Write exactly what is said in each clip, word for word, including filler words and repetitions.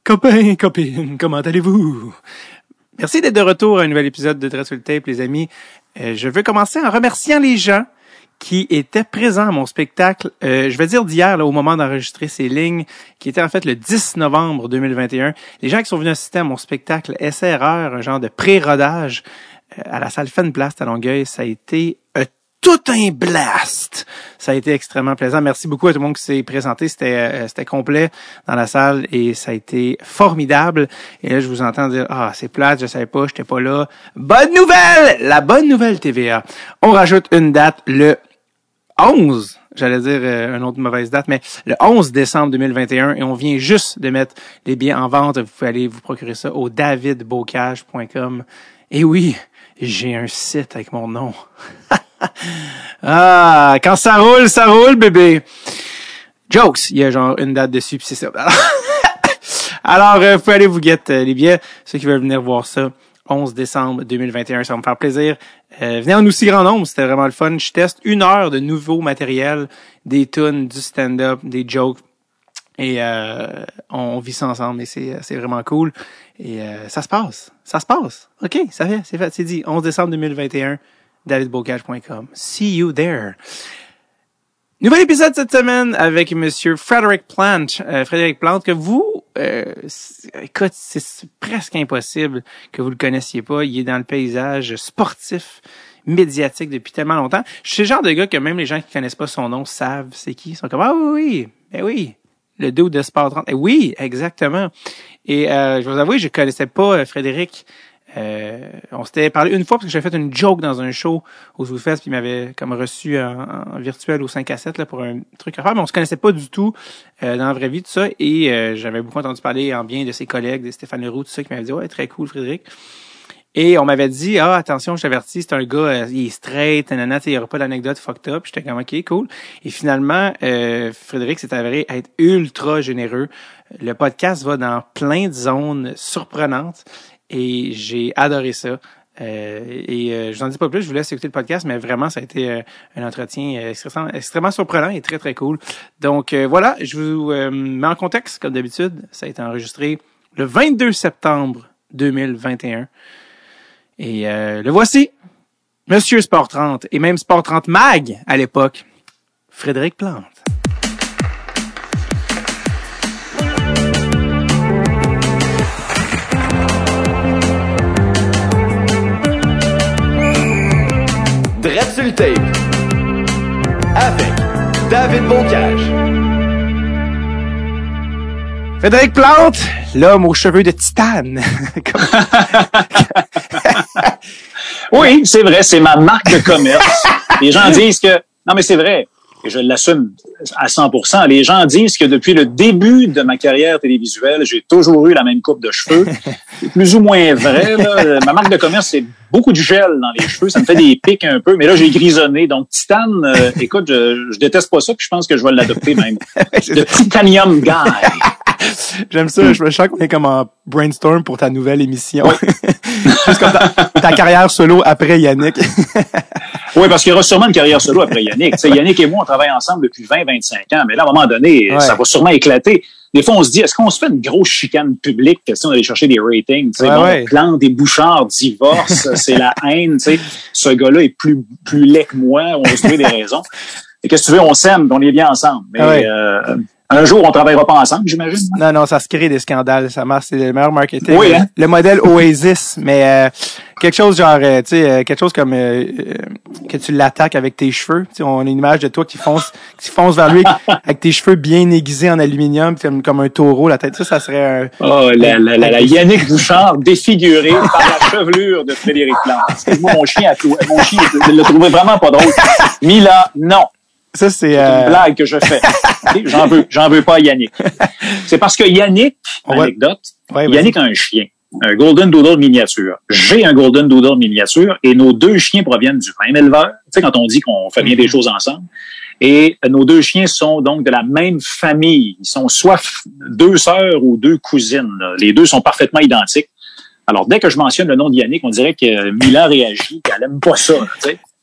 Copains, copines, comment allez-vous? Merci d'être de retour à un nouvel épisode de Dress sur le Tape, les amis. Euh, je veux commencer en remerciant les gens qui étaient présents à mon spectacle, euh, je vais dire d'hier, là, au moment d'enregistrer ces lignes, qui était en fait le dix novembre deux mille vingt et un. Les gens qui sont venus assister à mon spectacle Essai-erreur, un genre de pré-rodage, euh, à la salle Fan Blast à Longueuil, ça a été euh, tout un blast. Ça a été extrêmement plaisant. Merci beaucoup à tout le monde qui s'est présenté. C'était euh, c'était complet dans la salle et ça a été formidable. Et là, je vous entends dire « Ah, c'est plate, je savais pas, j'étais pas là. » Bonne nouvelle! La bonne nouvelle T V A. On rajoute une date le onze, j'allais dire euh, une autre mauvaise date, mais le onze décembre deux mille vingt et un, et on vient juste de mettre les billets en vente. Vous pouvez aller vous procurer ça au david bocage point com. Et oui, j'ai un site avec mon nom. Ah, quand ça roule, ça roule, bébé. Jokes, il y a genre une date dessus, puis c'est ça. Alors, euh, vous pouvez aller vous guetter euh, les billets, ceux qui veulent venir voir ça. onze décembre deux mille vingt et un, ça va me faire plaisir. Euh, venez en aussi grand nombre, c'était vraiment le fun. Je teste une heure de nouveau matériel, des tunes, du stand-up, des jokes. Et euh, on vit ça ensemble et c'est c'est vraiment cool. Et euh, ça se passe, ça se passe. OK, ça fait, c'est fait, c'est dit. onze décembre deux mille vingt et un, david bocage point com. See you there. Nouvel épisode cette semaine avec Monsieur Frederick Plant. Euh, Frédéric Plante, que vous, euh, écoute, c'est, c'est presque impossible que vous le connaissiez pas. Il est dans le paysage sportif, médiatique depuis tellement longtemps. Je suis le genre de gars que même les gens qui connaissent pas son nom savent c'est qui. Ils sont comme, ah oui, oui, ben oui, le dude de Sport trente. Eh oui, exactement. Et euh, je vous avoue, je connaissais pas euh, Frédéric. Euh, on s'était parlé une fois parce que j'avais fait une joke dans un show au Zoufest puis il m'avait comme reçu en, en virtuel au cinq à sept là pour un truc à faire, mais on se connaissait pas du tout euh, dans la vraie vie, tout ça, et euh, j'avais beaucoup entendu parler en bien de ses collègues, de Stéphane Leroux, tout ça, qui m'avait dit « Ouais, très cool, Frédéric ». Et on m'avait dit « Ah, attention, je t'avertis, c'est un gars, euh, il est straight, nanana, il y aura pas d'anecdote fucked up ». J'étais comme « Ok, cool ». Et finalement, euh, Frédéric s'est avéré être ultra généreux. Le podcast va dans plein de zones surprenantes. Et j'ai adoré ça. Euh, et euh, je n'en dis pas plus, je vous laisse écouter le podcast, mais vraiment, ça a été euh, un entretien euh, extrêmement, extrêmement surprenant et très, très cool. Donc euh, voilà, je vous euh, mets en contexte, comme d'habitude. Ça a été enregistré le vingt-deux septembre deux mille vingt et un. Et euh, le voici, Monsieur Sport trente, et même Sport trente Mag à l'époque, Frédéric Plante. Dress sur le Tape avec David Bocage. Frédéric Plante, l'homme aux cheveux de titane. Oui, c'est vrai, c'est ma marque de commerce. Les gens disent que... Non, mais c'est vrai, et je l'assume à cent pour cent. Les gens disent que depuis le début de ma carrière télévisuelle, j'ai toujours eu la même coupe de cheveux. C'est plus ou moins vrai, là. Ma marque de commerce, c'est beaucoup de gel dans les cheveux. Ça me fait des pics un peu. Mais là, j'ai grisonné. Donc, titane, euh, écoute, je, je déteste pas ça, puis je pense que je vais l'adopter même. Le Titanium Guy. J'aime ça, je me sens qu'on est comme en brainstorm pour ta nouvelle émission. Oui. Juste comme ta, ta carrière solo après Yannick. Oui, parce qu'il y aura sûrement une carrière solo après Yannick. Tu sais, Yannick et moi, on travaille ensemble depuis vingt à vingt-cinq ans, mais là, à un moment donné, ouais, ça va sûrement éclater. Des fois, on se dit, est-ce qu'on se fait une grosse chicane publique, question d'aller chercher des ratings? Tu sais, ouais, bon, ouais. Plante, des Bouchards, divorce, c'est la haine, tu sais. Ce gars-là est plus, plus laid que moi, on va se trouver des raisons. Et qu'est-ce que tu veux, on s'aime, on est bien ensemble. Mais, ouais. euh, un jour, on travaillera pas ensemble, j'imagine. Non, non, ça se crée des scandales. Ça marche, c'est le meilleur marketing. Oui, hein? Le modèle Oasis, mais euh, quelque chose genre, euh, tu sais, euh, quelque chose comme euh, euh, que tu l'attaques avec tes cheveux. Tu sais, on a une image de toi qui fonce, qui fonce vers lui avec tes cheveux bien aiguisés en aluminium, comme comme un taureau. La tête, ça, ça serait un. Oh, la, la, la, la Yannick Bouchard défigurée par la chevelure de Frédéric Plante. Excuse-moi, mon chien a tout, mon chien le trouvait vraiment pas drôle. Mila, non. Ça, c'est, c'est euh... une blague que je fais. Okay? J'en veux, j'en veux pas à Yannick. C'est parce que Yannick, ouais. Anecdote, ouais, Yannick a un chien, un Golden Doodle miniature. J'ai un Golden Doodle miniature et nos deux chiens proviennent du même éleveur. Tu sais, quand on dit qu'on fait bien mm-hmm. des choses ensemble. Et nos deux chiens sont donc de la même famille. Ils sont soit deux sœurs ou deux cousines. Là. Les deux sont parfaitement identiques. Alors, dès que je mentionne le nom de Yannick, on dirait que Mila réagit, qu'elle aime pas ça. Tu sais.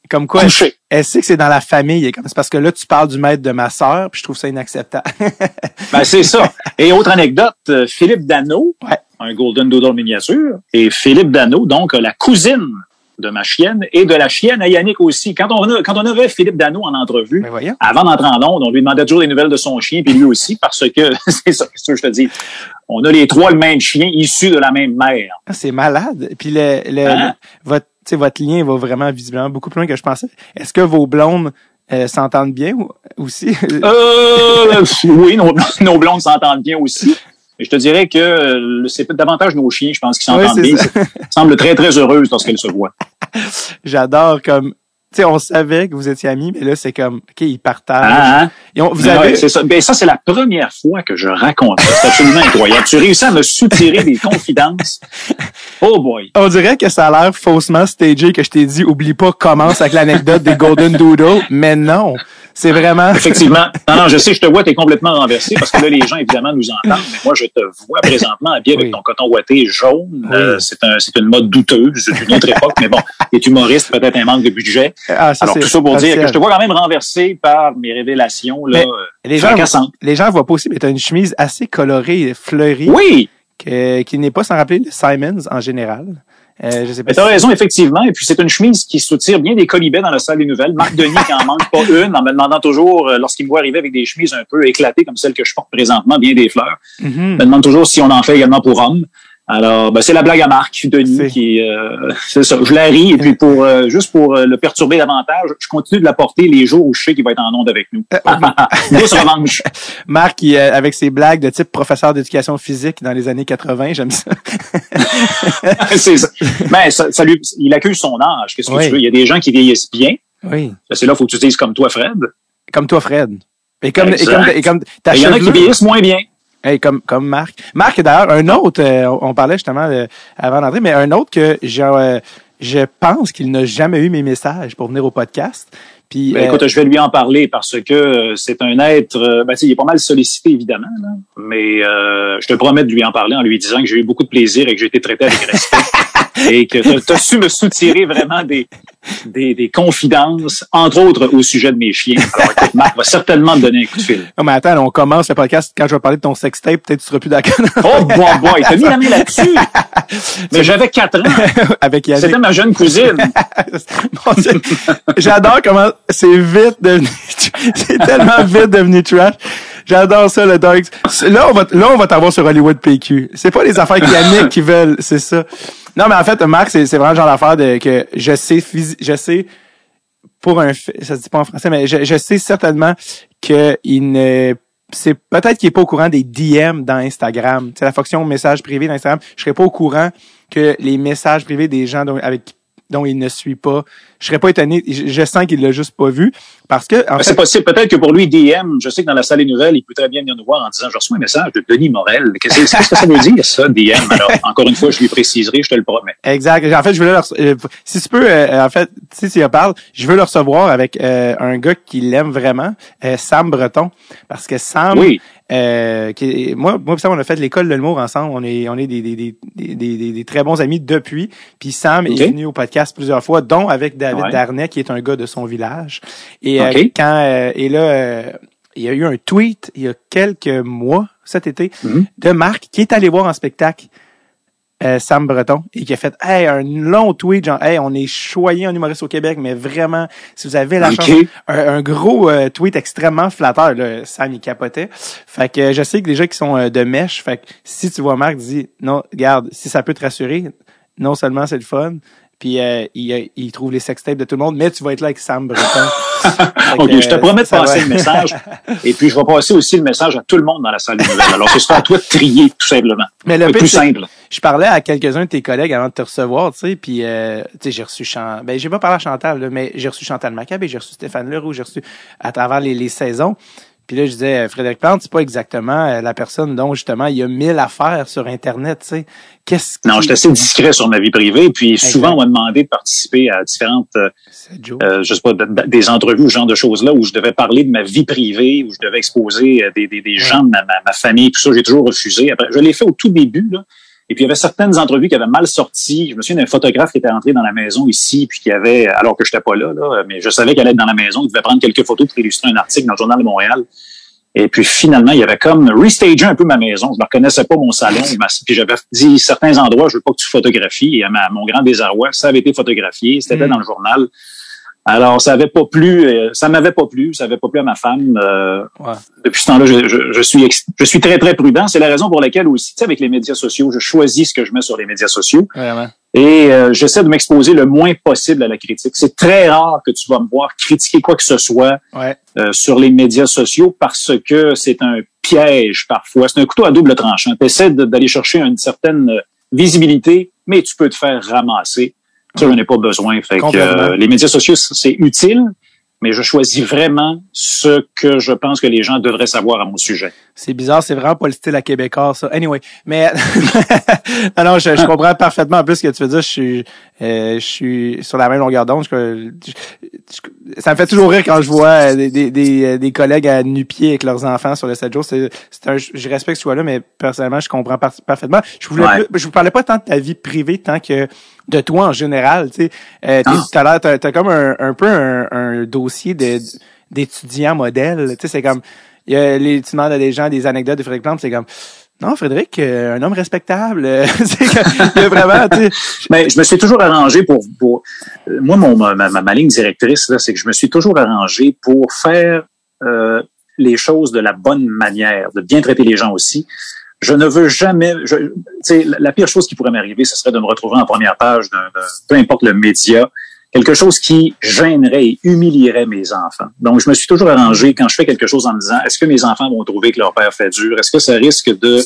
comme quoi, elle, elle sait que c'est dans la famille. C'est parce que là, tu parles du maître de ma sœur, puis je trouve ça inacceptable. Ben, c'est ça. Et autre anecdote, Philippe Dano, ouais. un Golden Doodle miniature, et Philippe Dano, donc la cousine de ma chienne et de la chienne à Yannick aussi. Quand on, a, quand on avait Philippe Dano en entrevue, ben avant d'entrer en onde, on lui demandait toujours des nouvelles de son chien, puis lui aussi, parce que, c'est ça, qu'est-ce que je te dis, on a les trois le même chien, issus de la même mère. Ah, c'est malade. Puis le, le, hein? le votre, votre lien va vraiment visiblement beaucoup plus loin que je pensais. Est-ce que vos blondes euh, s'entendent bien ou, aussi? Euh, oui, nos, nos blondes s'entendent bien aussi. Mais je te dirais que euh, c'est davantage nos chiens, je pense, qui s'entendent oui, bien. Elles semblent très, très heureuses lorsqu'elles se voient. J'adore comme... Tu sais, on savait que vous étiez amis, mais là, c'est comme, OK, ils partagent. Ah, hein? Et on, vous avez... Ouais, c'est ça. Ben, ça, c'est la première fois que je raconte ça. C'est absolument incroyable. Tu réussis à me soutirer des confidences. Oh boy. On dirait que ça a l'air faussement stagé que je t'ai dit, oublie pas, commence avec l'anecdote des Golden Doodle. Mais non. C'est vraiment... Effectivement. Non, non, je sais, je te vois, t'es complètement renversé parce que là, les gens, évidemment, nous entendent. Mais moi, je te vois présentement habillé avec oui. ton coton ouaté jaune. Oui. Euh, c'est un, c'est une mode douteuse d'une autre époque. Mais bon, t'es humoriste, peut-être un manque de budget. Ah, ça, alors, tout ça pour dire que je te vois quand même renversé par mes révélations, là. Les gens, les gens voient pas aussi, mais t'as une chemise assez colorée, fleurie. Oui! Que, qui n'est pas sans rappeler le Simons en général. Euh, je sais pas mais t'as si raison, effectivement. Et puis, c'est une chemise qui soutire bien des colibets dans la salle des nouvelles. Marc Denis qui en manque pas une, en me demandant toujours, euh, lorsqu'il me voit arriver avec des chemises un peu éclatées comme celle que je porte présentement, bien des fleurs, mm-hmm. me demande toujours si on en fait également pour hommes. Alors, ben, c'est la blague à Marc Denis c'est... qui, euh, c'est ça. Je la ris et puis pour euh, juste pour euh, le perturber davantage, je continue de la porter les jours où je sais qu'il va être en onde avec nous. Grosse revanche. Marc, qui, euh, avec ses blagues de type professeur d'éducation physique dans les années quatre-vingts, j'aime ça. c'est ça. Ben, ça, ça lui, il accuse son âge. Qu'est-ce que oui. tu veux? Il y a des gens qui vieillissent bien. Oui. C'est là, il faut que tu dises comme toi, Fred. Comme toi, Fred. Et comme, et comme, et comme ta il y en a qui vieillissent moins bien. Hey, comme comme Marc. Marc, d'ailleurs, un autre, euh, on parlait justement euh, avant d'entrer, mais un autre que je, euh, je pense qu'il n'a jamais eu mes messages pour venir au podcast. Puis, ben, euh, écoute, je vais lui en parler parce que c'est un être, euh, ben, tu sais, il est pas mal sollicité, évidemment, là, mais euh, je te promets de lui en parler en lui disant que j'ai eu beaucoup de plaisir et que j'ai été traité avec respect. Et que tu as su me soutirer vraiment des, des, des confidences, entre autres au sujet de mes chiens. Alors écoute, Marc va certainement me donner un coup de fil. Non, mais attends, on commence le podcast. Quand je vais parler de ton sextape, peut-être tu seras plus d'accord. Oh, boy, boy, t'as mis la main là-dessus. Mais j'avais quatre ans. Avec Yannick. C'était ma jeune cousine. Bon, j'adore comment c'est vite devenu, c'est tellement vite devenu trash. J'adore ça, le Dark. Là, on va, là, on va t'avoir sur Hollywood P Q. C'est pas les affaires Yannick qui veulent, c'est ça. Non, mais en fait, Marc, c'est, c'est vraiment le genre d'affaire de, que je sais, phys- je sais, pour un, ça se dit pas en français, mais je, je sais certainement que il ne, c'est peut-être qu'il est pas au courant des D M dans Instagram. C'est la fonction message privé dans Instagram. Je serais pas au courant que les messages privés des gens dont, avec dont il ne suit pas. Je serais pas étonné. Je, je sens qu'il l'a juste pas vu. Parce que, en fait, c'est possible. Peut-être que pour lui, D M, je sais que dans la salle des nouvelles, il peut très bien venir nous voir en disant, je reçois un message de Denis Morel. Qu'est-ce, qu'est-ce que ça veut dire, ça, D M? Alors, encore une fois, je lui préciserai, je te le promets. Exact. En fait, je veux le, euh, si tu peux, euh, en fait, si tu y parles, je veux le recevoir avec, euh, un gars qui l'aime vraiment, euh, Sam Breton. Parce que Sam, oui. Euh, qui, moi, moi, Sam, on a fait l'école de l'humour ensemble. On est, on est des, des, des, des, des, des très bons amis depuis. Puis Sam okay. est venu au podcast plusieurs fois, dont avec David ouais. Darnay, qui est un gars de son village. Et okay. euh, quand, euh, et là, euh, il y a eu un tweet il y a quelques mois cet été mm-hmm. de Marc qui est allé voir en spectacle euh, Sam Breton et qui a fait hey, un long tweet genre hey, on est choyé en humoriste au Québec, mais vraiment, si vous avez la okay. chance, un, un gros euh, tweet extrêmement flatteur. Là, Sam il capotait. Fait que je sais que les gens qui sont euh, de mèche, fait que si tu vois Marc, dis non, regarde, si ça peut te rassurer, non seulement c'est le fun, puis euh, il, il trouve les sextapes de tout le monde, mais tu vas être là avec Sam Breton. OK, que, je te promets de passer va... le message. Et puis, je vais passer aussi le message à tout le monde dans la salle des nouvelles. Alors, ce sera à toi de trier, tout simplement. Mais le, le plus simple. Je parlais à quelques-uns de tes collègues avant de te recevoir, tu sais, puis euh, tu sais, j'ai reçu Chantal. Ben, j'ai pas parlé à Chantal, là, mais j'ai reçu Chantal Macabé, j'ai reçu Stéphane Leroux, j'ai reçu à travers les, les saisons. Puis là, je disais, Frédéric Plante, c'est pas exactement la personne dont, justement, il y a mille affaires sur Internet, tu sais. Qu'est-ce qui... Non, je suis assez discret sur ma vie privée, puis exact. Souvent, on m'a demandé de participer à différentes, euh, je sais pas, de, de, des entrevues, ce genre de choses-là, où je devais parler de ma vie privée, où je devais exposer des, des, des gens de ma, ma, ma famille, tout ça. J'ai toujours refusé. Après, je l'ai fait au tout début, là. Et puis, il y avait certaines entrevues qui avaient mal sorti. Je me souviens d'un photographe qui était rentré dans la maison ici, puis qui avait, alors que je n'étais pas là, là, mais je savais qu'elle allait être dans la maison, il devait prendre quelques photos pour illustrer un article dans le Journal de Montréal. Et puis, finalement, il y avait comme restagé un peu ma maison. Je ne reconnaissais pas mon salon. Puis, j'avais dit certains endroits, je veux pas que tu photographies. Et à, ma, à mon grand désarroi, ça avait été photographié. C'était mmh. dans le journal. Alors, ça avait pas plu, euh, ça m'avait pas plu, ça avait pas plu à ma femme. Euh, ouais. Depuis ce temps-là, je, je, je suis ex- je suis très, très prudent. C'est la raison pour laquelle aussi, tu sais, avec les médias sociaux, je choisis ce que je mets sur les médias sociaux. Vraiment. Et euh, j'essaie de m'exposer le moins possible à la critique. C'est très rare que tu vas me voir critiquer quoi que ce soit ouais. euh, sur les médias sociaux parce que c'est un piège parfois. C'est un couteau à double tranchant. Tu essaies de, d'aller chercher une certaine visibilité, mais tu peux te faire ramasser. Ça, j'en ai pas besoin. Fait que euh, les médias sociaux, c'est utile, mais je choisis vraiment ce que je pense que les gens devraient savoir à mon sujet. C'est bizarre, c'est vraiment pas le style à Québécois, ça. Anyway, mais non, non, je, je comprends parfaitement en plus ce que tu veux dire. Je suis, euh, je suis sur la même longueur d'onde. Je, je, je, ça me fait toujours rire quand je vois des, des, des, des collègues à nu-pieds avec leurs enfants sur le sept jours. C'est, c'est un, je respecte ce choix-là, mais personnellement, je comprends par, parfaitement. Je voulais, ouais. je vous parlais pas tant de ta vie privée, tant que de toi en général. Tu sais, euh, ah. t'as l'air, t'as, t'as comme un, un peu un, un dossier de d'étudiant modèle. Tu sais, c'est comme il y a les, tu demandes à des gens des anecdotes de Frédéric Plante, c'est comme non, Frédéric, euh, un homme respectable. C'est il y a vraiment, tu sais. Mais je me suis toujours arrangé pour, pour moi, mon, ma, ma, ma ligne directrice, là, c'est que je me suis toujours arrangé pour faire euh, les choses de la bonne manière, de bien traiter les gens aussi. Je ne veux jamais, je, tu sais, la pire chose qui pourrait m'arriver, ce serait de me retrouver en première page d'un, d'un peu importe le média, quelque chose qui gênerait et humilierait mes enfants. Donc, je me suis toujours arrangé quand je fais quelque chose en me disant, est-ce que mes enfants vont trouver que leur père fait dur? Est-ce que ça risque de,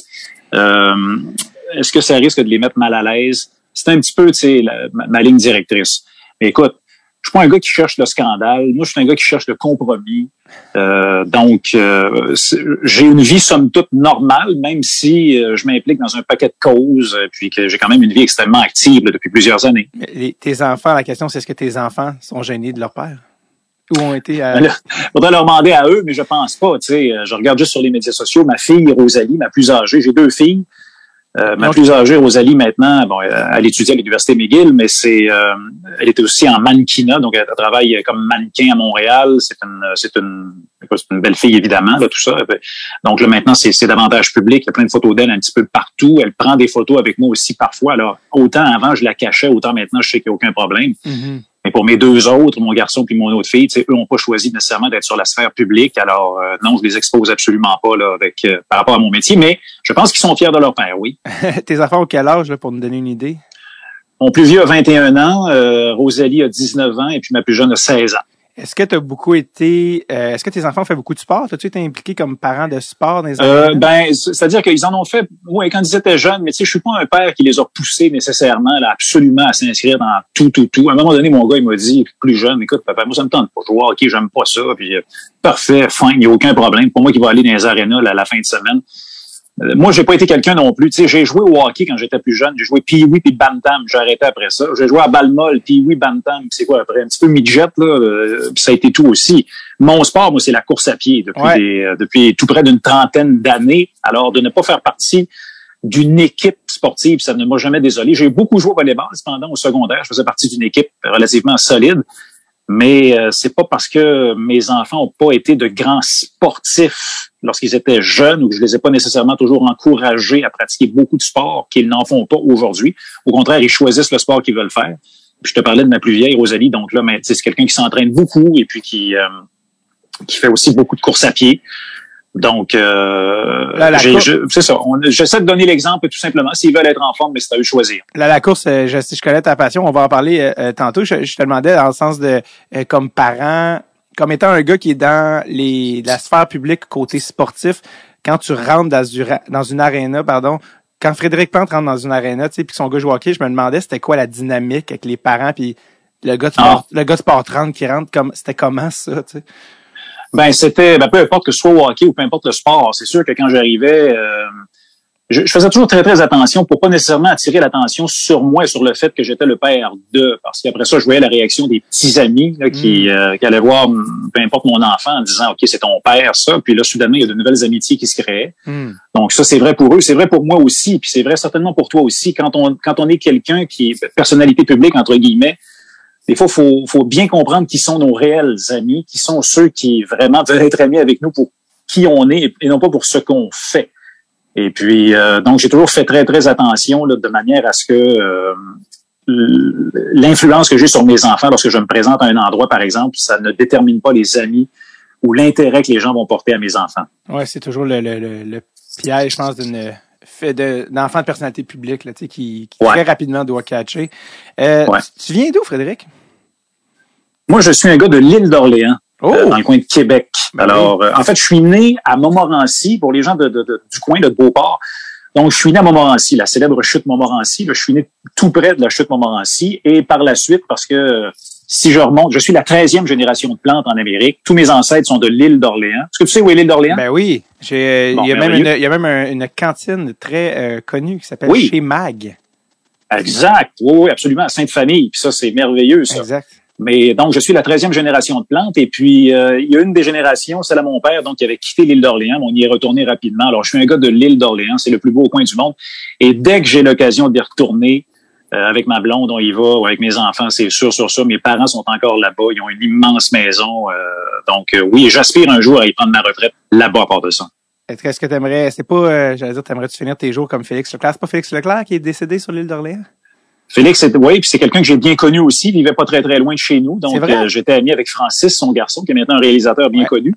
euh, est-ce que ça risque de les mettre mal à l'aise? C'est un petit peu, tu sais, la, ma, ma ligne directrice. Mais écoute, je suis pas un gars qui cherche le scandale. Moi, je suis un gars qui cherche le compromis. Euh, donc, euh, j'ai une vie somme toute normale, même si euh, je m'implique dans un paquet de causes, puis que j'ai quand même une vie extrêmement active là, depuis plusieurs années. Mais tes enfants, la question, c'est est-ce que tes enfants sont gênés de leur père? Ou ont été à... Il faudrait leur demander à eux, mais je pense pas. Tu sais, je regarde juste sur les médias sociaux. Ma fille, Rosalie, ma plus âgée, j'ai deux filles. Euh, ma plus âgée, Rosalie, maintenant, bon, elle étudie à l'Université McGill, mais c'est, euh, elle était aussi en mannequinat, donc elle, elle travaille comme mannequin à Montréal. C'est une, c'est une, c'est une belle fille, évidemment, là, tout ça. Donc là, maintenant, c'est, c'est davantage public. Il y a plein de photos d'elle un petit peu partout. Elle prend des photos avec moi aussi parfois. Alors, autant avant, je la cachais, autant maintenant, je sais qu'il n'y a aucun problème. Mm-hmm. Mais pour mes deux autres, mon garçon puis mon autre fille, eux n'ont pas choisi nécessairement d'être sur la sphère publique. Alors euh, non, je les expose absolument pas là avec euh, par rapport à mon métier, mais je pense qu'ils sont fiers de leur père, oui. Tes enfants ont quel âge là, pour nous donner une idée? Mon plus vieux a vingt et un ans, euh, Rosalie a dix-neuf ans et puis ma plus jeune a seize ans. Est-ce que tu as beaucoup été... Euh, est-ce que tes enfants ont fait beaucoup de sport? As-tu été impliqué comme parent de sport dans les années? Euh, ben, c'est-à-dire qu'ils en ont fait, oui, quand ils étaient jeunes, mais tu sais, je suis pas un père qui les a poussés nécessairement, là, absolument à s'inscrire dans tout, tout, tout. À un moment donné, mon gars, il m'a dit, plus jeune, écoute, papa, moi, ça me tente pas. Je vois, OK, j'aime pas ça, puis euh, parfait, fine, il n'y a aucun problème. Pour moi qui va aller dans les arénas là, à la fin de semaine. Euh, moi, j'ai pas été quelqu'un non plus. Tu sais, j'ai joué au hockey quand j'étais plus jeune. J'ai joué Pee-wee puis Bantam. J'ai arrêté après ça. J'ai joué à balle molle, Pee-wee, Bantam. C'est quoi après? Un petit peu midget, là. Euh, ça a été tout aussi. Mon sport, moi, c'est la course à pied depuis, ouais. des, euh, depuis tout près d'une trentaine d'années. Alors, de ne pas faire partie d'une équipe sportive, ça ne m'a jamais désolé. J'ai beaucoup joué au volleyball. Cependant, au secondaire, je faisais partie d'une équipe relativement solide. Mais euh, c'est pas parce que mes enfants ont pas été de grands sportifs lorsqu'ils étaient jeunes ou que je les ai pas nécessairement toujours encouragés à pratiquer beaucoup de sport qu'ils n'en font pas aujourd'hui. Au contraire, ils choisissent le sport qu'ils veulent faire. Puis je te parlais de ma plus vieille, Rosalie, donc là, mais, c'est quelqu'un qui s'entraîne beaucoup et puis qui euh, qui fait aussi beaucoup de courses à pied. Donc, euh, là, j'ai, course... je, c'est ça. On, j'essaie de donner l'exemple tout simplement. S'ils veulent être en forme, mais c'est à eux de choisir. Là, la course, je, je connais ta passion. On va en parler euh, tantôt. Je, je te demandais dans le sens de, euh, comme parent, comme étant un gars qui est dans les la sphère publique côté sportif, quand tu rentres dans, dans une aréna, pardon, quand Frédéric Plante rentre dans une aréna, tu sais, puis son gars joue au hockey, je me demandais c'était quoi la dynamique avec les parents puis le gars de sport, ah. le gars de sport trente qui rentre, comme c'était comment ça, tu sais? Ben, c'était, ben, peu importe que ce soit au hockey ou peu importe le sport, c'est sûr que quand j'arrivais, euh, je, je faisais toujours très, très attention pour pas nécessairement attirer l'attention sur moi et sur le fait que j'étais le père de, parce qu'après ça, je voyais la réaction des petits amis là, qui, mm. euh, qui allaient voir, peu importe mon enfant, en disant, OK, c'est ton père, ça. Puis là, soudainement, il y a de nouvelles amitiés qui se créaient. Mm. Donc ça, c'est vrai pour eux, c'est vrai pour moi aussi, puis c'est vrai certainement pour toi aussi. Quand on, quand on est quelqu'un qui est personnalité publique, entre guillemets, des fois, faut, faut bien comprendre qui sont nos réels amis, qui sont ceux qui vraiment veulent être amis avec nous pour qui on est et non pas pour ce qu'on fait. Et puis, euh, donc, j'ai toujours fait très, très attention là, de manière à ce que euh, l'influence que j'ai sur mes enfants lorsque je me présente à un endroit, par exemple, ça ne détermine pas les amis ou l'intérêt que les gens vont porter à mes enfants. Ouais, c'est toujours le, le, le, le piège, je pense, d'une fait de, d'enfant de personnalité publique là, tu sais, qui, qui ouais. très rapidement doit catcher. Euh, ouais. tu, tu viens d'où, Frédéric? Moi, je suis un gars de l'île d'Orléans, oh. euh, dans le coin de Québec. Ben Alors, oui. euh, en fait, je suis né à Montmorency, pour les gens de, de, de, du coin là, de Beauport. Donc, je suis né à Montmorency, la célèbre chute Montmorency. Là, je suis né tout près de la chute Montmorency. Et par la suite, parce que si je remonte, je suis la treizième génération de plantes en Amérique. Tous mes ancêtres sont de l'île d'Orléans. Est-ce que tu sais où est l'île d'Orléans? Ben oui. J'ai, bon, il y a même une, il y a même un, une cantine très euh, connue qui s'appelle oui. Chez Mag. Exact. Oui, oui, absolument. À Sainte-Famille. Puis ça, c'est merveilleux, ça. Exact. Mais donc, je suis la treizième génération de plantes. Et puis, euh, il y a une des générations, celle à mon père, donc, qui avait quitté l'île d'Orléans. On y est retourné rapidement. Alors, je suis un gars de l'île d'Orléans. C'est le plus beau coin du monde. Et dès que j'ai l'occasion d'y retourner, euh, avec ma blonde, on y va, ou avec mes enfants, c'est sûr, sur ça. Mes parents sont encore là-bas. Ils ont une immense maison. Euh, donc, euh, oui, j'aspire un jour à y prendre ma retraite là-bas à part de ça. Est-ce que t'aimerais, c'est pas, euh, j'allais dire, t'aimerais-tu finir tes jours comme Félix Leclerc? C'est pas Félix Leclerc qui est décédé sur l'île d'Orléans? Félix, c'est, oui, puis c'est quelqu'un que j'ai bien connu aussi. Il vivait pas très, très loin de chez nous. Donc, euh, j'étais ami avec Francis, son garçon, qui est maintenant un réalisateur bien ouais. connu.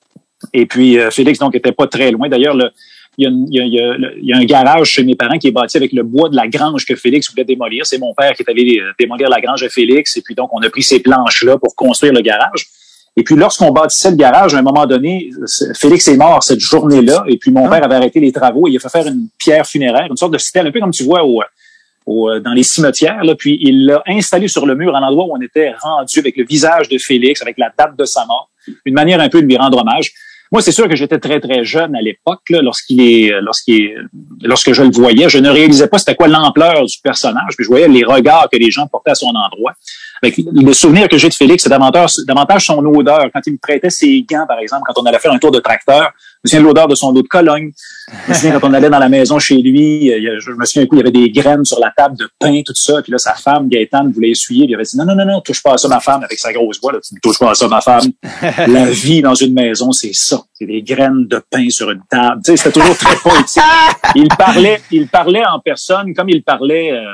Et puis, euh, Félix, donc, était pas très loin. D'ailleurs, le, il y a, il y a, il y a, il y a un garage chez mes parents qui est bâti avec le bois de la grange que Félix voulait démolir. C'est mon père qui est allé démolir la grange de Félix. Et puis, donc, on a pris ces planches-là pour construire le garage. Et puis, lorsqu'on bâtissait le garage, à un moment donné, Félix est mort cette journée-là. Et puis, mon ah. père avait arrêté les travaux. Et il a fait faire une pierre funéraire, une sorte de stèle, un peu comme tu vois au... Au, dans les cimetières, là, puis il l'a installé sur le mur à l'endroit où on était rendu avec le visage de Félix, avec la date de sa mort, une manière un peu de lui rendre hommage. Moi, c'est sûr que j'étais très, très jeune à l'époque, là, lorsqu'il est, lorsqu'il est, lorsque je le voyais. Je ne réalisais pas c'était quoi l'ampleur du personnage, puis je voyais les regards que les gens portaient à son endroit. Avec le souvenir que j'ai de Félix, c'est davantage, davantage son odeur. Quand il me prêtait ses gants, par exemple, quand on allait faire un tour de tracteur, je me souviens de l'odeur de son eau de Cologne. Je me souviens quand on allait dans la maison chez lui, je me souviens un coup, il y avait des graines sur la table de pain, tout ça. Puis là, sa femme, Gaëtane, voulait essuyer. Puis il avait dit, non, non, non, non, touche pas à ça, ma femme, avec sa grosse voix. Là, tu ne touches pas à ça, ma femme. La vie dans une maison, c'est ça. C'est des graines de pain sur une table. Tu sais, c'était toujours très poétique. Il parlait, il parlait en personne comme il parlait euh,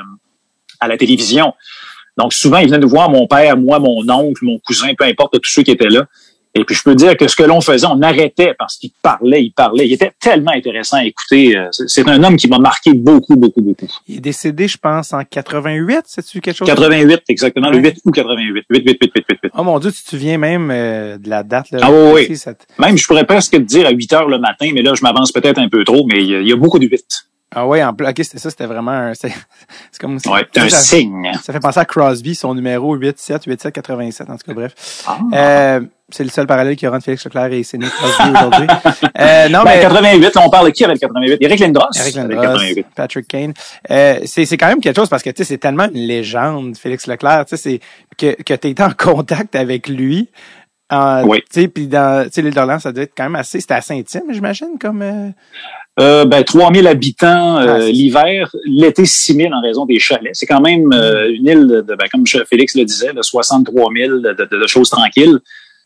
à la télévision. Donc, souvent, il venait nous voir, mon père, moi, mon oncle, mon cousin, peu importe, tous ceux qui étaient là. Et puis, je peux dire que ce que l'on faisait, on arrêtait parce qu'il parlait, il parlait. Il était tellement intéressant à écouter. C'est un homme qui m'a marqué beaucoup, beaucoup, beaucoup. Il est décédé, je pense, en quatre-vingt-huit, c'est-tu quelque chose? quatre-vingt-huit, exactement, ouais. Le huit août quatre-vingt-huit. huit, huit, huit, huit, huit, huit. Oh mon Dieu, tu te souviens même euh, de la date, là. Ah oui, oui. Cette... Même, je pourrais presque te dire à huit heures le matin, mais là, je m'avance peut-être un peu trop, mais il y a, il y a beaucoup de huit. Ah oui, en plus, ok, c'était ça, c'était vraiment un, c'est, c'est comme, ouais, c'est un ça, signe. Ça fait penser à Crosby, son numéro huit sept, huit sept quatre-vingt-sept, en tout cas, bref. Ah. Euh, c'est le seul parallèle qui rend Félix Leclerc et Sidney Crosby aujourd'hui. euh, non, ben, mais. quatre-vingt-huit, là, on parle de qui avec quatre-vingt-huit? Eric Lindros. Eric Lindros, Patrick Kane. Euh, c'est, c'est quand même quelque chose parce que, tu sais, c'est tellement une légende, Félix Leclerc, tu sais, c'est, que, que t'es en contact avec lui. Euh, oui. Tu sais, puis dans, tu sais, l'île d'Orléans, ça doit être quand même assez, c'était assez intime, j'imagine, comme, euh... Euh, ben, trois mille habitants euh, ah, l'hiver, l'été six mille en raison des chalets. C'est quand même euh, une île, de, de ben, comme Félix le disait, de soixante-trois mille de, de, de choses tranquilles.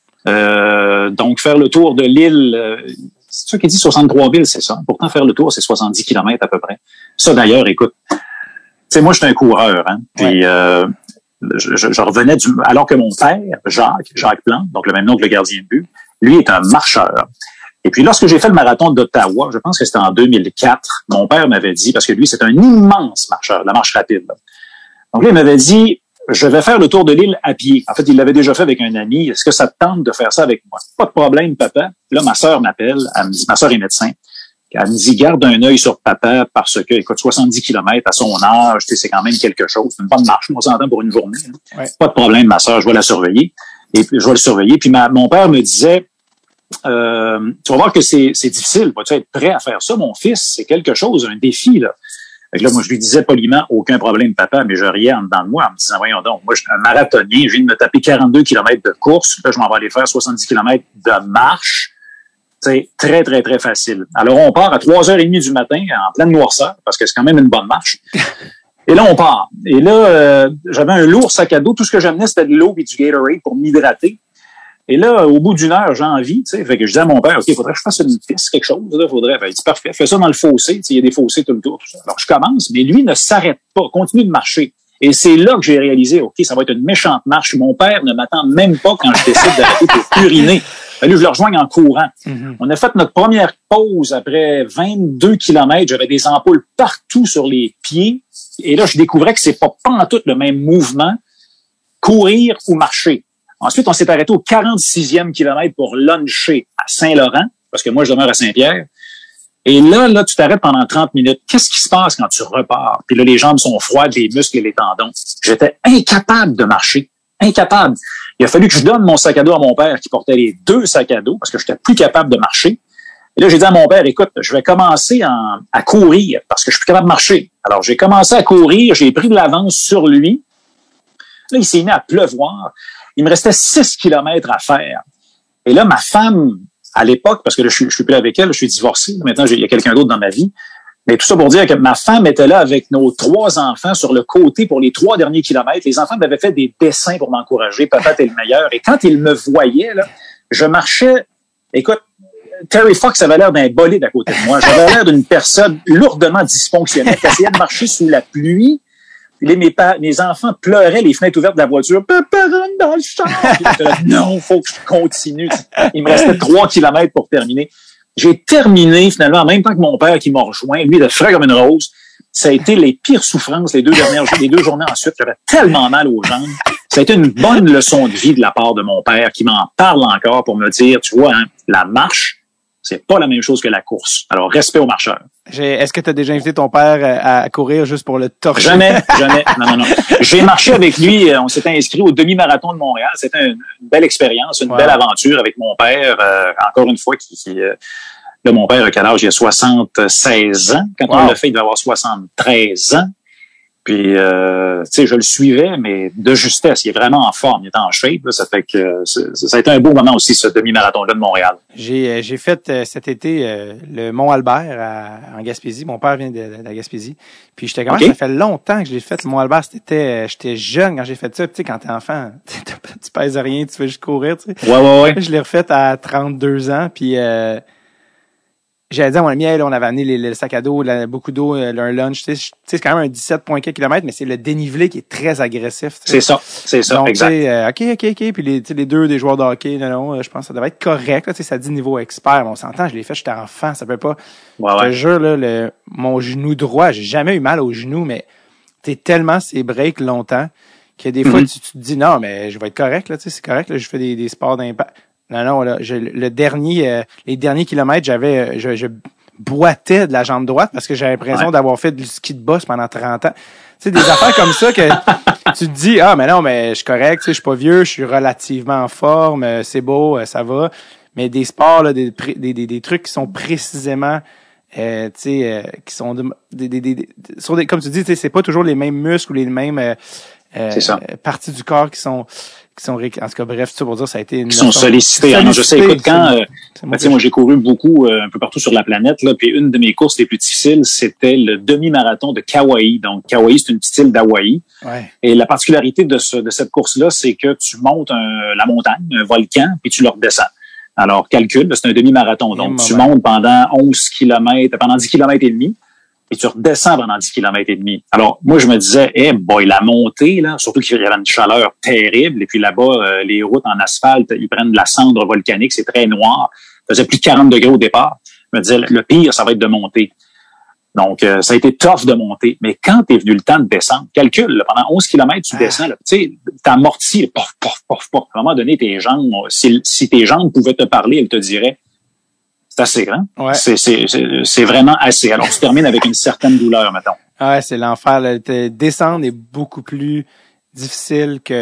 Euh, donc, faire le tour de l'île, euh, c'est sûr qu'il dit soixante-trois mille, c'est ça. Pourtant, faire le tour, c'est soixante-dix kilomètres à peu près. Ça, d'ailleurs, écoute, tu sais, moi, je suis un coureur, hein. Puis, ouais. euh, je, je, je revenais du, alors que mon père, Jacques, Jacques Plante, donc le même nom que le gardien de but, lui est un marcheur. Et puis, lorsque j'ai fait le marathon d'Ottawa, je pense que c'était en deux mille quatre, mon père m'avait dit, parce que lui, c'est un immense marcheur, la marche rapide, là. Donc là, il m'avait dit, je vais faire le tour de l'île à pied. En fait, il l'avait déjà fait avec un ami. Est-ce que ça te tente de faire ça avec moi? Pas de problème, papa. Là, ma sœur m'appelle. Elle me dit, ma sœur est médecin. Elle me dit, garde un œil sur papa parce que, écoute, soixante-dix kilomètres à son âge, tu sais, c'est quand même quelque chose. C'est une bonne marche, on s'entend pour une journée. Hein. Ouais. Pas de problème, ma sœur, je vais la surveiller. Et puis, je vais le surveiller. Puis ma, mon père me disait, euh, tu vas voir que c'est, c'est difficile. Vas-tu être prêt à faire ça, mon fils? C'est quelque chose, un défi, là. Fait que là, moi, je lui disais poliment, aucun problème, papa, mais je riais en dedans de moi en me disant, voyons donc, moi, je suis un marathonien, je viens de me taper quarante-deux kilomètres de course, là, je m'en vais aller faire soixante-dix kilomètres de marche. C'est très, très, très facile. Alors, on part à trois heures trente du matin, en pleine noirceur, parce que c'est quand même une bonne marche. Et là, on part. Et là, euh, j'avais un lourd sac à dos. Tout ce que j'amenais, c'était de l'eau et du Gatorade pour m'hydrater. Et là, au bout d'une heure, j'ai envie, tu sais. Fait que je disais à mon père, OK, il faudrait que je fasse une piste, quelque chose, là, faudrait. Fait, il dit, parfait, fais ça dans le fossé, tu sais, il y a des fossés tout le tour, tout ça. Alors, je commence, mais lui ne s'arrête pas, continue de marcher. Et c'est là que j'ai réalisé, OK, ça va être une méchante marche. Mon père ne m'attend même pas quand je décide d'arrêter pour uriner. Fait là, je le rejoigne en courant. Mm-hmm. On a fait notre première pause après vingt-deux kilomètres. J'avais des ampoules partout sur les pieds. Et là, je découvrais que c'est pas pantoute le même mouvement, courir ou marcher. Ensuite, on s'est arrêté au quarante-sixième kilomètre pour luncher à Saint-Laurent, parce que moi, je demeure à Saint-Pierre. Et là, là, tu t'arrêtes pendant trente minutes. Qu'est-ce qui se passe quand tu repars? Puis là, les jambes sont froides, les muscles et les tendons. J'étais incapable de marcher. Incapable. Il a fallu que je donne mon sac à dos à mon père qui portait les deux sacs à dos parce que j'étais plus capable de marcher. Et là, j'ai dit à mon père, écoute, je vais commencer en, à courir parce que je suis plus capable de marcher. Alors, j'ai commencé à courir, j'ai pris de l'avance sur lui. Là, il s'est mis à pleuvoir. Il me restait six kilomètres à faire. Et là, ma femme, à l'époque, parce que là, je, je suis plus avec elle, je suis divorcé. Maintenant, il y a quelqu'un d'autre dans ma vie. Mais tout ça pour dire que ma femme était là avec nos trois enfants sur le côté pour les trois derniers kilomètres. Les enfants m'avaient fait des dessins pour m'encourager. Papa, t'es le meilleur. Et quand ils me voyaient, là, je marchais. Écoute, Terry Fox avait l'air d'un bolide à côté de moi. J'avais l'air d'une personne lourdement dysfonctionnelle qui essayait de marcher sous la pluie. Puis mes, pa- mes enfants pleuraient les fenêtres ouvertes de la voiture. Papa, rentre dans le char. Puis là, non, faut que je continue. Il me restait trois kilomètres pour terminer. J'ai terminé, finalement, en même temps que mon père qui m'a rejoint, lui, de frais comme une rose. Ça a été les pires souffrances les deux dernières les deux journées ensuite. J'avais tellement mal aux jambes. Ça a été une bonne leçon de vie de la part de mon père qui m'en parle encore pour me dire, tu vois, hein, la marche, c'est pas la même chose que la course. Alors, respect aux marcheurs. J'ai, est-ce que tu as déjà invité ton père à, à courir juste pour le torcher? Jamais, jamais. Non, non, non. J'ai marché avec lui. On s'était inscrit au demi-marathon de Montréal. C'était une, une belle expérience, une wow. belle aventure avec mon père. Euh, encore une fois, qui, qui euh, là, mon père, à quel âge? Il a soixante-seize ans. Quand wow. on l'a fait, il devait avoir soixante-treize ans. Puis, euh, tu sais, je le suivais, mais de justesse. Il est vraiment en forme. Il est en shape. Là, ça fait que euh, ça a été un beau moment aussi, ce demi-marathon-là de Montréal. J'ai j'ai fait euh, cet été euh, le Mont-Albert à, en Gaspésie. Mon père vient de, de la Gaspésie. Puis j'étais quand même, okay. ça fait longtemps que je l'ai fait. Le Mont-Albert, c'était, euh, j'étais jeune quand j'ai fait ça. Tu sais, quand t'es enfant, tu pèses rien, tu fais juste courir. Tu sais. Ouais, ouais, ouais. Je l'ai refait à trente-deux ans. Puis euh, j'avais dit à mon ami, hey, là, on avait amené les, les sacs à dos, là, beaucoup d'eau, un lunch. Tu sais, c'est quand même un dix-sept virgule quatre kilomètres, mais c'est le dénivelé qui est très agressif. C'est ça, c'est ça, donc, exact. Euh, OK, OK, OK. Puis les, les deux des joueurs de hockey, non, non, je pense que ça devait être correct. Là, ça dit niveau expert. Mais on s'entend, je l'ai fait, j'étais enfant, ça peut pas. Ouais, je ouais. te jure, là, le, mon genou droit, j'ai jamais eu mal au genou, mais t'es tellement ces breaks longtemps que des fois, mm-hmm. tu, tu te dis, non, mais je vais être correct, là, tu sais, c'est correct, là, je fais des, des sports d'impact. Non, non, là, je, le dernier, euh, les derniers kilomètres, j'avais, euh, je, je boitais de la jambe droite parce que j'avais l'impression ouais. d'avoir fait du ski de boss pendant trente ans. Tu sais, des affaires comme ça que tu te dis, ah, mais non, mais je suis correct, tu sais, je suis pas vieux, je suis relativement en forme, c'est beau, ça va. Mais des sports, là, des, des, des, des trucs qui sont précisément, euh, tu sais, euh, qui sont de, des, des, des, sur des, comme tu dis, tu sais, c'est pas toujours les mêmes muscles ou les mêmes, euh, c'est ça. parties du corps qui sont, qui sont, en tout cas, bref, tout ça pour dire, ça a été une... Qui sont sollicités. Alors, je sais, écoute, quand, euh, ben, tu sais, moi, j'ai couru beaucoup, euh, un peu partout sur la planète, là, puis une de mes courses les plus difficiles, c'était le demi-marathon de Kauai. Donc, Kauai, c'est une petite île d'Hawaï. Ouais. Et la particularité de ce, de cette course-là, c'est que tu montes un, la montagne, un volcan, puis tu le redescends. Alors, calcul, c'est un demi-marathon. Donc, tu montes pendant onze kilomètres, pendant dix kilomètres et demi. Et tu redescends pendant dix kilomètres et demi. Alors, moi, je me disais, eh, hey, boy, la montée, là, surtout qu'il y avait une chaleur terrible, et puis là-bas, euh, les routes en asphalte, ils prennent de la cendre volcanique, c'est très noir. Ça faisait plus de quarante degrés au départ. Je me disais, le pire, ça va être de monter. Donc, euh, ça a été tough de monter. Mais quand t'es venu le temps de descendre, calcule, là, pendant onze kilomètres, tu ah. descends, tu sais, t'amortis, pof, pof, pof, pof. À un moment donné, tes jambes, si, si tes jambes pouvaient te parler, elles te diraient, c'est assez grand. Ouais. C'est, c'est, c'est, c'est vraiment assez. Alors, tu termines avec une certaine douleur, mettons. Ouais, c'est l'enfer. Là. Descendre est beaucoup plus difficile que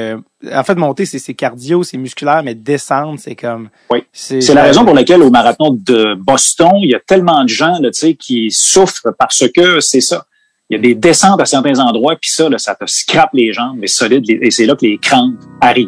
en fait, monter, c'est, c'est cardio, c'est musculaire, mais descendre, c'est comme... Oui. C'est, c'est la raison pour laquelle au marathon de Boston, il y a tellement de gens, là, tu sais, qui souffrent parce que c'est ça. Il y a des descentes à certains endroits, puis ça, là, ça te scrape les jambes, mais solide, et c'est là que les crampes arrivent.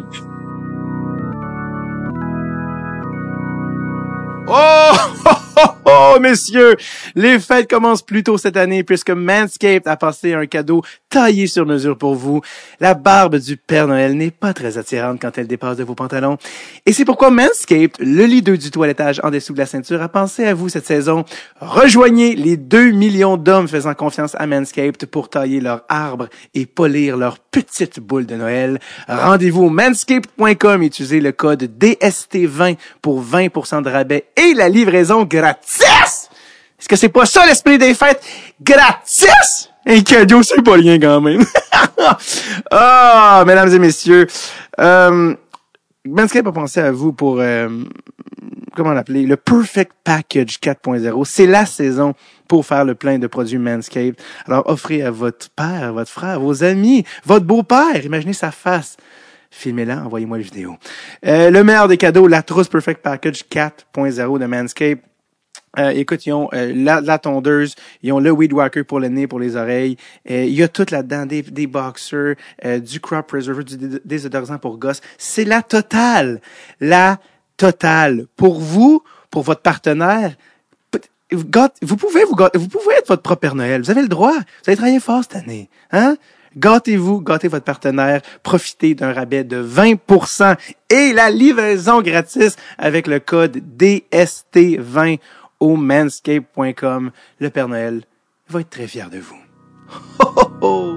Oh, oh, oh, oh, messieurs, les fêtes commencent plus tôt cette année puisque Manscaped a passé un cadeau taillé sur mesure pour vous. La barbe du Père Noël n'est pas très attirante quand elle dépasse de vos pantalons. Et c'est pourquoi Manscaped, le leader du toilettage en dessous de la ceinture, a pensé à vous cette saison. Rejoignez les deux millions d'hommes faisant confiance à Manscaped pour tailler leur arbre et polir leur petite boule de Noël. Rendez-vous au manscaped point com et utilisez le code D S T vingt pour vingt pour cent de rabais et la livraison gratis! Est-ce que c'est pas ça l'esprit des fêtes? Gratis! Un cadeau, c'est pas rien quand même. Ah, mesdames et messieurs, euh, Manscaped a pensé à vous pour, euh, comment l'appeler, le Perfect Package quatre point zéro. C'est la saison pour faire le plein de produits Manscaped. Alors, offrez à votre père, votre frère, vos amis, votre beau-père, imaginez sa face. Filmez-la, envoyez-moi la vidéo. Euh, le meilleur des cadeaux, la trousse Perfect Package quatre point zéro de Manscaped. Euh, écoute, ils ont euh, la, la tondeuse, ils ont le Weed Whacker pour le nez, pour les oreilles. Euh, il y a tout là-dedans, des, des boxers, euh, du crop preserver, du dé- désodorisant pour gosses. C'est la totale. La totale. Pour vous, pour votre partenaire, vous pouvez vous, vous pouvez être votre propre Père Noël. Vous avez le droit. Vous avez travaillé fort cette année. Hein? Gâtez-vous, gâtez votre partenaire, profitez d'un rabais de vingt pour cent et la livraison gratis avec le code D S T vingt au manscaped point com. Le Père Noël va être très fier de vous. Ho, ho, ho.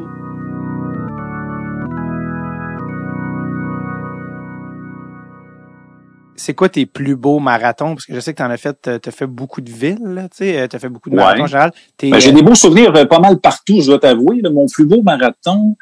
C'est quoi tes plus beaux marathons? Parce que je sais que t'en as fait, t'as fait beaucoup de villes, tu sais, t'as fait beaucoup de marathons en général. Ben, j'ai des beaux souvenirs pas mal partout, je dois t'avouer. Là, mon plus beau marathon,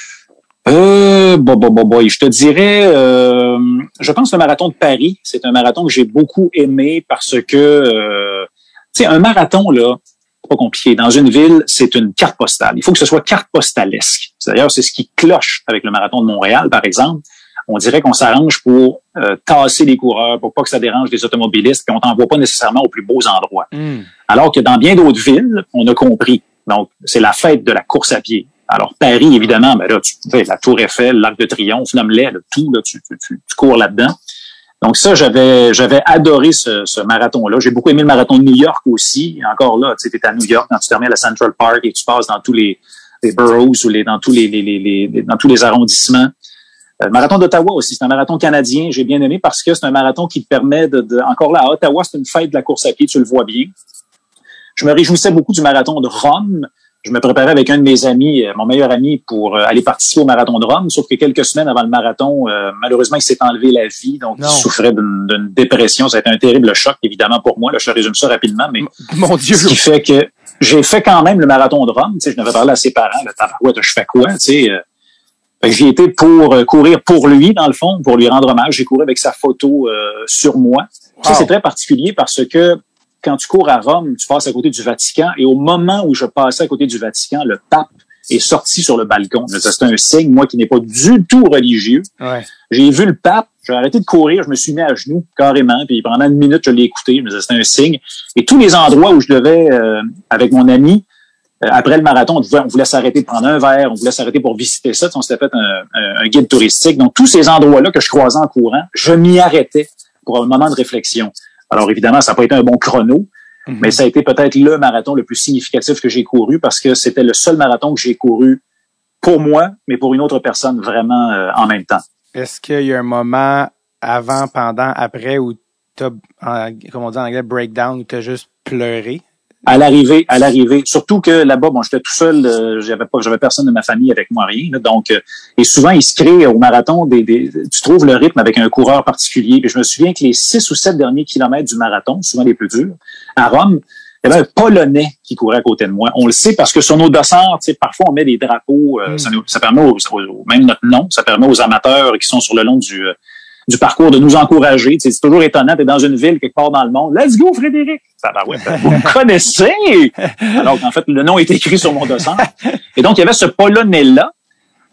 euh, bon, bon, bon, bon, je te dirais, euh, je pense le marathon de Paris. C'est un marathon que j'ai beaucoup aimé parce que, euh, tu sais, un marathon, là, c'est pas compliqué. Dans une ville, c'est une carte postale. Il faut que ce soit carte postalesque. D'ailleurs, c'est ce qui cloche avec le marathon de Montréal, par exemple. On dirait qu'on s'arrange pour euh, tasser les coureurs, pour pas que ça dérange les automobilistes, puis on t'envoie pas nécessairement aux plus beaux endroits. Mm. Alors que dans bien d'autres villes, on a compris. Donc, c'est la fête de la course à pied. Alors, Paris, évidemment, ben là, tu fais la Tour Eiffel, l'Arc de Triomphe, nomme-les, là, tout, là, tu, tu, tu, tu cours là-dedans. Donc ça, j'avais j'avais adoré ce, ce marathon-là. J'ai beaucoup aimé le marathon de New York aussi. Encore là, tu sais, t'es à New York quand tu termines à Central Park et tu passes dans tous les, les boroughs ou les, dans tous les, les, les, les dans tous les arrondissements. Le marathon d'Ottawa aussi, c'est un marathon canadien. J'ai bien aimé parce que c'est un marathon qui te permet de, de... Encore là, à Ottawa, c'est une fête de la course à pied, tu le vois bien. Je me réjouissais beaucoup du marathon de Rome. Je me préparais avec un de mes amis, mon meilleur ami, pour aller participer au marathon de Rome. Sauf que quelques semaines avant le marathon, euh, malheureusement, il s'est enlevé la vie. Donc, non. Il souffrait d'une, d'une dépression. Ça a été un terrible choc, évidemment, pour moi. Là, je résume ça rapidement. Mais mon Dieu! Ce qui fait que j'ai fait quand même le marathon de Rome. Tu sais, je n'avais parlé à ses parents. Le tabarouette, je fais quoi? Tu sais, euh, fait que j'y étais pour euh, courir pour lui, dans le fond, pour lui rendre hommage. J'ai couru avec sa photo euh, sur moi. Wow. Ça, c'est très particulier parce que quand tu cours à Rome, tu passes à côté du Vatican. Et au moment où je passais à côté du Vatican, le pape est sorti sur le balcon. C'était un signe, moi qui n'ai pas du tout religieux. Ouais. J'ai vu le pape, j'ai arrêté de courir, je me suis mis à genoux carrément. Puis pendant une minute, je l'ai écouté. C'était un signe. Et tous les endroits où je devais, euh, avec mon ami, après le marathon, on, devait, on voulait s'arrêter de prendre un verre, on voulait s'arrêter pour visiter ça. On s'était fait un, un, un guide touristique. Donc, tous ces endroits-là que je croisais en courant, je m'y arrêtais pour un moment de réflexion. Alors, évidemment, ça n'a pas été un bon chrono, mm-hmm. mais ça a été peut-être le marathon le plus significatif que j'ai couru parce que c'était le seul marathon que j'ai couru pour moi, mais pour une autre personne vraiment euh, en même temps. Est-ce qu'il y a un moment avant, pendant, après où tu as, comme on dit en anglais, breakdown, où tu as juste pleuré? À l'arrivée, à l'arrivée. Surtout que là-bas, bon, j'étais tout seul, euh, j'avais pas, j'avais personne de ma famille avec moi, rien. Là, donc, euh, et souvent, il se crée au marathon des, des, tu trouves le rythme avec un coureur particulier. Puis je me souviens que les six ou sept derniers kilomètres du marathon, souvent les plus durs, à Rome, il y avait un Polonais qui courait à côté de moi. On le sait parce que sur nos dossards, tu sais, parfois on met des drapeaux. Euh, mm. ça, nous, ça permet aux, aux, même notre nom, ça permet aux amateurs qui sont sur le long du euh, du parcours de nous encourager. C'est toujours étonnant, t'es dans une ville quelque part dans le monde. Let's go, Frédéric! Ça, ben ouais, ben, vous me connaissez! Alors qu'en fait, le nom est écrit sur mon dossard. Et donc, il y avait ce Polonais-là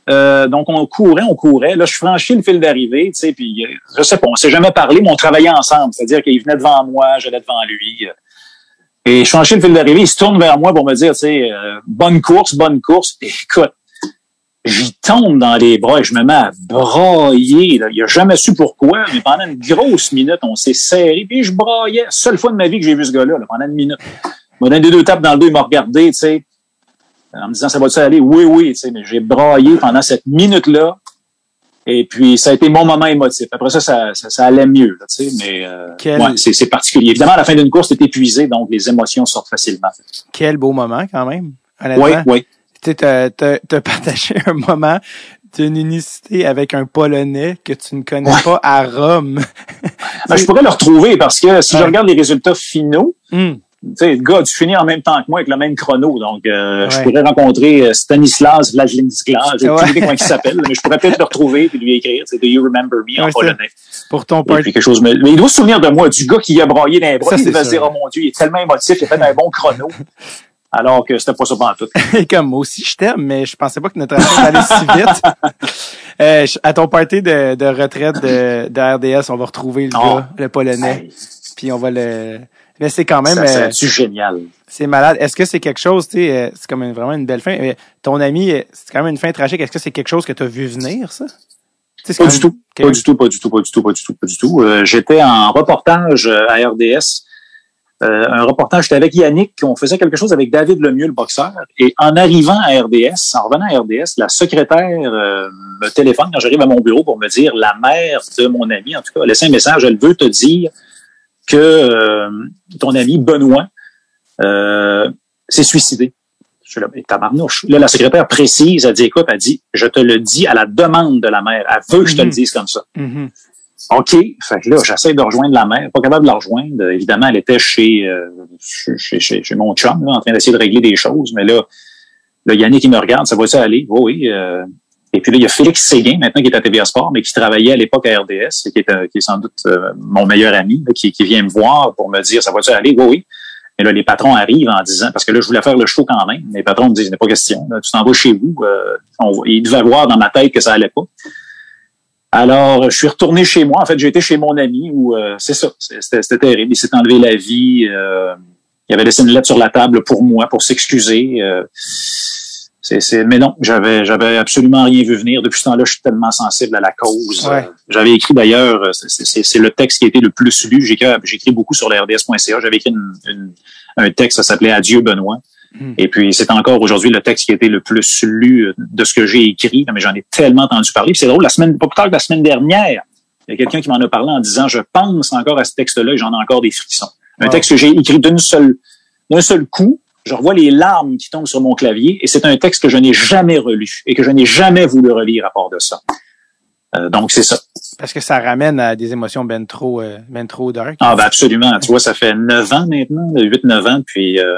Euh, donc, on courait, on courait. Là, je franchis le fil d'arrivée, tu sais, puis je sais pas, on s'est jamais parlé, mais on travaillait ensemble. C'est-à-dire qu'il venait devant moi, j'allais devant lui. Et je franchis le fil d'arrivée, il se tourne vers moi pour me dire, tu sais, euh, bonne course, bonne course. Et écoute, j'y tombe dans les bras et je me mets à brailler. Là. Il a jamais su pourquoi, mais pendant une grosse minute, on s'est serré, puis je braillais. Seule fois de ma vie que j'ai vu ce gars-là, là, pendant une minute. Il m'a donné deux tapes dans le dos, il m'a regardé, tu sais, en me disant, ça va-tu aller? Oui, oui, tu sais, mais j'ai braillé pendant cette minute-là. Et puis, ça a été mon moment émotif. Après ça, ça, ça, ça allait mieux, là, tu sais, mais euh, Quel... ouais, c'est, c'est particulier. Évidemment, à la fin d'une course, t'es épuisé, donc les émotions sortent facilement. Quel beau moment, quand même, honnêtement. Oui, oui. Tu sais, t'as, t'as, t'as partagé un moment d'une unicité avec un Polonais que tu ne connais ouais. pas à Rome. Ben, je pourrais le retrouver parce que si ouais. je regarde les résultats finaux, mm. tu sais, le gars, tu finis en même temps que moi avec le même chrono. Donc, euh, ouais. je pourrais rencontrer Stanislas Wlazlinska. J'ai aucune idée comment il s'appelle, mais je pourrais peut-être le retrouver et lui écrire. C'est « Do you remember me » ouais, en polonais. Pour ton part... quelque chose, mais, mais il doit se souvenir de moi, du gars qui a braillé dans les bras. Ça, il va se dire « Oh mon Dieu, il est tellement émotif, il a fait un bon chrono. » Alors que c'était pas ça pendant tout. Comme moi aussi, je t'aime, mais je pensais pas que notre affaire allait si vite. euh, à ton party de, de retraite de, de R D S, on va retrouver le oh. gars, le Polonais. Hey. Puis on va le... Mais c'est quand même... Ça, c'est euh, génial. C'est malade. Est-ce que c'est quelque chose, tu sais, euh, c'est comme une, vraiment une belle fin. Mais ton ami, c'est quand même une fin tragique. Est-ce que c'est quelque chose que tu as vu venir, ça? Pas du, même... tout. Okay. pas du tout. Pas du tout, pas du tout, pas du tout, pas du tout, euh, j'étais en reportage à R D S. Euh, un reportage, j'étais avec Yannick, on faisait quelque chose avec David Lemieux, le boxeur. Et en arrivant à R D S, en revenant à R D S, la secrétaire euh, me téléphone quand j'arrive à mon bureau pour me dire, la mère de mon ami, en tout cas, a laissé un message, elle veut te dire que euh, ton ami Benoît euh, s'est suicidé. Je suis là, mais tabarnouche. Là, la secrétaire précise, elle dit, écoute, elle dit, je te le dis à la demande de la mère. Elle veut que je te mm-hmm. le dise comme ça. Mm-hmm. OK. Fait que là, j'essaie de rejoindre la mère. Pas capable de la rejoindre. Évidemment, elle était chez, euh, chez, chez, chez mon chum, là, en train d'essayer de régler des choses. Mais là, là Yannick, il me regarde, ça va-tu aller? Oh, oui. Euh, et puis là, il y a Félix Séguin, maintenant, qui est à T V A Sport, mais qui travaillait à l'époque à R D S, et qui est, euh, qui est sans doute euh, mon meilleur ami, là, qui, qui vient me voir pour me dire, ça va-tu aller? Oh, oui. Et là, les patrons arrivent en disant, parce que là, je voulais faire le show quand même. Les patrons me disent, il n'est pas question. Là, tu t'en vas chez vous. Euh, on, ils devaient voir dans ma tête que ça allait pas. Alors, je suis retourné chez moi. En fait, j'ai été chez mon ami où, euh, c'est ça, c'était, c'était terrible. Il s'est enlevé la vie. Euh, il avait laissé une lettre sur la table pour moi, pour s'excuser. Euh, c'est, c'est, mais non, j'avais, j'avais absolument rien vu venir. Depuis ce temps-là, je suis tellement sensible à la cause. Ouais. Euh, j'avais écrit d'ailleurs, c'est, c'est, c'est le texte qui a été le plus lu. J'ai écrit, j'ai écrit beaucoup sur le R D S point C A. J'avais écrit une, une, un texte, ça s'appelait Adieu Benoît. Mmh. Et puis, c'est encore aujourd'hui le texte qui a été le plus lu de ce que j'ai écrit. Mais j'en ai tellement entendu parler. Puis c'est drôle, la semaine, pas plus tard que la semaine dernière, il y a quelqu'un qui m'en a parlé en disant, je pense encore à ce texte-là et j'en ai encore des frissons. Un wow. texte que j'ai écrit d'une seule, d'un seul coup. Je revois les larmes qui tombent sur mon clavier et c'est un texte que je n'ai jamais relu et que je n'ai jamais voulu relire à part de ça. Euh, donc, c'est ça. Parce que ça ramène à des émotions ben trop, euh, ben trop dark. Ah, ben absolument. Tu vois, ça fait neuf ans maintenant, huit neuf ans, puis euh,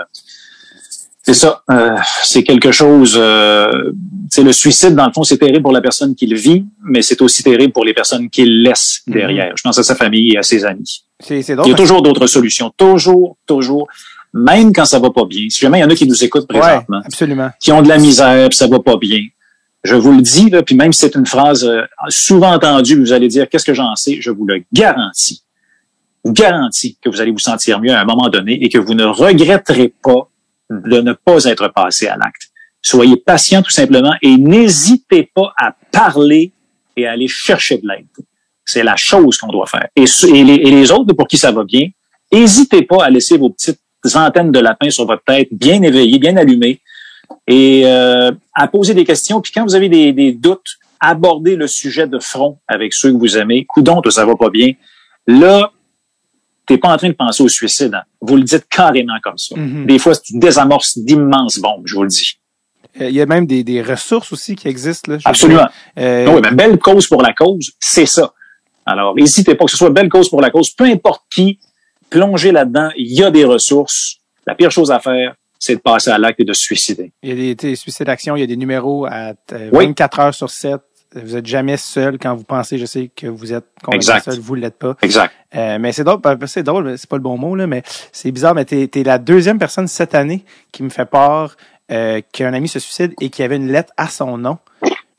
c'est ça. Euh, c'est quelque chose... Euh, c'est le suicide, dans le fond, c'est terrible pour la personne qui le vit, mais c'est aussi terrible pour les personnes qui le laissent derrière. Mm-hmm. Je pense à sa famille et à ses amis. C'est, c'est drôle. Il y a toujours d'autres solutions. Toujours, toujours. Même quand ça va pas bien. Si jamais il y en a qui nous écoutent présentement. Ouais, absolument. Qui ont de la misère, puis ça va pas bien. Je vous le dis, là, puis même si c'est une phrase euh, souvent entendue, vous allez dire, qu'est-ce que j'en sais? Je vous le garantis. Je vous garantis que vous allez vous sentir mieux à un moment donné et que vous ne regretterez pas de ne pas être passé à l'acte. Soyez patient tout simplement et n'hésitez pas à parler et à aller chercher de l'aide. C'est la chose qu'on doit faire. Et, et, les, et les autres, pour qui ça va bien, n'hésitez pas à laisser vos petites antennes de lapin sur votre tête, bien éveillées, bien allumées, et euh, à poser des questions. Puis quand vous avez des, des doutes, abordez le sujet de front avec ceux que vous aimez. Coudon, ça va pas bien. Là, t'es pas en train de penser au suicide. Hein. Vous le dites carrément comme ça. Mm-hmm. Des fois, tu désamorces d'immenses bombes, je vous le dis. Il y a même des, des ressources aussi qui existent. Là, absolument. Euh... Oui, mais belle cause pour la cause, c'est ça. Alors, n'hésitez pas, que ce soit belle cause pour la cause, peu importe qui, plongez là-dedans, il y a des ressources. La pire chose à faire, c'est de passer à l'acte et de se suicider. Il y a des, des suicides d'action, il y a des numéros à vingt-quatre oui. heures sur sept. Vous êtes jamais seul quand vous pensez, je sais que vous êtes complètement seul, vous l'êtes pas. Exact. Euh, mais c'est drôle, c'est drôle, mais c'est pas le bon mot, là, mais c'est bizarre, mais t'es, t'es la deuxième personne cette année qui me fait part euh, qu'un ami se suicide et qu'il y avait une lettre à son nom. Puis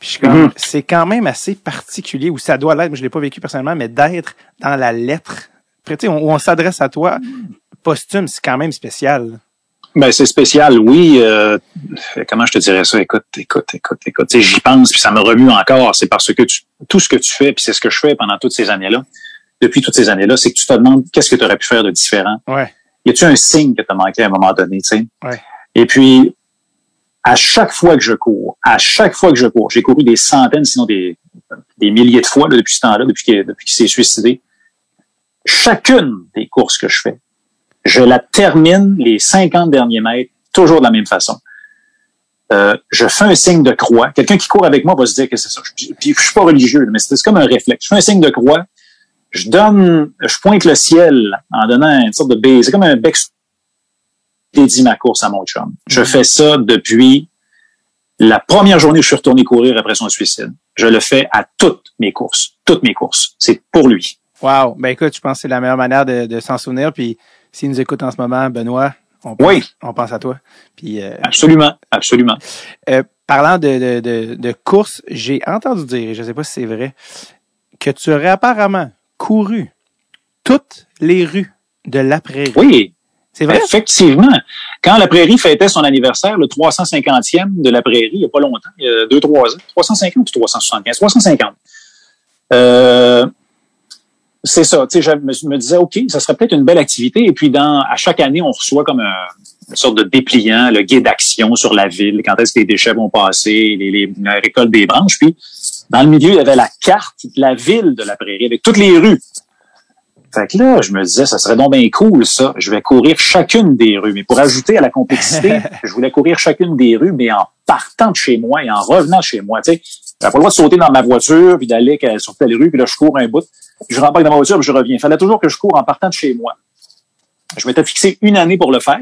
Puis je suis comme, Mm-hmm. c'est quand même assez particulier, ou ça doit l'être, mais je l'ai pas vécu personnellement, mais d'être dans la lettre, tu sais, où on s'adresse à toi, posthume, c'est quand même spécial. Ben, c'est spécial, oui. Euh, comment je te dirais ça? Écoute, écoute, écoute, écoute. Tu sais, j'y pense, puis ça me remue encore. C'est parce que tu, tout ce que tu fais, puis c'est ce que je fais pendant toutes ces années-là, depuis toutes ces années-là, c'est que tu te demandes qu'est-ce que tu aurais pu faire de différent. Ouais. Y a-tu un signe que tu as manqué à un moment donné, tu sais? Ouais. Et puis, à chaque fois que je cours, à chaque fois que je cours, j'ai couru des centaines, sinon des, des milliers de fois là, depuis ce temps-là, depuis qu'il, depuis qu'il s'est suicidé. Chacune des courses que je fais, je la termine les cinquante derniers mètres toujours de la même façon. Euh, je fais un signe de croix. Quelqu'un qui court avec moi va se dire que c'est ça. Je, puis je suis pas religieux, mais c'est, c'est comme un réflexe. Je fais un signe de croix. Je donne, je pointe le ciel en donnant une sorte de baiser. C'est comme un bec dédie ma course à mon chum. Je Mm-hmm. fais ça depuis la première journée où je suis retourné courir après son suicide. Je le fais à toutes mes courses. Toutes mes courses. C'est pour lui. Wow. Ben écoute, je pense que c'est la meilleure manière de, de s'en souvenir. Puis s'il nous écoute en ce moment, Benoît, on pense, Oui. on pense à toi. Puis euh, Absolument. Absolument. euh, parlant de, de, de, de course, j'ai entendu dire, et je ne sais pas si c'est vrai, que tu aurais apparemment couru toutes les rues de la Prairie. Oui. C'est vrai? Effectivement. Quand la Prairie fêtait son anniversaire, le trois cent cinquantième de la Prairie, il n'y a pas longtemps, il y a deux, trois ans, trois cent cinquante ou trois cent soixante-quinze? trois cent cinquante. Euh, c'est ça. Tu sais, je me, me disais, OK, ça serait peut-être une belle activité. Et puis, dans, à chaque année, on reçoit comme un, une sorte de dépliant, le guide d'action sur la ville, quand est-ce que les déchets vont passer, les, les, la récolte des branches. Puis, dans le milieu, il y avait la carte de la ville de la Prairie, avec toutes les rues. Fait que là, je me disais, ça serait donc bien cool, ça. Je vais courir chacune des rues. Mais pour ajouter à la compétitivité, je voulais courir chacune des rues, mais en partant de chez moi et en revenant de chez moi. Tu sais, j'avais pas le droit de sauter dans ma voiture, puis d'aller sur telle rue, puis là, je cours un bout. Puis je rembarque dans ma voiture, puis je reviens. Il fallait toujours que je cours en partant de chez moi. Je m'étais fixé une année pour le faire.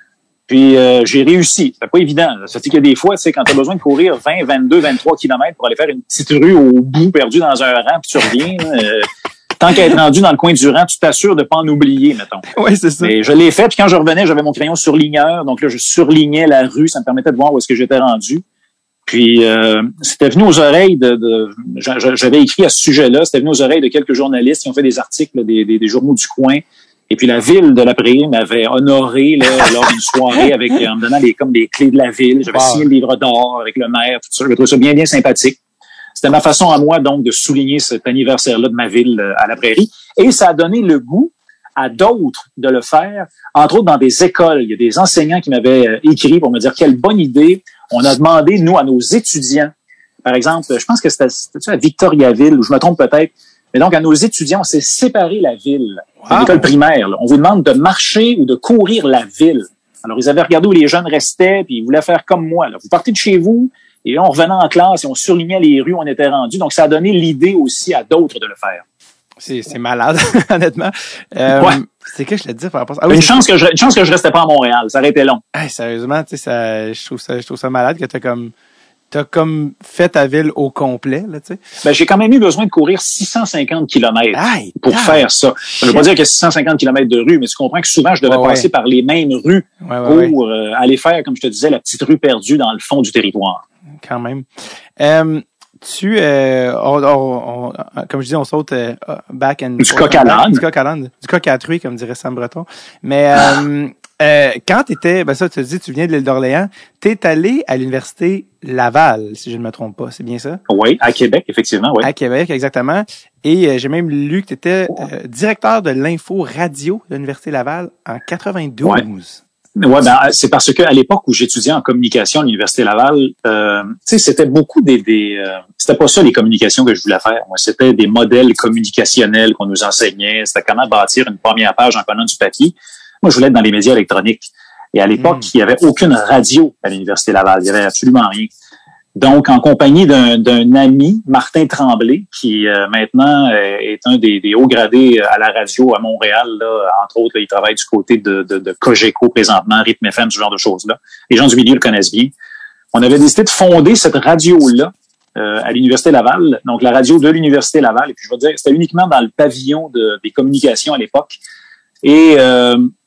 Puis euh, j'ai réussi. C'était pas évident. Ça fait qu'il y a des fois, tu sais, quand tu as besoin de courir vingt, vingt-deux, vingt-trois kilomètres pour aller faire une petite rue au bout, perdu dans un rang, puis tu reviens, euh, tant qu'à être rendu dans le coin du rang, tu t'assures de pas en oublier, mettons. Oui, c'est ça. Et je l'ai fait, puis quand je revenais, j'avais mon crayon surligneur, donc là, je surlignais la rue, ça me permettait de voir où est-ce que j'étais rendu. Puis euh, c'était venu aux oreilles de, de j'avais écrit à ce sujet-là, c'était venu aux oreilles de quelques journalistes qui ont fait des articles des, des, des journaux du coin. Et puis la ville de la Prairie m'avait honoré là, lors d'une soirée avec en me donnant les comme des clés de la ville. J'avais wow. signé le livre d'or avec le maire, tout ça. Je trouvais ça bien bien sympathique. C'était ma façon à moi donc de souligner cet anniversaire-là de ma ville à la Prairie. Et ça a donné le goût à d'autres de le faire, entre autres dans des écoles. Il y a des enseignants qui m'avaient écrit pour me dire quelle bonne idée. On a demandé, nous, à nos étudiants, par exemple, je pense que c'était, c'était à Victoriaville, ou je me trompe peut-être, mais donc à nos étudiants, on s'est séparé la ville, wow. L'école primaire. Là. On vous demande de marcher ou de courir la ville. Alors, ils avaient regardé où les jeunes restaient, puis ils voulaient faire comme moi. Là. Vous partez de chez vous, et là, on revenait en classe, et on surlignait les rues où on était rendu. Donc, ça a donné l'idée aussi à d'autres de le faire. C'est, c'est malade, honnêtement. Euh, ouais. C'est que je te dis par rapport à ça. Ah oui, une, chance que je, une chance que je restais pas à Montréal. Ça aurait été long. Hey, sérieusement, tu sais, ça, je trouve ça, je trouve ça malade que t'as comme, t'as comme fait ta ville au complet, là, tu sais. Ben, j'ai quand même eu besoin de courir six cent cinquante kilomètres Aïe, pour ah, faire ça. Je ne veux pas dire que six cent cinquante kilomètres de rue, mais tu comprends que souvent, je devais ouais, passer ouais. par les mêmes rues ouais, ouais, pour ouais. Euh, aller faire, comme je te disais, la petite rue perdue dans le fond du territoire. Quand même. Euh, Tu, euh, on, on, on, comme je dis, on saute euh, back and du coq à l'âne. Du coq à l'âne. Du coq à truie, comme dirait Sam Breton. Mais euh, euh, quand t'étais, ben ça, tu te dis, tu viens de l'île d'Orléans, t'es allé à l'université Laval, si je ne me trompe pas, c'est bien ça? Oui, à Québec, effectivement, oui. À Québec, exactement. Et euh, j'ai même lu que t'étais euh, directeur de l'info radio de l'université Laval en quatre-vingt-douze. Ouais. Ouais, ben c'est parce que à l'époque où j'étudiais en communication à l'université Laval, euh, tu sais, c'était beaucoup des, des euh, c'était pas ça les communications que je voulais faire. Moi, c'était des modèles communicationnels qu'on nous enseignait. C'était comment bâtir une première page en prenant du papier. Moi, je voulais être dans les médias électroniques. Et à l'époque, mmh. il y avait aucune radio à l'université Laval. Il y avait absolument rien. Donc, en compagnie d'un, d'un ami, Martin Tremblay, qui euh, maintenant euh, est un des, des hauts gradés à la radio à Montréal, là, entre autres, là, il travaille du côté de, de, de Cogeco présentement, Rythme F M, ce genre de choses-là. Les gens du milieu le connaissent bien. On avait décidé de fonder cette radio-là euh, à l'Université Laval, donc la radio de l'Université Laval. Et puis, je veux dire, c'était uniquement dans le pavillon de, des communications à l'époque. Et euh,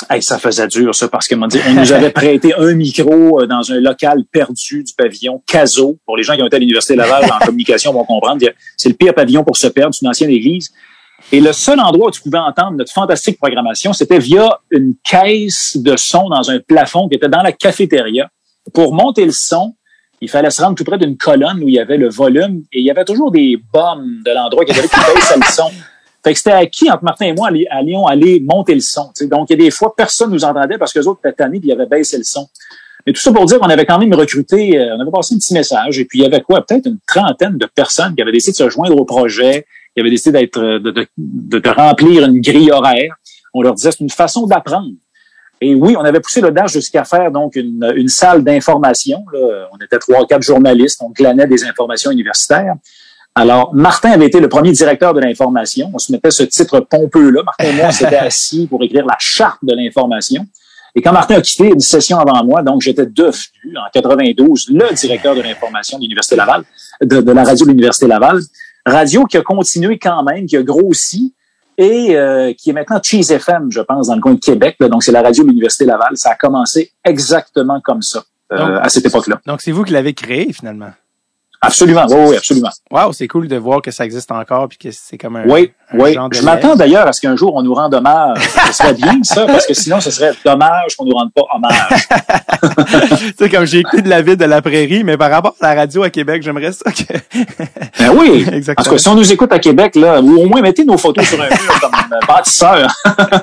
Hey, ça faisait dur, ça, parce que on nous avait prêté un micro dans un local perdu du pavillon Caso. Pour les gens qui ont été à l'Université Laval en communication vont comprendre, c'est le pire pavillon pour se perdre, c'est une ancienne église. Et le seul endroit où tu pouvais entendre notre fantastique programmation, c'était via une caisse de son dans un plafond qui était dans la cafétéria. Pour monter le son, il fallait se rendre tout près d'une colonne où il y avait le volume et il y avait toujours des bombes de l'endroit qui avaient qui baissaient le son. Fait que c'était acquis entre Martin et moi à Lyon aller monter le son. T'sais. Donc, il y a des fois, personne nous entendait parce que les autres étaient tannés et ils avaient baissé le son. Mais tout ça pour dire qu'on avait quand même recruté, euh, on avait passé un petit message et puis il y avait quoi? Peut-être une trentaine de personnes qui avaient décidé de se joindre au projet, qui avaient décidé d'être, de, de, de, de remplir une grille horaire. On leur disait, c'est une façon d'apprendre. Et oui, on avait poussé l'audace jusqu'à faire donc une, une salle d'information. Là. On était trois ou quatre journalistes, on glanait des informations universitaires. Alors, Martin avait été le premier directeur de l'information. On se mettait ce titre pompeux-là. Martin et moi, on s'était assis pour écrire la charte de l'information. Et quand Martin a quitté une session avant moi, donc j'étais devenu, en quatre-vingt-douze, le directeur de l'information de l'Université Laval, de, de la radio de l'Université Laval. Radio qui a continué quand même, qui a grossi et euh, qui est maintenant Cheese F M, je pense, dans le coin de Québec. Là. Donc, c'est la radio de l'Université Laval. Ça a commencé exactement comme ça, euh, donc, à cette époque-là. Donc, c'est vous qui l'avez créé, finalement? Absolument, oui, oui, absolument. Wow, c'est cool de voir que ça existe encore puis que c'est comme un, oui, un oui. genre de Je m'attends d'ailleurs à ce qu'un jour on nous rende hommage. Ce serait bien ça, parce que sinon ce serait dommage qu'on nous rende pas hommage. Tu sais, comme j'ai écouté de la ville de la Prairie, mais par rapport à la radio à Québec, j'aimerais ça que... Ben oui, exactement. Parce que si on nous écoute à Québec, là, ou au moins mettez nos photos sur un mur comme euh, bâtisseur.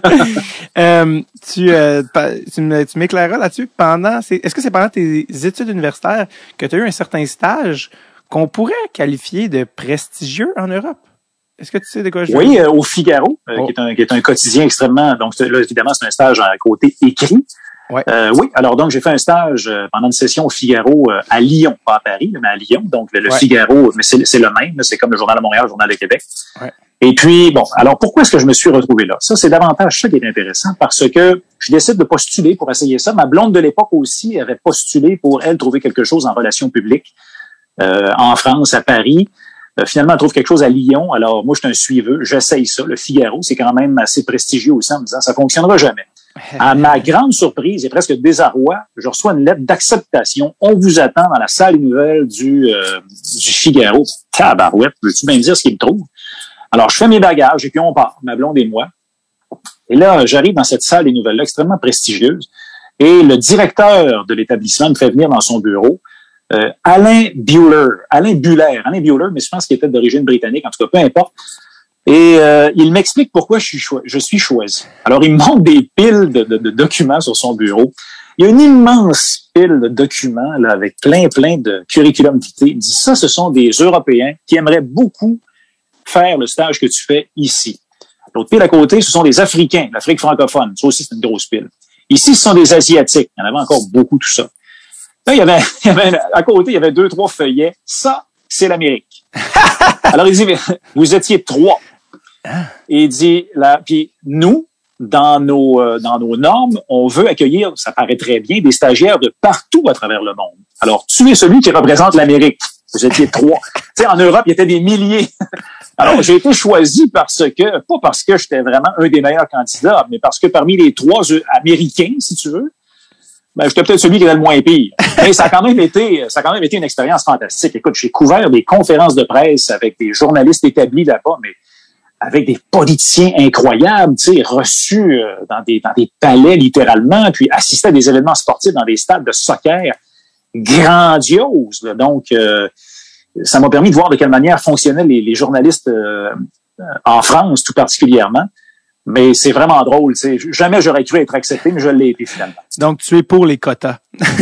euh, tu, euh, tu, tu m'éclaireras là-dessus. Pendant, c'est, est-ce que c'est pendant tes études universitaires que tu as eu un certain stage qu'on pourrait qualifier de prestigieux en Europe? Est-ce que tu sais de quoi je veux Oui, dire? euh, au Figaro, euh, oh. qui est un qui est un quotidien extrêmement... Donc là, évidemment, c'est un stage à côté écrit. Ouais. Euh, oui, alors donc j'ai fait un stage euh, pendant une session au Figaro euh, à Lyon, pas à Paris, mais à Lyon. Donc le, le ouais. Figaro, mais c'est, c'est le même, c'est comme le Journal de Montréal, le Journal de Québec. Ouais. Et puis, bon, alors pourquoi est-ce que je me suis retrouvé là? Ça, c'est davantage ça qui est intéressant, parce que je décide de postuler pour essayer ça. Ma blonde de l'époque aussi avait postulé pour, elle, trouver quelque chose en relations publiques euh, en France, à Paris. Euh, finalement, elle trouve quelque chose à Lyon. Alors, moi, je suis un suiveux. J'essaye ça. Le Figaro, c'est quand même assez prestigieux aussi en me disant ça fonctionnera jamais. À ma grande surprise et presque désarroi, je reçois une lettre d'acceptation. On vous attend dans la salle des nouvelles du, euh, du Figaro. Tabarouette, veux-tu bien me dire ce qu'il me trouve? Alors, je fais mes bagages et puis on part, ma blonde et moi. Et là, j'arrive dans cette salle des nouvelles-là, extrêmement prestigieuse. Et le directeur de l'établissement me fait venir dans son bureau. Euh, Alain Bueller, Alain Buller, Alain Bueller, mais je pense qu'il était d'origine britannique, en tout cas, peu importe. Et euh, il m'explique pourquoi je suis, cho- je suis choisi. Alors, il me montre des piles de, de, de documents sur son bureau. Il y a une immense pile de documents là, avec plein, plein de curriculum vitae. Il me dit, ça, ce sont des Européens qui aimeraient beaucoup faire le stage que tu fais ici. L'autre pile à côté, ce sont des Africains, l'Afrique francophone. Ça aussi, c'est une grosse pile. Ici, ce sont des Asiatiques. Il y en avait encore beaucoup, tout ça. Là, il y avait, il y avait à côté, il y avait deux, trois feuillets. Ça, c'est l'Amérique. Alors, il dit, mais vous étiez trois. Et il dit, là, puis nous, dans nos, euh, dans nos normes, on veut accueillir, ça paraît très bien, des stagiaires de partout à travers le monde. Alors, tu es celui qui représente l'Amérique. Vous étiez trois. Tu sais, en Europe, il y était des milliers. Alors, j'ai été choisi parce que, pas parce que j'étais vraiment un des meilleurs candidats, mais parce que parmi les trois Américains, si tu veux, ben, j'étais peut-être celui qui était le moins pire. Mais ça a quand même été, ça a quand même été une expérience fantastique. Écoute, j'ai couvert des conférences de presse avec des journalistes établis là-bas, mais avec des politiciens incroyables, tu sais, reçus dans des, dans des palais littéralement, puis assisté à des événements sportifs dans des stades de soccer grandioses. Là. Donc, euh, ça m'a permis de voir de quelle manière fonctionnaient les, les journalistes euh, en France, tout particulièrement. Mais c'est vraiment drôle, tu sais. Jamais j'aurais cru être accepté, mais je l'ai été finalement. Donc, tu es pour les quotas.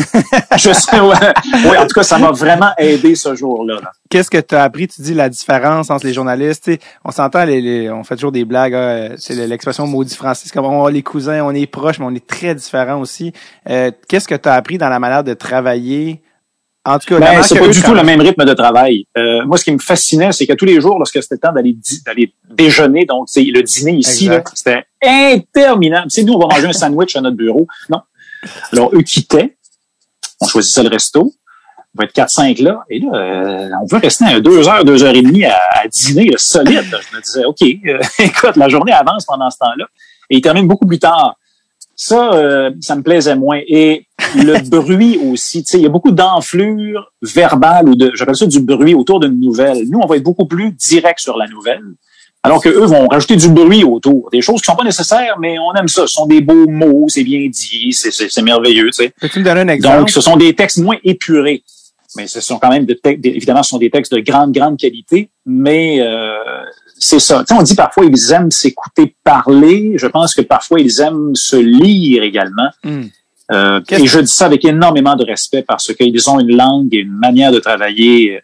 Je sais, ouais. Oui, en tout cas, ça m'a vraiment aidé ce jour-là. Là. Qu'est-ce que tu as appris? Tu dis la différence entre les journalistes. Tu sais, on s'entend, les, les, on fait toujours des blagues. Hein, c'est l'expression maudit français. C'est comme on les cousins, on est proches, mais on est très différents aussi. Euh, qu'est-ce que tu as appris dans la manière de travailler? En tout cas, ben, c'est pas du tout le même rythme de travail. Euh, moi, ce qui me fascinait, c'est que tous les jours, lorsque c'était le temps d'aller, di- d'aller déjeuner, donc c'est le dîner ici, là, c'était interminable. Tu sais, nous, on va manger un sandwich à notre bureau. Non. Alors, eux quittaient. On choisissait le resto. On va être quatre cinq là. Et là, euh, on veut rester à deux heures, deux heures et demie à, à dîner là, solide. Là. Je me disais, OK, euh, écoute, la journée avance pendant ce temps-là. Et il termine beaucoup plus tard. Ça, euh, ça me plaisait moins. Et le bruit aussi, tu sais, il y a beaucoup d'enflure verbale ou de, j'appelle ça du bruit autour d'une nouvelle. Nous, on va être beaucoup plus direct sur la nouvelle, alors que eux vont rajouter du bruit autour. Des choses qui sont pas nécessaires, mais on aime ça. Ce sont des beaux mots, c'est bien dit, c'est, c'est, c'est merveilleux, tu sais. Peux-tu me donner un exemple? Donc, ce sont des textes moins épurés. Mais ce sont quand même, de te- évidemment, ce sont des textes de grande, grande qualité, mais euh, c'est ça. Tu sais, on dit parfois ils aiment s'écouter parler. Je pense que parfois ils aiment se lire également. Mm. Euh, Qu'est-ce et je dis ça avec énormément de respect parce qu'ils ont une langue et une manière de travailler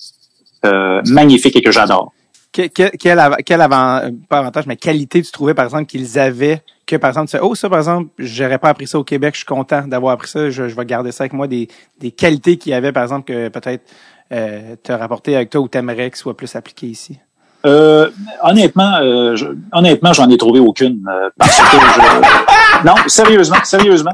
euh, magnifique et que j'adore. Quel, quel, quel, av- quel avant, pas avantage, mais qualité tu trouvais, par exemple, qu'ils avaient, que, par exemple, tu sais, oh, ça, par exemple, j'aurais pas appris ça au Québec, je suis content d'avoir appris ça, je, je vais garder ça avec moi, des, des qualités qu'il y avait, par exemple, que peut-être euh, te rapporter avec toi ou t'aimerais que soit plus appliqué ici? Euh, honnêtement, euh, je, honnêtement, j'en ai trouvé aucune euh, parce que je, non, sérieusement, sérieusement.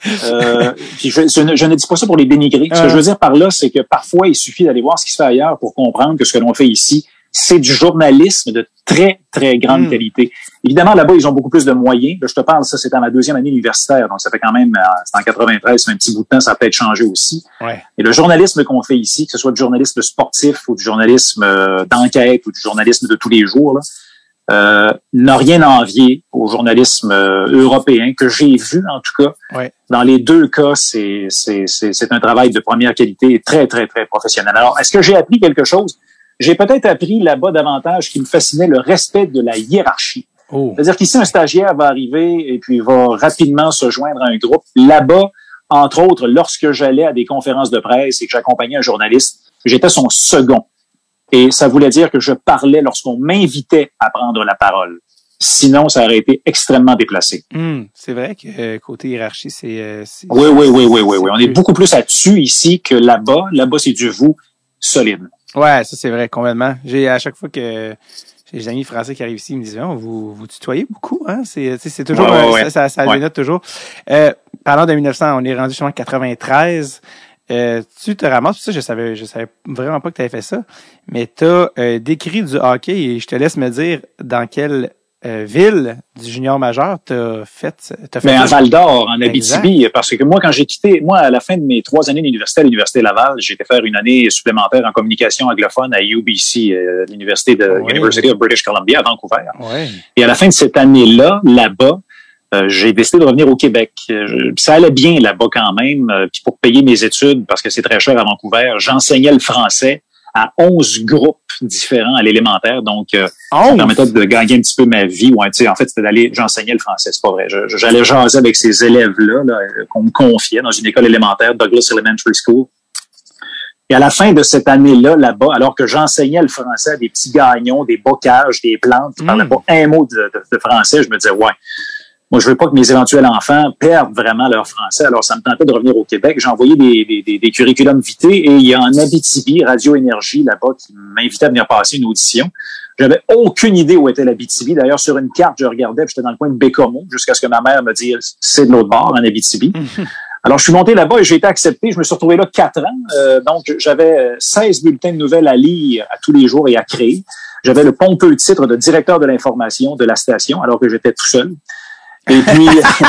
Euh, puis je, je, ne, je ne dis pas ça pour les dénigrer. Ce que je veux dire par là, c'est que parfois il suffit d'aller voir ce qui se fait ailleurs pour comprendre que ce que l'on fait ici, c'est du journalisme de très, très grande mm. qualité. Évidemment, là-bas, ils ont beaucoup plus de moyens. Là, je te parle, ça, c'est dans ma deuxième année universitaire, donc ça fait quand même, c'est en quatre-vingt-treize, c'est un petit bout de temps, ça a peut-être changé aussi. Ouais. Et le journalisme qu'on fait ici, que ce soit du journalisme sportif ou du journalisme euh, d'enquête ou du journalisme de tous les jours, là, euh, n'a rien à envier au journalisme euh, européen que j'ai vu, en tout cas. Ouais. Dans les deux cas, c'est, c'est, c'est, c'est un travail de première qualité et très, très, très professionnel. Alors, est-ce que j'ai appris quelque chose? J'ai peut-être appris là-bas davantage qui me fascinait le respect de la hiérarchie. Oh. C'est-à-dire qu'ici, un stagiaire va arriver et puis va rapidement se joindre à un groupe. Là-bas, entre autres, lorsque j'allais à des conférences de presse et que j'accompagnais un journaliste, j'étais son second. Et ça voulait dire que je parlais lorsqu'on m'invitait à prendre la parole. Sinon, ça aurait été extrêmement déplacé. Mm. C'est vrai que euh, côté hiérarchie, c'est... Euh, c'est oui, oui, oui, oui, oui, c'est oui. On est beaucoup plus à-dessus ici que là-bas. Là-bas, c'est du vous solide. Ouais, ça c'est vrai, complètement. J'ai à chaque fois que j'ai des amis français qui arrivent ici, ils me disent oh, vous vous tutoyez beaucoup, hein. C'est c'est toujours ouais, ouais, euh, ouais. ça, ça, ça ouais. dénote toujours. Euh, parlant de mille neuf cents, on est rendu justement quatre-vingt-treize. Euh, tu te ramasses, ça je savais je savais vraiment pas que tu avais fait ça, mais tu as euh, décrit du hockey et je te laisse me dire dans quelle euh, ville du junior majeur t'as fait t'as fait Mais ça. à Val-d'Or, en Exact. Abitibi, parce que moi, quand j'ai quitté, moi, à la fin de mes trois années d'université à l'Université Laval, j'ai été faire une année supplémentaire en communication anglophone à U B C, euh, l'Université de Ouais. University of British Columbia à Vancouver. Ouais. Et à la fin de cette année-là, là-bas, euh, j'ai décidé de revenir au Québec. Euh, ça allait bien là-bas quand même. Euh, puis pour payer mes études, parce que c'est très cher à Vancouver, j'enseignais le français à onze groupes différents à l'élémentaire. Donc, euh, ça permettait de gagner un petit peu ma vie. Ouais, tu sais, en fait, c'était d'aller, j'enseignais le français, c'est pas vrai. Je, j'allais jaser avec ces élèves-là, là, qu'on me confiait dans une école élémentaire, Douglas Elementary School. Et à la fin de cette année-là, là-bas, alors que j'enseignais le français à des petits gagnons, des bocages, des plantes, qui Mm. parlaient pas un mot de, de, de français, je me disais, ouais, moi, je veux pas que mes éventuels enfants perdent vraiment leur français. Alors, ça me tentait de revenir au Québec. J'ai envoyé des, des, des, des curriculums vitae et il y a en Abitibi, Radio Énergie, là-bas, qui m'invitait à venir passer une audition. J'avais aucune idée où était l'Abitibi. D'ailleurs, sur une carte, je regardais, puis j'étais dans le coin de Bécomo, jusqu'à ce que ma mère me dise, c'est de l'autre bord, en Abitibi. Alors, je suis monté là-bas et j'ai été accepté. Je me suis retrouvé là quatre ans. Euh, donc, j'avais seize bulletins de nouvelles à lire à tous les jours et à créer. J'avais le pompeux titre de directeur de l'information de la station, alors que j'étais tout seul. Et puis,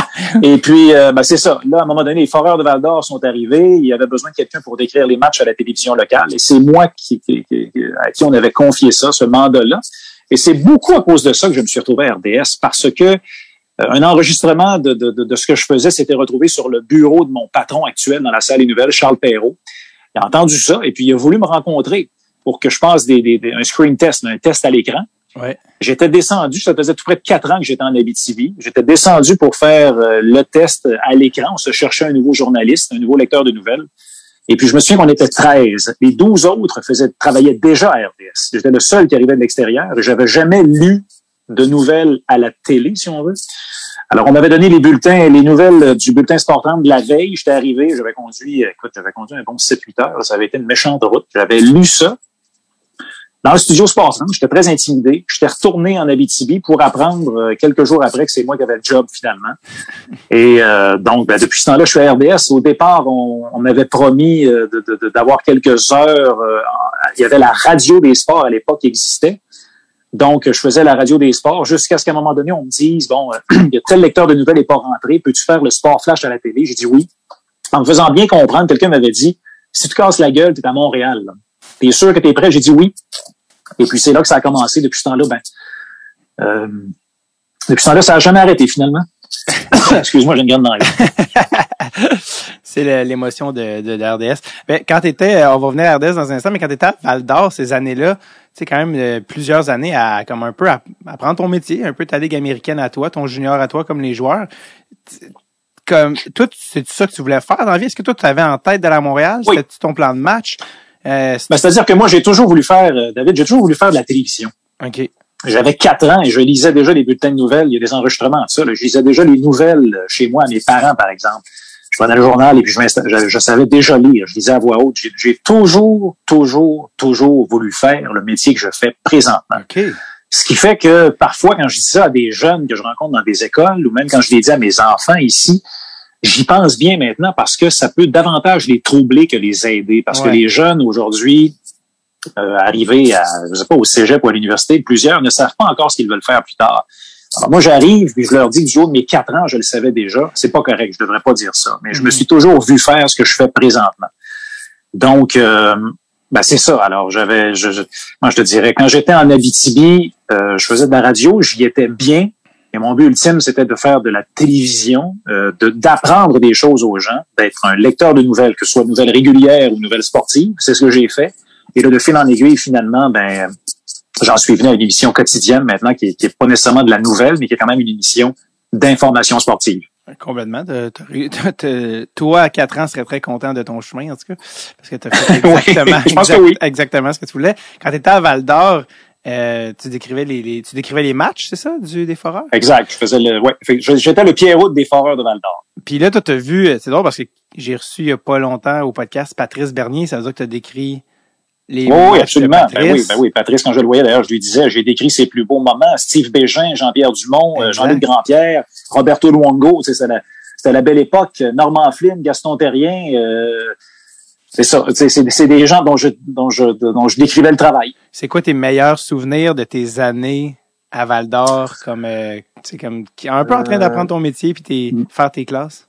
et puis, euh, ben c'est ça. Là, à un moment donné, les Foreurs de Val-d'Or sont arrivés. Il y avait besoin de quelqu'un pour décrire les matchs à la télévision locale. Et c'est moi qui, qui, qui, à qui on avait confié ça, ce mandat-là. Et c'est beaucoup à cause de ça que je me suis retrouvé à R D S, parce que euh, un enregistrement de, de, de, de ce que je faisais s'était retrouvé sur le bureau de mon patron actuel dans la salle des nouvelles, Charles Perrault. Il a entendu ça et puis il a voulu me rencontrer pour que je passe des, des, des, un screen test, un test à l'écran. Ouais. J'étais descendu, ça faisait tout près de quatre ans que j'étais en Abitibi. J'étais descendu pour faire euh, le test à l'écran. On se cherchait un nouveau journaliste, un nouveau lecteur de nouvelles. Et puis, je me souviens qu'on était treize. Les douze autres faisaient, travaillaient déjà à R D S. J'étais le seul qui arrivait de l'extérieur et j'avais jamais lu de nouvelles à la télé, si on veut. Alors, on m'avait donné les bulletins, les nouvelles du bulletin Sport trente de la veille. J'étais arrivé, j'avais conduit, écoute, j'avais conduit un bon sept huit heures. Ça avait été une méchante route. J'avais lu ça. Dans le studio Sport trente, j'étais très intimidé. J'étais retourné en Abitibi pour apprendre quelques jours après que c'est moi qui avais le job finalement. Et euh, donc, ben, depuis ce temps-là, je suis à R D S. Au départ, on, on m'avait promis de, de, de, d'avoir quelques heures. Euh, il y avait la radio des sports à l'époque qui existait. Donc, je faisais la radio des sports jusqu'à ce qu'à un moment donné, on me dise, bon, euh, il y a tel lecteur de nouvelles n'est pas rentré, peux-tu faire le sport flash à la télé? J'ai dit oui. En me faisant bien comprendre, quelqu'un m'avait dit, si tu casses la gueule, t'es à Montréal. Là. T'es sûr que t'es prêt? J'ai dit oui. Et puis, c'est là que ça a commencé. Depuis ce temps-là, ben, euh, depuis ce temps-là, ça n'a jamais arrêté, finalement. Excuse-moi, j'ai une grande langue. C'est le, l'émotion de, de, de R D S. Ben, quand t'étais, on va venir à R D S dans un instant, mais quand t'étais à Val-d'Or, ces années-là, tu sais, quand même euh, plusieurs années à, comme un peu, à, à apprendre ton métier, un peu ta ligue américaine à toi, ton junior à toi, comme les joueurs. Comme, toi, c'est ça que tu voulais faire dans la vie? Est-ce que toi, tu avais en tête d'aller à Montréal? Oui. C'était ton plan de match? Euh, ben, c'est-à-dire que moi, j'ai toujours voulu faire, euh, David, j'ai toujours voulu faire de la télévision. OK. J'avais quatre ans et je lisais déjà les bulletins de nouvelles. Il y a des enregistrements de ça. Là. Je lisais déjà les nouvelles chez moi, à mes parents, par exemple. Je prenais le journal et puis je, je, je savais déjà lire. Je lisais à voix haute. J'ai, j'ai toujours, toujours, toujours voulu faire le métier que je fais présentement. Okay. Ce qui fait que parfois, quand je dis ça à des jeunes que je rencontre dans des écoles ou même quand je les dis à mes enfants ici, j'y pense bien maintenant parce que ça peut davantage les troubler que les aider. Parce ouais. que les jeunes aujourd'hui, euh, arrivés à, je sais pas, au cégep ou à l'université, plusieurs ne savent pas encore ce qu'ils veulent faire plus tard. Alors moi, j'arrive et je leur dis que du haut de mes quatre ans, je le savais déjà. C'est pas correct, je devrais pas dire ça. Mais je me suis toujours vu faire ce que je fais présentement. Donc, euh, ben c'est ça. Alors, j'avais, je, je, moi, je te dirais, quand j'étais en Abitibi, euh, je faisais de la radio, j'y étais bien. Et mon but ultime, c'était de faire de la télévision, euh, de, d'apprendre des choses aux gens, d'être un lecteur de nouvelles, que ce soit de nouvelles régulières ou de nouvelles sportives. C'est ce que j'ai fait. Et là, de fil en aiguille, finalement, ben, j'en suis venu à une émission quotidienne maintenant qui est, qui est pas nécessairement de la nouvelle, mais qui est quand même une émission d'information sportive. Complètement. T'as, t'as, t'as, toi, à quatre ans, serais très content de ton chemin, en tout cas, parce que tu as fait exactement, oui, je pense exact, que oui. exactement ce que tu voulais. Quand tu étais à Val-d'Or, euh, tu décrivais les, les, tu décrivais les matchs, c'est ça, du, des Foreurs? Exact. Je faisais le, ouais, j'étais le Pierrot des Foreurs de Val-d'Or. Puis là, toi, t'as vu, c'est drôle parce que j'ai reçu il y a pas longtemps au podcast Patrice Bernier, ça veut dire que tu as décrit les oui, oui, absolument. Ben oui, ben oui. Patrice, quand je le voyais, d'ailleurs, je lui disais, j'ai décrit ses plus beaux moments. Steve Bégin, Jean-Pierre Dumont, exact. Jean-Luc Grandpierre, Roberto Luongo, c'était la, c'était la belle époque. Normand Flynn, Gaston Terrien, euh, c'est ça. C'est, c'est des gens dont je, dont je, dont je décrivais le travail. C'est quoi tes meilleurs souvenirs de tes années à Val-d'Or, comme, euh, tu sais, comme, un peu en train d'apprendre ton métier puis tes, euh, faire tes classes?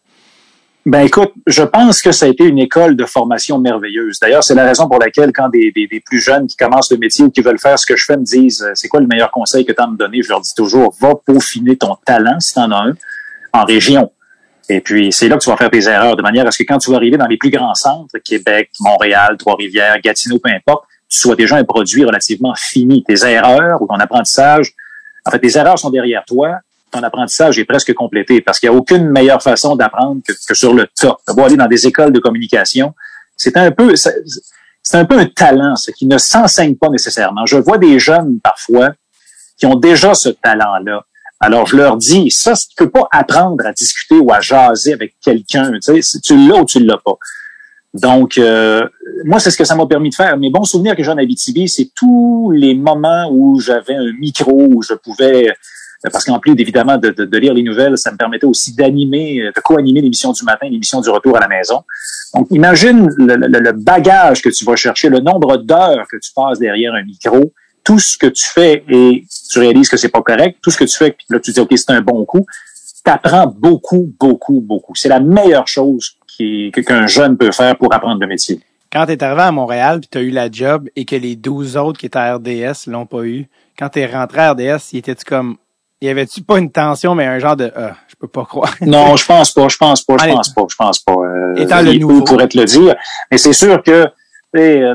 Ben écoute, je pense que ça a été une école de formation merveilleuse. D'ailleurs, c'est la raison pour laquelle quand des, des, des plus jeunes qui commencent le métier ou qui veulent faire ce que je fais me disent « C'est quoi le meilleur conseil que tu as à me donner? » Je leur dis toujours « Va peaufiner ton talent, si tu en as un, en région. » Et puis, c'est là que tu vas faire tes erreurs, de manière à ce que quand tu vas arriver dans les plus grands centres, Québec, Montréal, Trois-Rivières, Gatineau, peu importe, tu sois déjà un produit relativement fini. Tes erreurs ou ton apprentissage, en fait, tes erreurs sont derrière toi. Ton apprentissage est presque complété parce qu'il n'y a aucune meilleure façon d'apprendre que, que sur le tas. Tu vas aller dans des écoles de communication. C'est un peu, c'est, c'est un peu un talent, ce qui ne s'enseigne pas nécessairement. Je vois des jeunes, parfois, qui ont déjà ce talent-là. Alors, je leur dis, ça, tu peux pas apprendre à discuter ou à jaser avec quelqu'un. Tu sais, tu l'as ou tu l'as pas. Donc, euh, moi, c'est ce que ça m'a permis de faire. Mes bons souvenirs que j'ai en Abitibi, c'est tous les moments où j'avais un micro, où je pouvais... Parce qu'en plus, évidemment, de, de, de lire les nouvelles, ça me permettait aussi d'animer, de co-animer l'émission du matin et l'émission du retour à la maison. Donc, imagine le, le, le bagage que tu vas chercher, le nombre d'heures que tu passes derrière un micro, tout ce que tu fais et tu réalises que c'est pas correct, tout ce que tu fais, puis là, tu dis, OK, c'est un bon coup, t'apprends beaucoup, beaucoup, beaucoup. C'est la meilleure chose qui, que, qu'un jeune peut faire pour apprendre le métier. Quand t'es arrivé à Montréal puis t'as eu la job et que les douze autres qui étaient à R D S l'ont pas eu, quand t'es rentré à R D S, il était-tu comme... Y avait-tu pas une tension, mais un genre de ah, je peux pas croire. Non, je pense pas, je pense pas, je pense pas, je pense pas. Euh, Étant le il nouveau. pourrait te le dire. Mais c'est sûr que euh,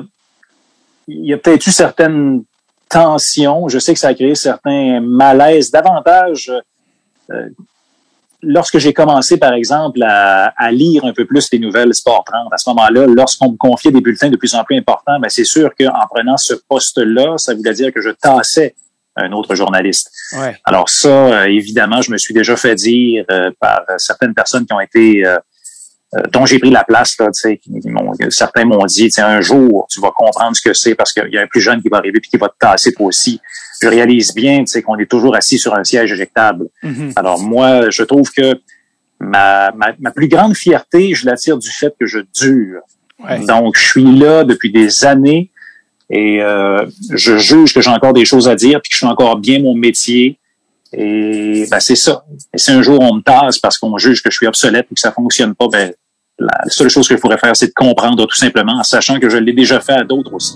il y a peut-être eu certaines tensions. Je sais que ça a créé certains malaises. Davantage euh, lorsque j'ai commencé, par exemple, à, à lire un peu plus les nouvelles Sport trente. À ce moment-là, lorsqu'on me confiait des bulletins de plus en plus importants, ben c'est sûr qu'en prenant ce poste-là, ça voulait dire que je tassais un autre journaliste. Ouais. Alors ça, euh, évidemment, je me suis déjà fait dire euh, par euh, certaines personnes qui ont été, euh, euh, dont j'ai pris la place, là, tu sais, qui m'ont, certains m'ont dit, tu sais, un jour, tu vas comprendre ce que c'est parce qu'il y a un plus jeune qui va arriver puis qui va te tasser toi aussi. Je réalise bien, tu sais, qu'on est toujours assis sur un siège éjectable. Mm-hmm. Alors moi, je trouve que ma, ma, ma plus grande fierté, je la tire du fait que je dure. Ouais. Donc, je suis là depuis des années. Et euh, je juge que j'ai encore des choses à dire, puis que je fais encore bien mon métier. Et ben c'est ça. Et si un jour on me tasse parce qu'on juge que je suis obsolète ou que ça fonctionne pas, ben la seule chose que je pourrais faire, c'est de comprendre tout simplement, en sachant que je l'ai déjà fait à d'autres aussi.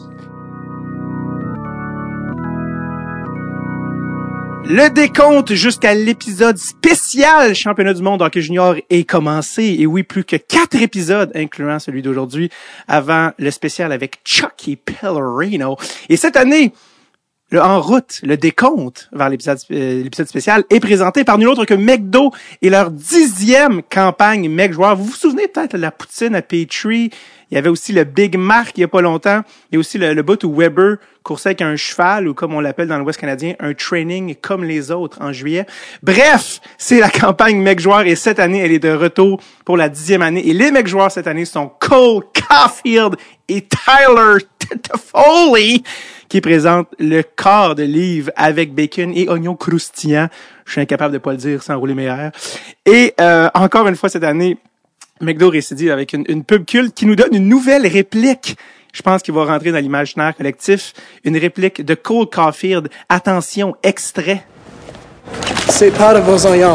Le décompte jusqu'à l'épisode spécial Championnat du monde hockey junior est commencé. Et oui, plus que quatre épisodes, incluant celui d'aujourd'hui, avant le spécial avec Chucky Pellerino. Et cette année, le En route, le décompte vers l'épisode, euh, l'épisode spécial est présenté par nul autre que McDo et leur dixième campagne McJoueur. Vous vous souvenez peut-être de la poutine à Petrie? Il y avait aussi le Big Mark il y a pas longtemps. Il y a aussi le, le bout où Weber coursait avec un cheval, ou comme on l'appelle dans l'Ouest canadien, un training comme les autres en juillet. Bref, c'est la campagne McJoueur et cette année, elle est de retour pour la dixième année. Et les McJoueurs cette année sont Cole Caulfield et Tyler Toffoli qui présentent le quart de livre avec bacon et oignons croustillants. Je suis incapable de pas le dire sans rouler mes airs. Et euh, encore une fois cette année, McDo récidive avec une, une pub culte qui nous donne une nouvelle réplique. Je pense qu'il va rentrer dans l'imaginaire collectif. Une réplique de Cole Caulfield. Attention, extrait. C'est pas de vos oignons.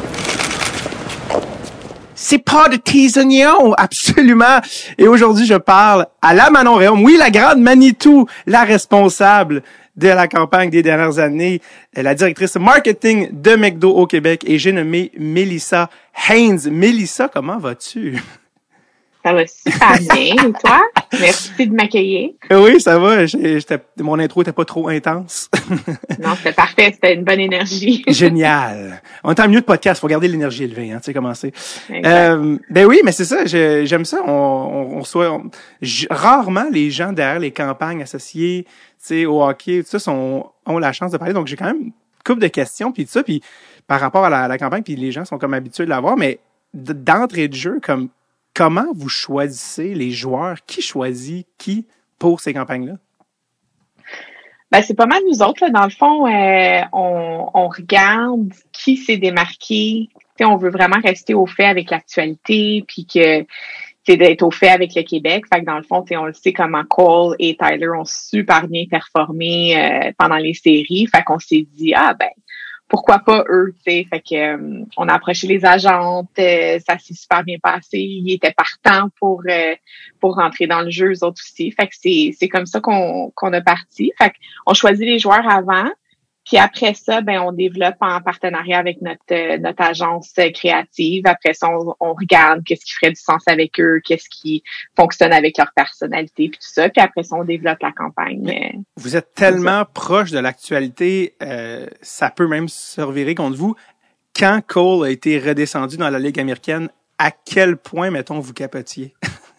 C'est pas de tes oignons, absolument. Et aujourd'hui, je parle à la Manon Réaume. Oui, la grande Manitou, la responsable de la campagne des dernières années, la directrice marketing de McDo au Québec, et j'ai nommé Mélissa Haynes. Mélissa, comment vas-tu? Ça va super bien, et toi? Merci de m'accueillir. Oui, ça va. J'ai, j'étais, mon intro était pas trop intense. Non, c'était parfait, c'était une bonne énergie. Génial. On est en milieu de podcast, faut garder l'énergie élevée, hein, tu sais comment c'est. Euh, ben oui, mais c'est ça, je, j'aime ça. On, on, on soit, on, j, rarement les gens derrière les campagnes associées, tu sais, au hockey, tout ça, sont, ont la chance de parler. Donc j'ai quand même une couple de questions puis tout ça, puis par rapport à la, à la campagne, puis les gens sont comme habitués de l'avoir, mais d'entrée de jeu, comme comment vous choisissez les joueurs? Qui choisit qui pour ces campagnes-là? Ben, c'est pas mal nous autres, là. Dans le fond, euh, on, on regarde qui s'est démarqué. T'sais, on veut vraiment rester au fait avec l'actualité, puis que c'est d'être au fait avec le Québec. Fait que dans le fond, on le sait comment Cole et Tyler ont super bien performé euh, pendant les séries. Fait qu'on s'est dit, ah ben, pourquoi pas eux, tu sais. Fait que euh, on a approché les agentes, euh, ça s'est super bien passé, ils étaient partants pour euh, pour rentrer dans le jeu, eux autres aussi. Fait que c'est c'est comme ça qu'on qu'on a parti. Fait qu'on choisit les joueurs avant, puis après ça, ben on développe en partenariat avec notre euh, notre agence créative. Après ça, on, on regarde qu'est-ce qui ferait du sens avec eux, qu'est-ce qui fonctionne avec leur personnalité, puis tout ça. Puis après ça, on développe la campagne. Vous êtes tellement proche de l'actualité, euh, ça peut même se revirer contre vous. Quand Cole a été redescendu dans la Ligue américaine, à quel point, mettons, vous capotiez?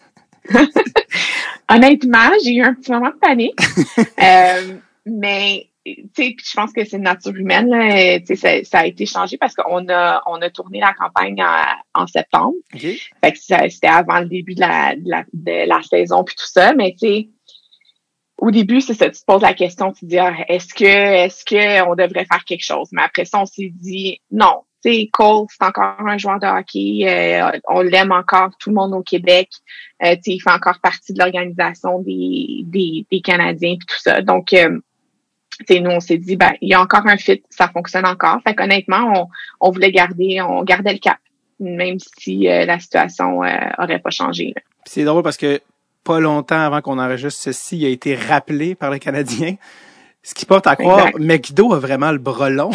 Honnêtement, j'ai eu un petit moment de panique. euh, mais tu sais, je pense que c'est une nature humaine, là. Tu sais, ça, ça a été changé parce qu'on a on a tourné la campagne en, en septembre. Okay. Fait que ça, c'était avant le début de la de la, de la saison puis tout ça, mais tu sais, au début, c'est ça, tu te poses la question, tu te dis, ah, est-ce que est-ce que on devrait faire quelque chose? Mais après ça, on s'est dit non. Tu sais, Cole, c'est encore un joueur de hockey, euh, on l'aime encore, tout le monde au Québec. Euh, tu sais, il fait encore partie de l'organisation des des, des Canadiens puis tout ça. Donc euh, T'sais, nous, on s'est dit, ben, il y a encore un fit, ça fonctionne encore. Fait qu'honnêtement, on, on voulait garder, on gardait le cap, même si euh, la situation euh, aurait pas changé. Là. C'est drôle parce que pas longtemps avant qu'on enregistre ceci, il a été rappelé par le Canadien. Ce qui porte à croire, exact. McDo a vraiment le bras long.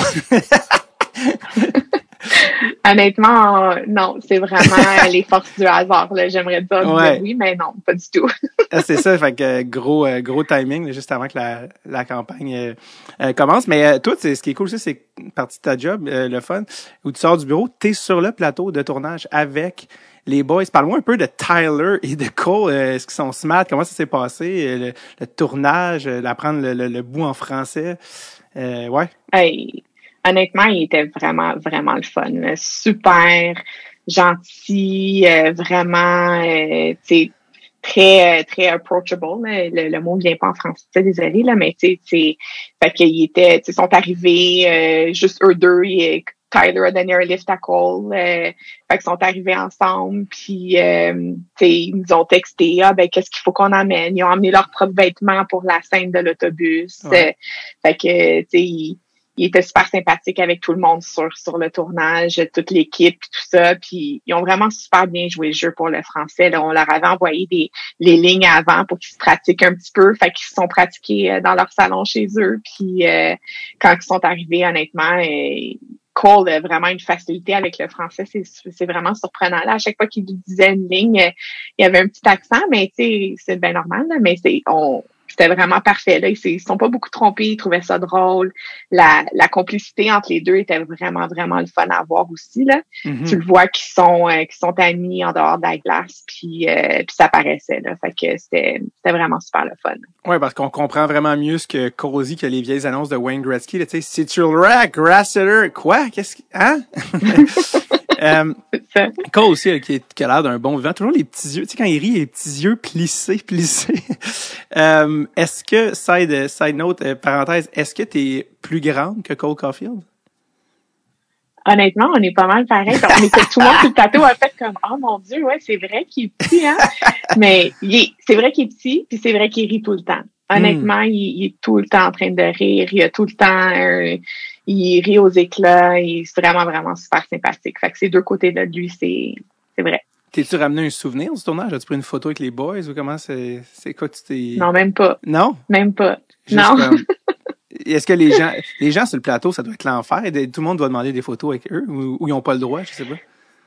Honnêtement, euh, non, c'est vraiment les forces du hasard. Là. J'aimerais dire ouais. oui, mais non, pas du tout. Ah, c'est ça, fait que gros euh, gros timing là, juste avant que la, la campagne euh, euh, commence. Mais euh, toi, c'est, ce qui est cool aussi, c'est partie de ta job, euh, le fun, où tu sors du bureau, t'es sur le plateau de tournage avec les boys. Parle-moi un peu de Tyler et de Cole. Euh, est-ce qu'ils sont smart? Comment ça s'est passé? Le, le tournage, d'apprendre le, le, le bout en français. Euh, ouais. Hey. Honnêtement, il était vraiment, vraiment le fun. Super gentil, euh, vraiment, euh, tu sais, très, très approachable. Le, le mot ne vient pas en français, désolé, là, mais tu sais, fait qu'ils étaient, tu sais, sont arrivés, euh, juste eux deux, et Tyler a donné un lift à Cole. Euh, fait qu'ils sont arrivés ensemble. Puis, euh, tu sais, ils nous ont texté, ah, ben, qu'est-ce qu'il faut qu'on amène? Ils ont amené leurs propres vêtements pour la scène de l'autobus. Ouais. Euh, fait que, tu sais, ils, ils étaient super sympathiques avec tout le monde sur, sur le tournage, toute l'équipe, puis tout ça. Puis, ils ont vraiment super bien joué le jeu pour le français. Là, on leur avait envoyé des, les lignes avant pour qu'ils se pratiquent un petit peu. Fait qu'ils se sont pratiqués dans leur salon chez eux. Puis, euh, quand ils sont arrivés, honnêtement, euh, Cole a vraiment une facilité avec le français. C'est, c'est vraiment surprenant. Là, à chaque fois qu'il disait une ligne, il y avait un petit accent, mais tu sais, c'est bien normal, là, mais c'est, on, c'était vraiment parfait. Là. Ils ne se sont pas beaucoup trompés, ils trouvaient ça drôle. La, la complicité entre les deux était vraiment, vraiment le fun à voir aussi. Là. Mm-hmm. Tu le vois qu'ils sont, euh, qu'ils sont amis en dehors de la glace, puis, euh, puis ça paraissait. Là. Fait que c'était, c'était vraiment super le fun. Oui, parce qu'on comprend vraiment mieux ce que Cozy que les vieilles annonces de Wayne Gretzky. Tu sais, c'est sur le rack, Rassler, quoi? Qu'est-ce que... Hein? Euh, Cole aussi, là, qui, est, qui a l'air d'un bon vivant. Toujours les petits yeux. Tu sais, quand il rit, il a les petits yeux plissés, plissés. euh, est-ce que, side, side note, euh, parenthèse, est-ce que t'es plus grande que Cole Caulfield? Honnêtement, on est pas mal pareil. On était tout le monde sur le plateau a fait comme, oh mon Dieu, ouais, c'est vrai qu'il est petit, hein. Mais il est, c'est vrai qu'il est petit, puis c'est vrai qu'il rit tout le temps. Honnêtement, mm. il, il est tout le temps en train de rire. Il a tout le temps, euh, il rit aux éclats. Il est vraiment, vraiment super sympathique. Fait que ces deux côtés-là de lui, c'est, c'est vrai. T'es-tu ramené un souvenir du tournage? As-tu pris une photo avec les boys ou comment c'est, c'est quoi que tu t'es... Non, même pas. Non? Même pas. Juste non. Comme... Est-ce que les gens, les gens sur le plateau, ça doit être l'enfer? Tout le monde doit demander des photos avec eux ou, ou ils n'ont pas le droit, je sais pas.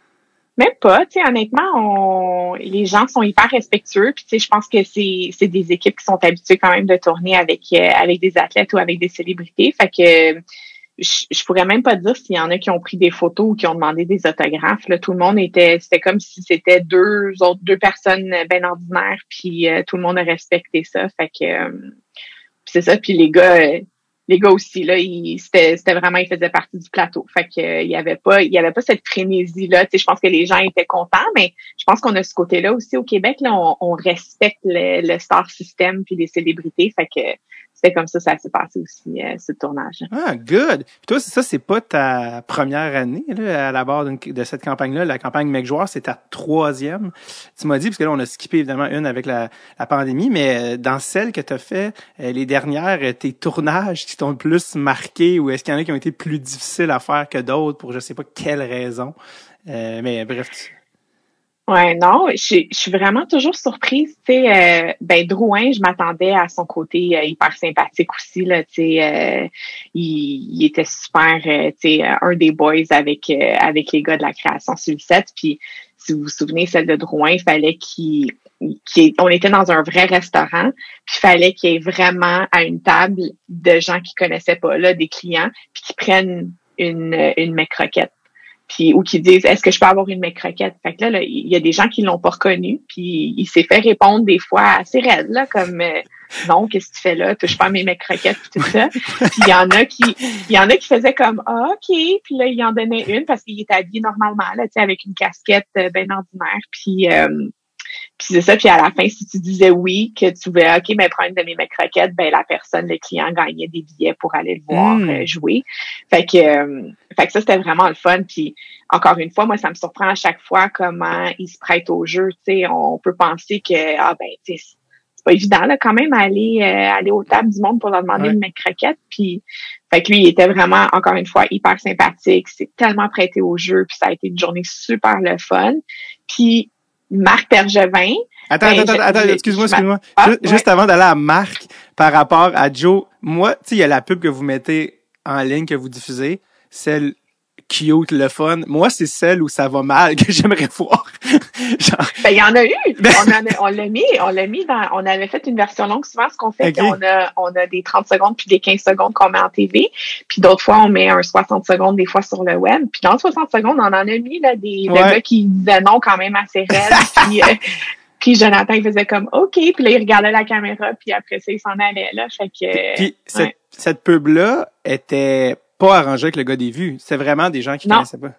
Même pas, tu sais, honnêtement, on, les gens sont hyper respectueux, puis tu sais, je pense que c'est, c'est des équipes qui sont habituées quand même de tourner avec, euh, avec des athlètes ou avec des célébrités, fait que je, je pourrais même pas dire s'il y en a qui ont pris des photos ou qui ont demandé des autographes, là, tout le monde était, c'était comme si c'était deux autres, deux personnes bien ordinaires, puis euh, tout le monde a respecté ça, fait que, euh, puis c'est ça, puis les gars, euh, les gars aussi, là, ils, c'était, c'était vraiment, ils faisaient partie du plateau. Fait que, euh, il y avait pas, il y avait pas cette frénésie-là. Tu sais, je pense que les gens étaient contents, mais je pense qu'on a ce côté-là aussi au Québec, là, on, on respecte le, le star system puis les célébrités. Fait que, c'était comme ça, ça s'est passé aussi, euh, ce tournage. Ah, good. Puis toi, ça, c'est pas ta première année, là, à la barre de cette campagne-là. La campagne Mec Joueur, c'est ta troisième. Tu m'as dit, parce que là, on a skippé évidemment une avec la, la pandémie, mais dans celle que tu as fait, les dernières, tes tournages qui t'ont le plus marqué, ou est-ce qu'il y en a qui ont été plus difficiles à faire que d'autres pour je sais pas quelle raison? Euh, mais bref, tu... Ouais, non, je, je suis vraiment toujours surprise, tu sais, euh, ben Drouin, je m'attendais à son côté euh, hyper sympathique aussi, là, tu sais, euh, il, il était super, euh, tu sais, un des boys avec euh, avec les gars de la création sur le set, puis si vous vous souvenez, celle de Drouin, il fallait qu'il, qu'il on était dans un vrai restaurant, puis il fallait qu'il y ait vraiment à une table de gens qui connaissaient pas, là, des clients, puis qui prennent une une mec croquette. Puis ou qui disent est-ce que je peux avoir une mec croquette. Fait que là, là il y a des gens qui l'ont pas reconnu, puis il s'est fait répondre des fois assez raide là, comme euh, non, qu'est-ce que tu fais là, touche pas à mes mec croquettes puis tout ça. Puis il y en a qui il y en a qui faisaient comme ah, OK, puis là il en donnait une parce qu'il était habillé normalement là, tu sais, avec une casquette euh, bien ordinaire, puis euh, puis c'est ça, puis à la fin, si tu disais oui, que tu voulais, OK, mais prendre une de mes mecs croquettes, ben la personne, le client gagnait des billets pour aller le voir mm. euh, jouer. Fait que, euh, fait que ça, c'était vraiment le fun. Puis encore une fois, moi, ça me surprend à chaque fois comment ils se prêtent au jeu. Tu sais, on peut penser que, ah ben, tu sais, c'est pas évident là quand même aller euh, aller aux tables du monde pour leur demander ouais. une mec croquette. Puis, fait que lui, il était vraiment, encore une fois, hyper sympathique. C'est tellement prêté au jeu. Puis ça a été une journée super le fun. Puis Marc Bergevin. Attends, ben, attends, je, attends, je, excuse-moi, je, excuse-moi. Ah, juste, ouais. juste avant d'aller à Marc, par rapport à Joe, moi, tu sais, il y a la pub que vous mettez en ligne, que vous diffusez, celle cute, le fun. Moi, c'est celle où ça va mal que j'aimerais voir. Genre... Ben, il y en a eu. on, en a, on l'a mis, on l'a mis dans, on avait fait une version longue. Souvent, ce qu'on fait, okay. on a, on a des trente secondes puis des quinze secondes qu'on met en T V. Puis d'autres fois, on met un soixante secondes des fois sur le web. Puis dans le soixante secondes, on en a mis, là, des, ouais. des gars qui disaient non quand même assez raide. puis, euh, puis Jonathan, il faisait comme OK. Puis là, il regardait la caméra. Puis après ça, il s'en allait, là. Fait que. Puis, ouais. cette, cette pub-là était pas arrangée avec le gars des vues. C'était vraiment des gens qui non. connaissaient pas.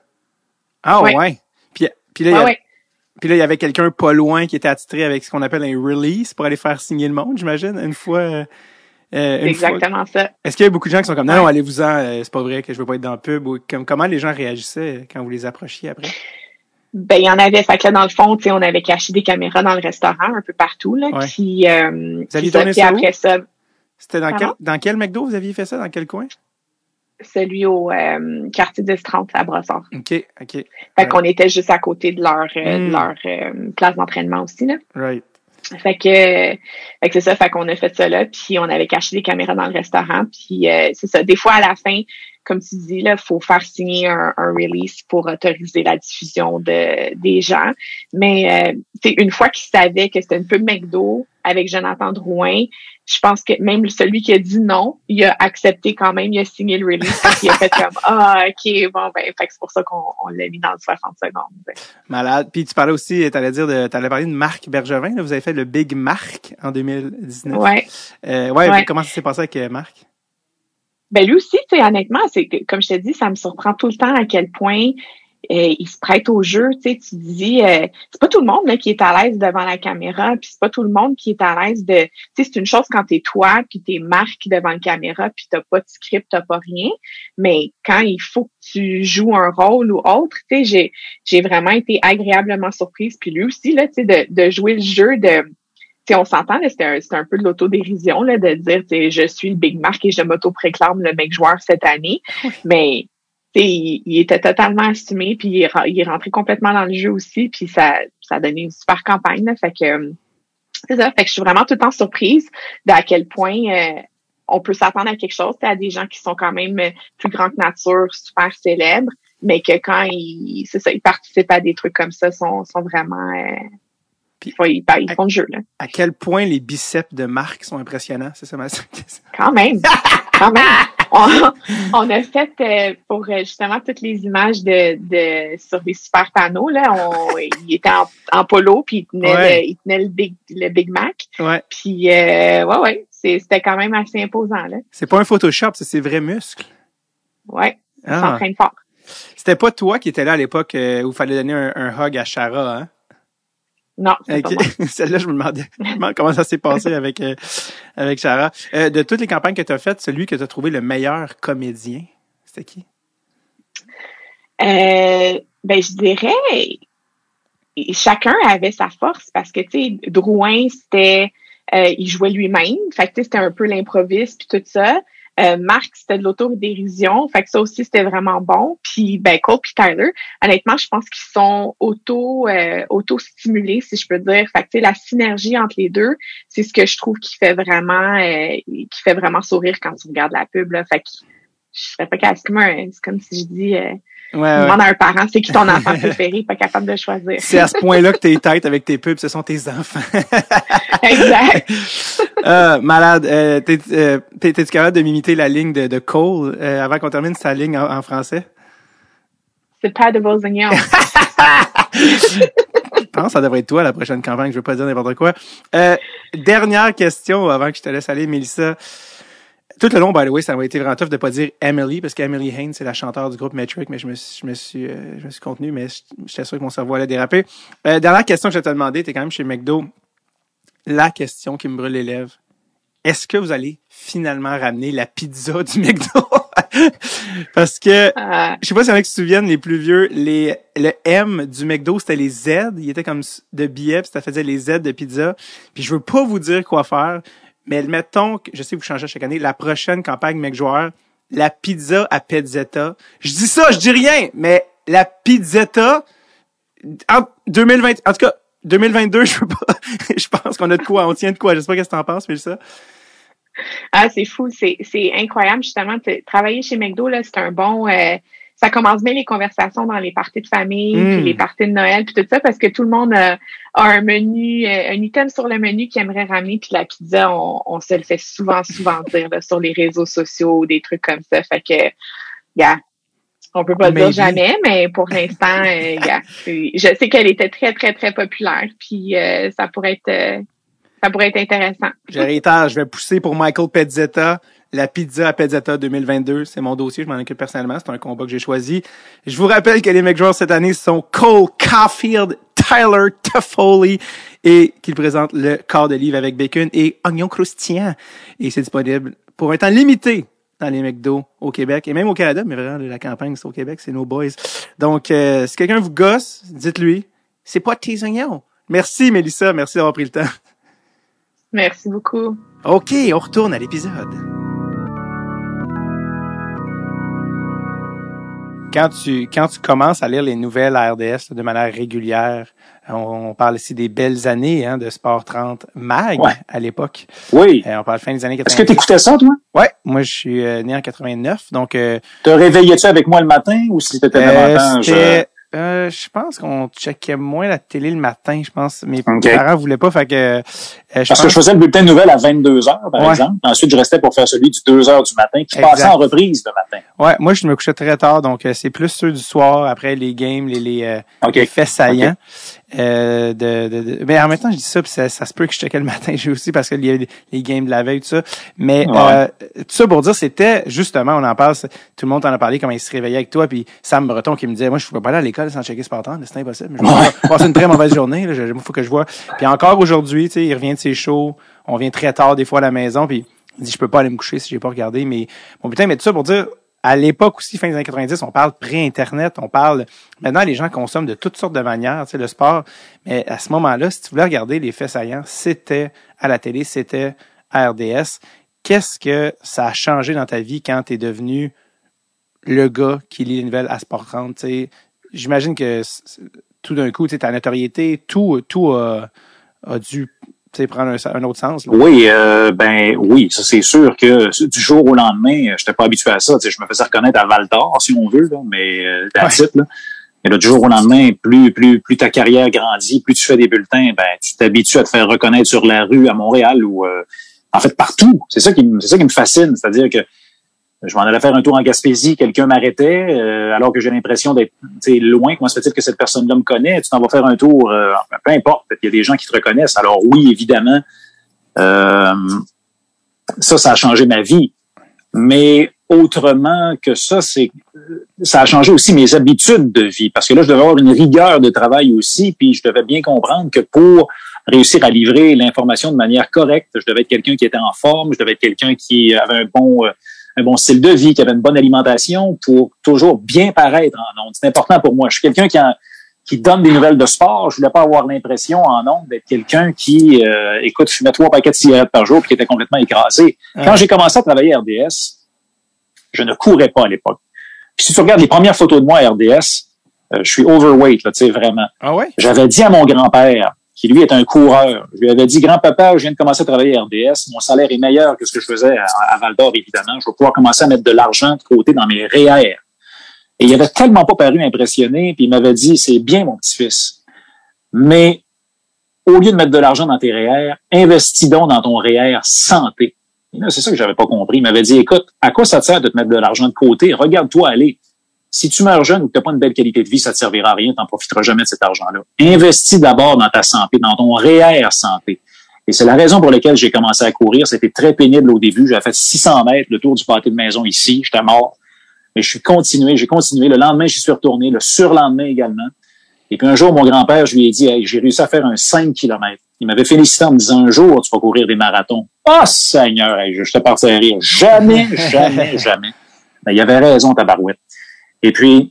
Ah, ouais. ouais. Puis, puis là, ouais, il y a, ouais. Puis là, il y avait quelqu'un pas loin qui était attitré avec ce qu'on appelle un release pour aller faire signer le monde, j'imagine, une fois. Euh, Euh, C'est exactement fois... ça. Est-ce qu'il y a beaucoup de gens qui sont comme, non, ouais. non, allez-vous-en, euh, c'est pas vrai que je veux pas être dans le pub, ou comme, comment les gens réagissaient quand vous les approchiez après? Ben, il y en avait. Fait que là, dans le fond, tu sais, on avait caché des caméras dans le restaurant, un peu partout, là. Ouais. Puis, euh, vous aviez puis tourné ça, ça puis après où? ça. C'était dans Pardon? quel, dans quel McDo vous aviez fait ça? Dans quel coin? Celui au euh, quartier dix trente à Brossard. OK, OK. Fait right. qu'on était juste à côté de leur, euh, Mm. de leur euh, place d'entraînement aussi, là. Right. Fait que, fait que c'est ça, fait qu'on a fait ça là, puis on avait caché des caméras dans le restaurant, puis euh, c'est ça. Des fois, à la fin, comme tu dis, là, faut faire signer un, un release pour autoriser la diffusion de des gens. Mais euh, c'est une fois qu'ils savaient que c'était une pub McDo avec Jonathan Drouin, je pense que même celui qui a dit non, il a accepté quand même, il a signé le release, parce qu'il a fait comme ah ok bon ben, fait que c'est pour ça qu'on on l'a mis dans le soixante secondes. Malade. Puis tu parlais aussi, t'allais dire, de, t'allais parler de Marc Bergevin. Là, vous avez fait le Big Marc en deux mille dix-neuf. Ouais. Euh, ouais. Ouais. Comment ça s'est passé avec euh, Marc? Ben lui aussi, tu sais, honnêtement, c'est que, comme je te dis, ça me surprend tout le temps à quel point euh, il se prête au jeu. Tu sais, tu dis, euh, c'est pas tout le monde là qui est à l'aise devant la caméra, puis c'est pas tout le monde qui est à l'aise de. Tu sais, c'est une chose quand t'es toi, puis t'es Marc devant la caméra, puis t'as pas de script, t'as pas rien. Mais quand il faut que tu joues un rôle ou autre, tu sais, j'ai j'ai vraiment été agréablement surprise. Puis lui aussi là, tu sais, de de jouer le jeu de. T'sais, on s'entend, là, c'était un, c'était un peu de l'autodérision, là, de dire, t'sais, je suis le Big Marc et je m'auto-préclame le mec joueur cette année. Oui. Mais, t'sais, il, il était totalement assumé, puis il est, il est rentré complètement dans le jeu aussi, puis ça, ça a donné une super campagne, là. Fait que, c'est ça. Fait que je suis vraiment tout le temps surprise d'à quel point, euh, on peut s'attendre à quelque chose, à des gens qui sont quand même plus grands que nature, super célèbres, mais que quand ils, c'est ça, ils participent à des trucs comme ça, sont, sont vraiment, euh, Puis, ils, ils font le jeu, là. À quel point les biceps de Marc sont impressionnants, c'est ça ma question. Quand même, quand même. On, on a fait euh, pour justement toutes les images de, de sur les super panneaux là, on, il était en, en polo puis il tenait, ouais. le, il tenait le Big le Big Mac. Ouais. Puis euh, ouais ouais, c'est, c'était quand même assez imposant là. C'est pas un Photoshop, c'est ses vrais muscles. Ouais. Il ah. s'entraîne fort. C'était pas toi qui étais là à l'époque euh, où il fallait donner un, un hug à Shara, hein? Non, c'est okay. pas moi. Celle-là, je me demandais, je me demande comment ça s'est passé avec euh, avec Shara. Euh, de toutes les campagnes que tu as faites, celui que tu as trouvé le meilleur comédien, c'était qui? Euh, ben, je dirais, chacun avait sa force parce que, tu sais, Drouin, c'était, euh, il jouait lui-même. Fait que, tu sais, c'était un peu l'improviste puis tout ça. Euh, Marc, c'était de l'autodérision. Fait que ça aussi, c'était vraiment bon. Puis, ben, Cole puis Tyler, honnêtement, je pense qu'ils sont auto, euh, auto-stimulés, si je peux dire. Fait que, tu sais, la synergie entre les deux, c'est ce que je trouve qui fait vraiment, euh, qui fait vraiment sourire quand tu regardes la pub, là. Fait que, je serais pas capable, c'est comme, un, c'est comme si je dis, euh, ouais, ouais. demande à un parent, c'est qui ton enfant préféré, pas capable de choisir. C'est à ce point-là que t'es tête avec tes pubs, ce sont tes enfants. Exact. euh, malade. Euh, t'es, euh, t'es, t'es-tu capable de m'imiter la ligne de, de Cole euh, avant qu'on termine sa ligne en, en français? C'est pas de vos oignons. Je pense que ça devrait être toi la prochaine campagne, je veux pas dire n'importe quoi. Euh, dernière question avant que je te laisse aller, Mélissa. Tout le long, by the way, ça m'a été vraiment tough de pas dire Emily, parce qu'Emily Haynes, c'est la chanteure du groupe Metric, mais je me suis, je me suis, euh, je me suis contenu, mais j'étais sûr que mon cerveau allait déraper. Euh, dernière question que je vais te demander, t'es quand même chez McDo. La question qui me brûle les lèvres. Est-ce que vous allez finalement ramener la pizza du McDo? Parce que, euh... je sais pas si il y en a qui se souviennent, les plus vieux, les, le M du McDo, c'était les Z. Il était comme de billets, puis ça faisait les Z de pizza. Puis je veux pas vous dire quoi faire. Mais mettons que, je sais que vous changez chaque année, la prochaine campagne McJoueur, la pizza à Pizzetta. Je dis ça, je dis rien, mais la Pizzetta, en deux mille vingt, en tout cas, deux mille vingt-deux, je veux pas, je pense qu'on a de quoi, on tient de quoi. Je sais pas qu'est-ce que t'en penses, Mélissa. Ah, c'est fou, c'est, c'est incroyable, justement, de travailler chez McDo, là, c'est un bon, euh, ça commence bien les conversations dans les parties de famille, mmh. puis les parties de Noël, puis tout ça, parce que tout le monde a, a un menu, un item sur le menu qu'il aimerait ramener, puis la pizza, on, on se le fait souvent, souvent dire là, sur les réseaux sociaux, des trucs comme ça. Fait que, yeah, on peut pas le dire jamais, mais pour l'instant, euh, yeah, je sais qu'elle était très, très, très populaire, puis euh, ça pourrait être, euh, ça pourrait être intéressant. Je réitère, je vais pousser pour Michael Pizzetta. La pizza à Pizzetta deux mille vingt-deux, c'est mon dossier, je m'en occupe personnellement, c'est un combat que j'ai choisi. Je vous rappelle que les McJoueurs cette année sont Cole Caulfield, Tyler Toffoli et qu'il présente le quart de livre avec bacon et oignons croustillants. Et c'est disponible pour un temps limité dans les McDo au Québec et même au Canada, mais vraiment la campagne c'est au Québec, c'est nos boys. Donc euh, si quelqu'un vous gosse, dites-lui, c'est pas tes oignons. Merci Mélissa, merci d'avoir pris le temps. Merci beaucoup. OK, on retourne à l'épisode. Quand tu quand tu commences à lire les nouvelles à R D S de manière régulière, on, on parle ici des belles années hein, de Sport trente Mag ouais. à l'époque. Oui. Euh, on parle fin des années quatre-vingt-dix. Est-ce que tu écoutais ça, toi? Ouais, moi je suis euh, né en quatre-vingt-neuf, donc... Euh, te réveillais-tu avec moi le matin ou si t'étais euh, davantage... C'était, euh, je pense qu'on checkait moins la télé le matin, je pense. Mes okay. parents voulaient pas, fait que... Euh, je Parce pense... que je faisais le bulletin de nouvelles à vingt-deux heures, par ouais. exemple. Ensuite, je restais pour faire celui du deux heures du matin, qui exact. Passait en reprise le matin. Ouais, moi, je me couchais très tard, donc euh, c'est plus ceux du soir, après les games, les, les, euh, okay. les faits saillants. Okay. Euh, de, de, de, mais en même temps, je dis ça, puis ça, ça se peut que je checkais le matin, j'ai aussi, parce qu'il y a les, les games de la veille, tout ça. Mais ouais. euh, tout ça pour dire, c'était, justement, on en parle, tout le monde en a parlé, comment il se réveillait avec toi, puis Sam Breton qui me disait, moi, je ne pouvais pas aller à l'école sans checker Sport trente, c'est impossible. Je vais passer une très mauvaise journée, il faut que je vois. Puis encore aujourd'hui, tu sais, il revient de ses shows, on vient très tard des fois à la maison, puis il dit, je peux pas aller me coucher si j'ai pas regardé, mais bon, putain, mais tout ça pour dire, à l'époque aussi, fin des années quatre-vingt-dix, on parle pré-Internet, on parle... Maintenant, les gens consomment de toutes sortes de manières, tu sais, le sport. Mais à ce moment-là, si tu voulais regarder les faits saillants, c'était à la télé, c'était à R D S. Qu'est-ce que ça a changé dans ta vie quand tu es devenu le gars qui lit les nouvelles à Sport trente? Tu sais, j'imagine que tout d'un coup, tu sais, ta notoriété, tout, tout a, a dû... tu sais, prendre un, un autre sens. Là. Oui, euh, ben oui, ça c'est sûr que du jour au lendemain, je n'étais pas habitué à ça. Tu sais, je me faisais reconnaître à Val-d'Or, si on veut, là, mais euh, that's it, là. Et là, du jour au lendemain, plus plus plus ta carrière grandit, plus tu fais des bulletins, ben tu t'habitues à te faire reconnaître sur la rue à Montréal ou euh, en fait partout. C'est ça qui c'est ça qui me fascine, c'est-à-dire que je m'en allais faire un tour en Gaspésie, quelqu'un m'arrêtait, euh, alors que j'ai l'impression d'être loin. Comment se fait-il que cette personne-là me connaît? Tu t'en vas faire un tour, euh, peu importe, il y a des gens qui te reconnaissent. Alors oui, évidemment, euh, ça, ça a changé ma vie. Mais autrement que ça, c'est ça a changé aussi mes habitudes de vie. Parce que là, je devais avoir une rigueur de travail aussi, puis je devais bien comprendre que pour réussir à livrer l'information de manière correcte, je devais être quelqu'un qui était en forme, je devais être quelqu'un qui avait un bon... Euh, un bon style de vie, qui avait une bonne alimentation pour toujours bien paraître en ondes. C'est important pour moi. Je suis quelqu'un qui, en, qui donne des nouvelles de sport. Je voulais pas avoir l'impression en ondes d'être quelqu'un qui, euh, écoute, fumait trois paquets de cigarettes par jour et qui était complètement écrasé. Ouais. Quand j'ai commencé à travailler à R D S, je ne courais pas à l'époque. Puis si tu regardes les premières photos de moi à R D S, euh, je suis overweight, là, tu sais, vraiment. Ah ouais? J'avais dit à mon grand-père, qui lui est un coureur. Je lui avais dit, grand-papa, je viens de commencer à travailler à R D S, mon salaire est meilleur que ce que je faisais à, à Val-d'Or, évidemment. Je vais pouvoir commencer à mettre de l'argent de côté dans mes R E E R. Et il avait tellement pas paru impressionné, puis il m'avait dit, c'est bien, mon petit-fils, mais au lieu de mettre de l'argent dans tes R E E R, investis donc dans ton R E E R santé. Et là, c'est ça que j'avais pas compris. Il m'avait dit, écoute, à quoi ça te sert de te mettre de l'argent de côté? Regarde-toi aller. Si tu meurs jeune ou que tu n'as pas une belle qualité de vie, ça ne te servira à rien, tu n'en profiteras jamais de cet argent-là. Investis d'abord dans ta santé, dans ton R E E R santé. Et c'est la raison pour laquelle j'ai commencé à courir. C'était très pénible au début. J'avais fait six cents mètres, le tour du pâté de maison ici. J'étais mort. Mais je suis continué, j'ai continué. Le lendemain, j'y suis retourné. Le surlendemain également. Et puis un jour, mon grand-père, je lui ai dit, hey, j'ai réussi à faire un cinq kilomètres. Il m'avait félicité en me disant, un jour, tu vas courir des marathons. Oh, Seigneur, hey, je te parti à rire. Jamais, jamais, jamais. Ben, il avait raison, tabarouette. Et puis,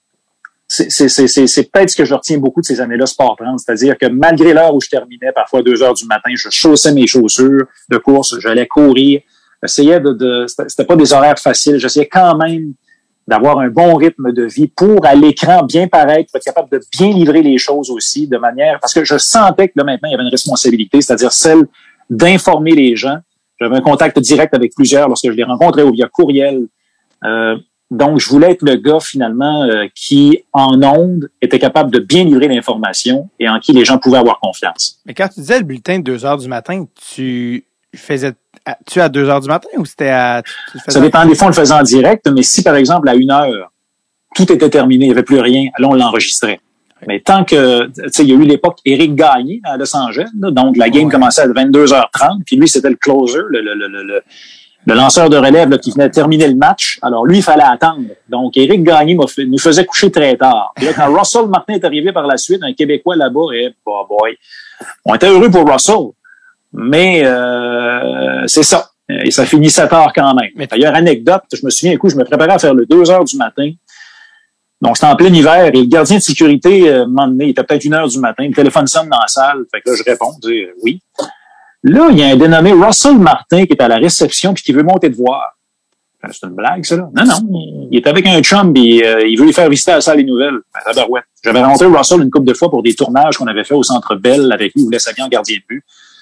c'est, c'est, c'est, c'est, c'est peut-être ce que je retiens beaucoup de ces années-là Sport trente, c'est-à-dire que malgré l'heure où je terminais, parfois deux heures du matin, je chaussais mes chaussures de course, j'allais courir, j'essayais de, de c'était, c'était pas des horaires faciles, j'essayais quand même d'avoir un bon rythme de vie pour à l'écran bien paraître, pour être capable de bien livrer les choses aussi, de manière, parce que je sentais que là maintenant il y avait une responsabilité, c'est-à-dire celle d'informer les gens. J'avais un contact direct avec plusieurs lorsque je les rencontrais ou via courriel. Euh, Donc, je voulais être le gars, finalement, euh, qui, en ondes, était capable de bien livrer l'information et en qui les gens pouvaient avoir confiance. Mais quand tu disais le bulletin de deux heures du matin, tu faisais tu à deux heures du matin ou c'était à... Tu Ça dépend. Des fois, on le faisait en direct, mais si, par exemple, à une heure, tout était terminé, il n'y avait plus rien, là, on l'enregistrait. Oui. Mais tant que... Tu sais, il y a eu l'époque Éric Gagné à Los Angeles, là, donc la game ouais. commençait à vingt-deux heures trente, puis lui, c'était le closer, le... le, le, le le lanceur de relève là, qui venait de terminer le match. Alors, lui, il fallait attendre. Donc, Éric Gagné m'a fait, nous faisait coucher très tard. Puis là, quand Russell Martin est arrivé par la suite, un Québécois là-bas, et oh boy, on était heureux pour Russell. Mais euh, c'est ça. Et ça finissait tard quand même. D'ailleurs, anecdote, je me souviens, un coup, je me préparais à faire le deux heures du matin. Donc, c'était en plein hiver. Et le gardien de sécurité, euh, m'a donné, il était peut-être une heure du matin. Le téléphone sonne dans la salle. Fait que là, je réponds, je dis oui. Là, il y a un dénommé Russell Martin qui est à la réception puis qui veut monter te voir. C'est une blague, ça, là? Non, non. Il est avec un chum et euh, il veut lui faire visiter la salle des nouvelles. Ben, tabarouette. J'avais rencontré Russell une couple de fois pour des tournages qu'on avait fait au Centre Bell avec lui. Il voulait s'habiller en gardien de but.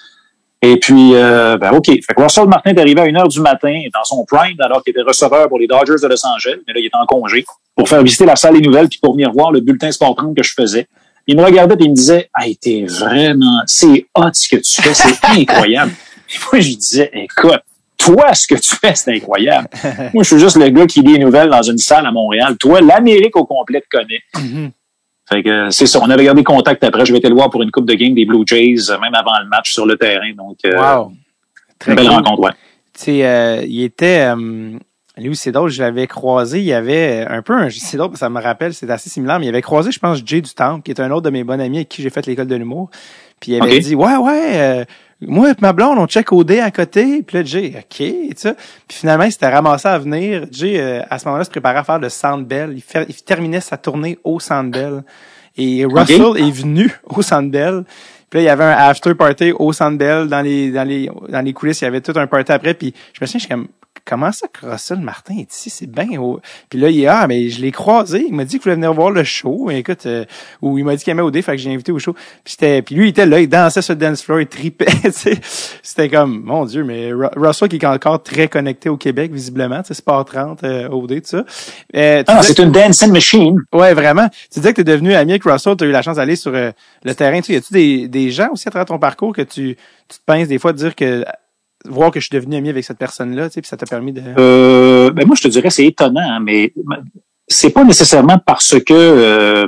Et puis, euh, ben OK. Fait que Russell Martin est arrivé à une heure du matin dans son prime, alors qu'il était receveur pour les Dodgers de Los Angeles. Mais là, il était en congé pour faire visiter la salle des nouvelles puis pour venir voir le bulletin Sport trente que je faisais. Il me regardait et il me disait, « Hey, t'es vraiment, c'est hot ce que tu fais, c'est incroyable. » Et moi, je lui disais, « Écoute, toi, ce que tu fais, c'est incroyable. Moi, je suis juste le gars qui lit les nouvelles dans une salle à Montréal. Toi, l'Amérique au complet te connaît. Mm-hmm. » Fait que c'est ça. On avait gardé contact après. Je vais été le voir pour une coupe de game des Blue Jays, même avant le match sur le terrain. Donc, euh, wow. Très une belle cool. rencontre, ouais. Tu sais, euh, il était... Euh, lui, c'est drôle, je l'avais croisé. Il y avait un peu... Un, c'est drôle, ça me rappelle, c'est assez similaire, mais il avait croisé, je pense, Jay du Temple, qui est un autre de mes bons amis avec qui j'ai fait l'école de l'humour. Puis il avait okay. dit, ouais, ouais... Euh, moi et ma blonde, on check au dé à côté. Puis là, Jay, OK, et ça. Puis finalement, il s'était ramassé à venir. Jay, euh, à ce moment-là, se préparait à faire le Centre Bell. Il, fait, il terminait sa tournée au Centre Bell. Et Russell okay. est venu au Centre Bell. Puis là, il y avait un after party au Centre Bell. Dans les, dans les, dans les coulisses, il y avait tout un party après. Puis je me souviens, je suis comme, comment ça que Russell Martin est ici? C'est bien haut. Puis là, il est, ah, mais je l'ai croisé. Il m'a dit qu'il voulait venir voir le show. Et écoute, euh, ou il m'a dit qu'il aimait au dé, fait que j'ai invité au show. Puis c'était, puis lui, il était là, il dansait sur le dance floor, il tripait, tu sais. C'était comme, mon Dieu, mais Russell qui est encore très connecté au Québec, visiblement, tu sais, Sport trente, euh, au dé, tout ça. Euh, ah, c'est que... une dancing machine. Ouais, vraiment. Tu disais que t'es devenu ami avec Russell, t'as eu la chance d'aller sur euh, le terrain. Tu sais, y a-tu des, des gens aussi à travers ton parcours que tu, tu te pinces des fois de dire que, voir que je suis devenu ami avec cette personne-là, tu sais, puis ça t'a permis de... Euh, ben moi, je te dirais, c'est étonnant, hein, mais c'est pas nécessairement parce que... Euh,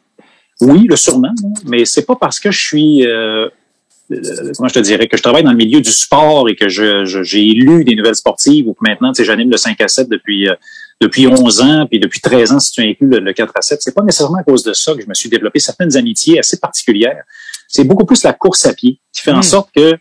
oui, le sûrement, mais c'est pas parce que je suis... Euh, comment je te dirais, que je travaille dans le milieu du sport et que je, je j'ai lu des nouvelles sportives ou que maintenant, tu sais, j'anime le cinq à sept depuis... Euh, depuis onze ans, puis depuis treize ans, si tu inclus le, le quatre à sept. C'est pas nécessairement à cause de ça que je me suis développé certaines amitiés assez particulières. C'est beaucoup plus la course à pied qui fait mmh. en sorte que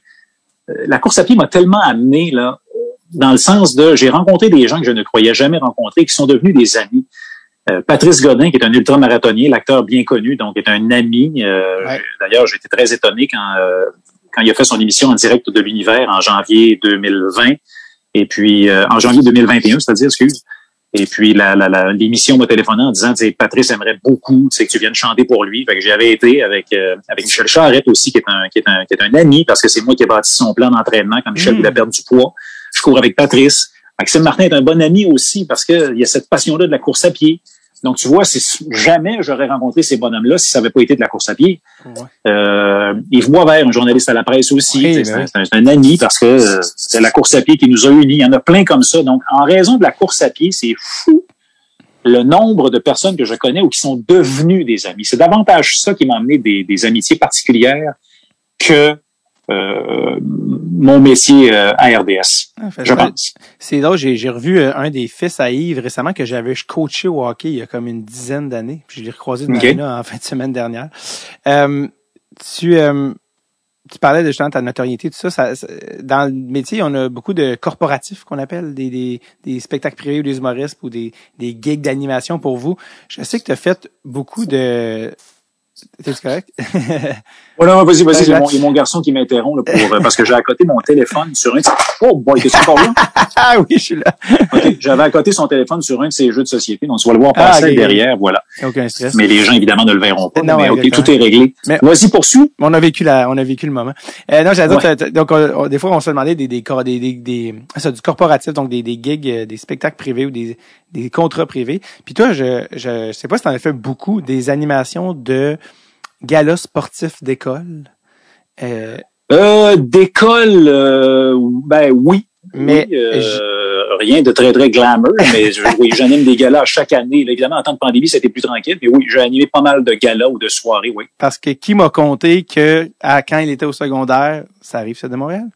la course à pied m'a tellement amené là, dans le sens de, j'ai rencontré des gens que je ne croyais jamais rencontrer, qui sont devenus des amis. Euh, Patrice Godin, qui est un ultramarathonnier, l'acteur bien connu, donc est un ami. Euh, ouais. D'ailleurs, j'ai été très étonné quand euh, quand il a fait son émission en direct de l'univers en janvier deux mille vingt, et puis euh, en janvier deux mille vingt et un, c'est-à-dire, excuse. Et puis la, la, la l'émission m'a téléphoné en disant, tu sais, Patrice aimerait beaucoup, tu sais, que tu viennes chanter pour lui. Fait que j'avais été avec euh, avec Michel Charette aussi, qui est un qui est un qui est un ami, parce que c'est moi qui ai bâti son plan d'entraînement quand Michel mmh. voulait perdre du poids. Je cours avec Patrice. Maxime Martin est un bon ami aussi parce que il y a cette passion-là de la course à pied. Donc tu vois, c'est jamais j'aurais rencontré ces bonhommes-là si ça n'avait pas été de la course à pied. Ouais. Euh, Yves Boisvert, un journaliste à la presse aussi, oui, c'est, ben c'est, un, c'est un ami parce que euh, c'est la course à pied qui nous a unis. Il y en a plein comme ça. Donc en raison de la course à pied, c'est fou le nombre de personnes que je connais ou qui sont devenues des amis. C'est davantage ça qui m'a amené des, des amitiés particulières que euh, mon métier euh, à R D S, en fait, je pense. C'est drôle, j'ai, j'ai revu euh, un des fils à Yves récemment que j'avais coaché au hockey il y a comme une dizaine d'années. Puis je l'ai recroisé de okay. là en fin de semaine dernière. Euh, tu... Euh, Tu parlais de justement ta notoriété, tout ça, ça, ça. Dans le métier, on a beaucoup de corporatifs qu'on appelle, des, des, des spectacles privés ou des humoristes ou des, des gigs d'animation pour vous. Je sais que tu as fait beaucoup de... T'es-tu correct? Oh non, vas-y, vas-y, il y a mon, mon garçon qui m'interrompt là, pour, parce que j'ai à côté mon téléphone sur un... Oh boy, t'es-tu encore là? Ah oui, je suis là. Okay, j'avais à côté son téléphone sur un de ses jeux de société, donc tu vas le voir passer ah, okay, derrière, okay. Voilà. Aucun stress. Mais les gens, évidemment, ne le verront pas. Non, mais OK, tout est réglé. Mais, vas-y, poursuis. On a vécu la, on a vécu le moment. Euh, non, j'allais ouais. dire, donc, on, on, des fois, on se demandait des, des, des, des, des ça, du corporatif, donc des, des gigs, des spectacles privés ou des, des contrats privés. Puis toi, je, je, je sais pas si t'en as fait beaucoup, des animations de galas sportifs d'école. Euh, euh d'école, euh, ben oui. Mais oui, euh, rien de très très glamour, mais je, oui, j'anime des galas chaque année. Là, évidemment, en temps de pandémie, c'était plus tranquille. Mais oui, j'ai animé pas mal de galas ou de soirées, oui. Parce que qui m'a conté que à, quand il était au secondaire, ça arrive ça de Montréal,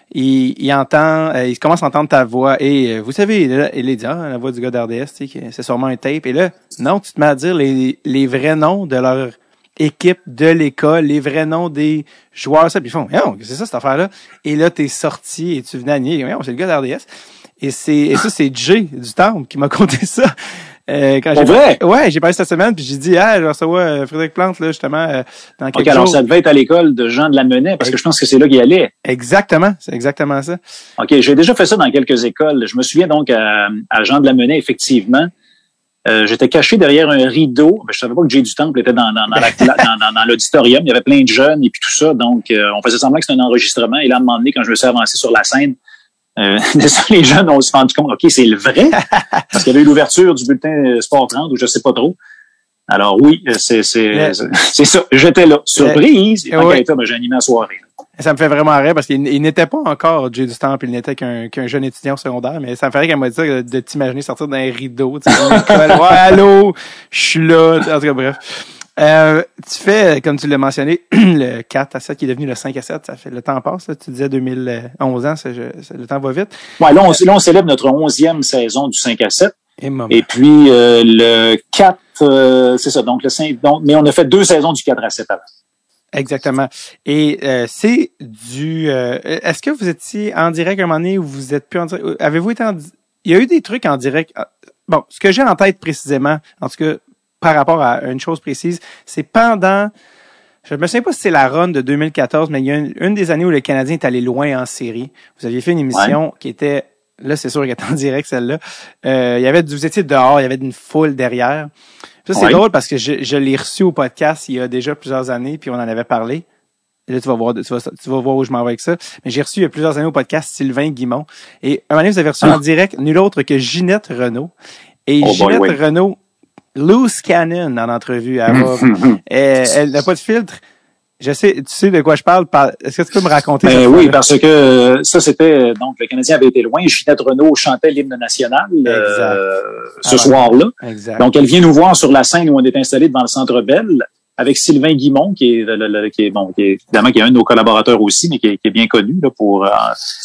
il, il entend, euh, il commence à entendre ta voix et euh, vous savez, il, il est dit, ah, la voix du gars d'R D S, tu sais, c'est sûrement un tape. Et là, non, tu te mets à dire les, les vrais noms de leur équipe de l'école, les vrais noms des joueurs, ça, puis ils font, oh, c'est ça cette affaire-là. Et là, t'es sorti et tu venais à nier, oh, c'est le gars d'R D S. Et c'est, et ça, c'est Jay du Temple qui m'a conté ça. Euh, quand j'ai vrai? Parlé, ouais, j'ai parlé cette semaine, puis j'ai dit, ah, je vais recevoir euh, Frédéric Plante, là, justement, euh, dans quelques okay, alors jours. ça devait être à l'école de Jean de la Menet, parce que je pense que c'est là qu'il allait. Exactement, c'est exactement ça. OK, j'ai déjà fait ça dans quelques écoles. Je me souviens donc à, à Jean de la Menet, effectivement. Euh, j'étais caché derrière un rideau. Ben, je savais pas que Jay du Temple était dans, dans, dans, la, dans, dans, dans l'auditorium. Il y avait plein de jeunes et puis tout ça. Donc, euh, on faisait semblant que c'était un enregistrement. Et là, à un moment donné, quand je me suis avancé sur la scène, euh, les jeunes ont se rendu compte, OK, c'est le vrai. Parce qu'il y avait eu l'ouverture du bulletin Sport trente ou je sais pas trop. Alors oui, c'est, c'est, Mais, c'est, c'est ça. J'étais là. Surprise. Et oui. ben, j'ai animé la soirée. Ça me fait vraiment rire parce qu'il il n'était pas encore Jay du Temple, il n'était qu'un, qu'un jeune étudiant secondaire, mais ça me fait rire qu'elle m'a dit ça, de, de t'imaginer sortir d'un rideau, tu sais, dans l'école. Ouais, allô, je suis là. En tout cas, bref. Euh, tu fais, comme tu l'as mentionné, le quatre à sept qui est devenu le cinq à sept, ça fait, le temps passe, là, tu disais deux mille onze ans, ça, je, ça, le temps va vite. Ouais, là, on, là, on célèbre notre onzième saison du cinq à sept. Et, Et puis, euh, le quatre, euh, c'est ça, donc le cinq, donc, mais on a fait deux saisons du quatre à sept avant. Exactement. Et euh, c'est du... Euh, est-ce que vous étiez en direct à un moment donné ou vous êtes plus en direct? Avez-vous été en... Il y a eu des trucs en direct. Bon, ce que j'ai en tête précisément, en tout cas, par rapport à une chose précise, c'est pendant... Je me souviens pas si c'est la run de deux mille quatorze, mais il y a une, une des années où le Canadien est allé loin en série. Vous aviez fait une émission ouais. qui était... Là, c'est sûr qu'elle était en direct, celle-là. Euh, il y avait, vous étiez dehors, il y avait une foule derrière. Ça, c'est oui. drôle parce que je, je l'ai reçu au podcast il y a déjà plusieurs années, puis on en avait parlé. Et là, tu vas voir, tu vas, tu vas voir où je m'en vais avec ça. Mais j'ai reçu il y a plusieurs années au podcast Sylvain Guimont. Et un moment donné, vous avez reçu ah. en direct nul autre que Ginette Renault. Et oh Ginette boy, oui. Renault, loose cannon en entrevue. Elle va, elle, elle n'a pas de filtre. Je sais, tu sais de quoi je parle. Est-ce que tu peux me raconter ça? Euh, oui, parce que ça, c'était, donc, le Canadien avait été loin. Ginette Renault chantait l'hymne national, euh, ce ah, soir-là. Exact. Donc, elle vient nous voir sur la scène où on est installé devant le Centre Bell avec Sylvain Guimont, qui est, le, le, qui est, bon, qui est, évidemment, qui est un de nos collaborateurs aussi, mais qui est, qui est bien connu, là, pour, euh,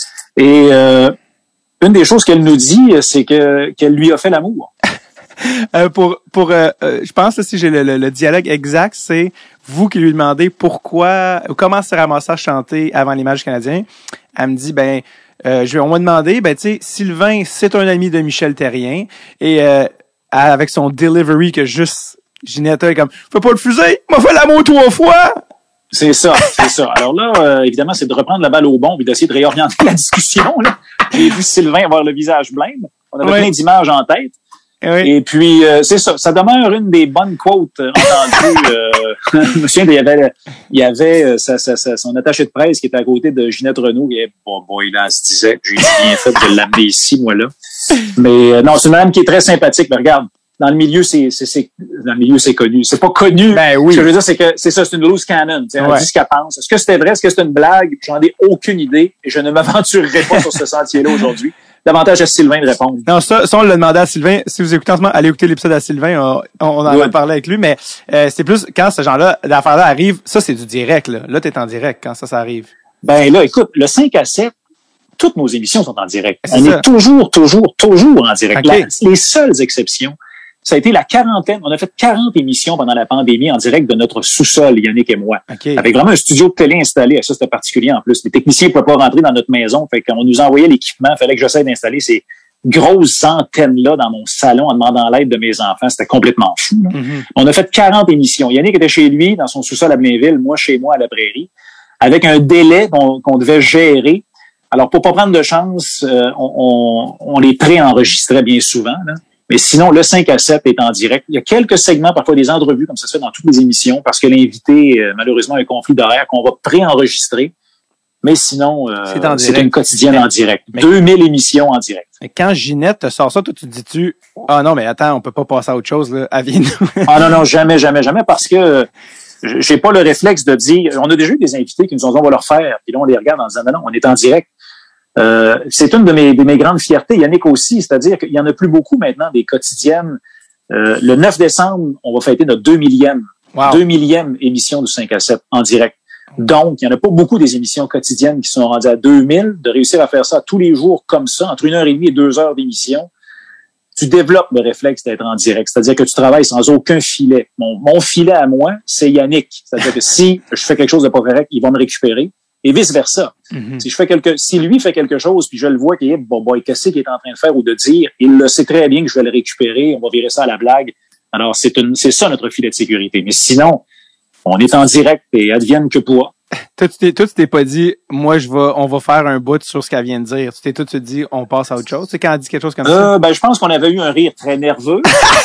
et, euh, une des choses qu'elle nous dit, c'est que, qu'elle lui a fait l'amour. Euh, pour, pour, euh, euh, je pense, là, si j'ai le, le, le dialogue exact, c'est vous qui lui demandez pourquoi, comment s'est ramassé à chanter avant les matchs canadiens. Elle me dit, ben, euh, je, on m'a demandé, ben, tu sais, Sylvain, c'est un ami de Michel Therrien, et euh, avec son delivery que juste Ginette est comme, fais pas le fusil, m'a fait l'amour trois fois. C'est ça, c'est ça. Alors là, euh, évidemment, c'est de reprendre la balle au bon et d'essayer de réorienter la discussion. Là. J'ai vu Sylvain avoir le visage blême. On avait oui. plein d'images en tête. Oui. Et puis, euh, c'est ça. Ça demeure une des bonnes quotes euh, entendues. euh, je me souviens, il y avait, il y avait euh, sa, sa, sa, son attaché de presse qui était à côté de Ginette Renault. Et bon, bon, il en se disait, j'ai bien fait de l'amener ici, moi, là. Mais euh, non, c'est une madame qui est très sympathique. Mais regarde, dans le milieu, c'est, c'est, c'est dans le milieu, c'est connu. C'est pas connu. Ben oui. Ce que je veux dire, c'est que c'est ça, c'est une loose cannon. On ouais. dit ce qu'elle pense. Est-ce que c'était vrai? Est-ce que c'est une blague? J'en ai aucune idée. Et je ne m'aventurerai pas sur ce sentier-là aujourd'hui. Davantage à Sylvain de répondre. Non, ça, ça on l'a demandé à Sylvain. Si vous écoutez en ce moment, allez écouter l'épisode à Sylvain. On, on en ouais. a parlé avec lui, mais euh, c'est plus quand ce genre-là, d'affaires-là arrive, ça c'est du direct. Là, là t'es en direct quand ça, ça arrive. Ben là, écoute, le cinq à sept, toutes nos émissions sont en direct. C'est on ça. est toujours, toujours, toujours en direct. Okay. La, les seules exceptions, ça a été la quarantaine. On a fait quarante émissions pendant la pandémie en direct de notre sous-sol, Yannick et moi. Okay. Avec vraiment un studio de télé installé. Ça, c'était particulier en plus. Les techniciens ne pouvaient pas rentrer dans notre maison. Fait qu'on nous envoyait l'équipement. Il fallait que j'essaie d'installer ces grosses antennes-là dans mon salon en demandant l'aide de mes enfants. C'était complètement fou. Mm-hmm. On a fait quarante émissions. Yannick était chez lui, dans son sous-sol à Blainville, moi chez moi à la Prairie, avec un délai qu'on, qu'on devait gérer. Alors, pour pas prendre de chance, euh, on, on, on les pré-enregistrait bien souvent, là. Mais sinon, le cinq à sept est en direct. Il y a quelques segments, parfois des entrevues, comme ça se fait dans toutes les émissions, parce que l'invité, euh, malheureusement, a un conflit d'horaire qu'on va pré-enregistrer. Mais sinon, euh, c'est, c'est une quotidienne mais, en direct. Mais, deux mille émissions en direct. Mais quand Ginette te sort ça, toi, tu te dis-tu, ah non, mais attends, on peut pas passer à autre chose, là, avis-nous. Ah non, non, jamais, jamais, jamais, parce que j'ai pas le réflexe de dire, on a déjà eu des invités qui nous ont dit, on va leur faire, puis là, on les regarde en disant, non, non, on est en direct. Euh, c'est une de mes, de mes grandes fiertés, Yannick aussi, c'est-à-dire qu'il y en a plus beaucoup maintenant des quotidiennes. Euh, le neuf décembre, on va fêter notre deux millième, wow. deux millième émission du cinq à sept en direct. Donc, il n'y en a pas beaucoup des émissions quotidiennes qui sont rendues à deux mille. De réussir à faire ça tous les jours comme ça, entre une heure et demie et deux heures d'émission, tu développes le réflexe d'être en direct. C'est-à-dire que tu travailles sans aucun filet. Mon, mon filet à moi, c'est Yannick. C'est-à-dire que si je fais quelque chose de pas correct, il va me récupérer. Et vice-versa. Mm-hmm. Si je fais quelque, si lui fait quelque chose, puis je le vois qu'il est, bon, boy, qu'est-ce qu'il est en train de faire ou de dire, il le sait très bien que je vais le récupérer, on va virer ça à la blague. Alors, c'est une, c'est ça notre filet de sécurité. Mais sinon, on est en direct et advienne que pourra. Toi, tu t'es, toi, tu t'es pas dit, moi, je vais, on va faire un bout sur ce qu'elle vient de dire. Tu t'es tout de suite dit, on passe à autre chose. Tu sais, quand elle dit quelque chose comme euh, ça. Ben, je pense qu'on avait eu un rire très nerveux.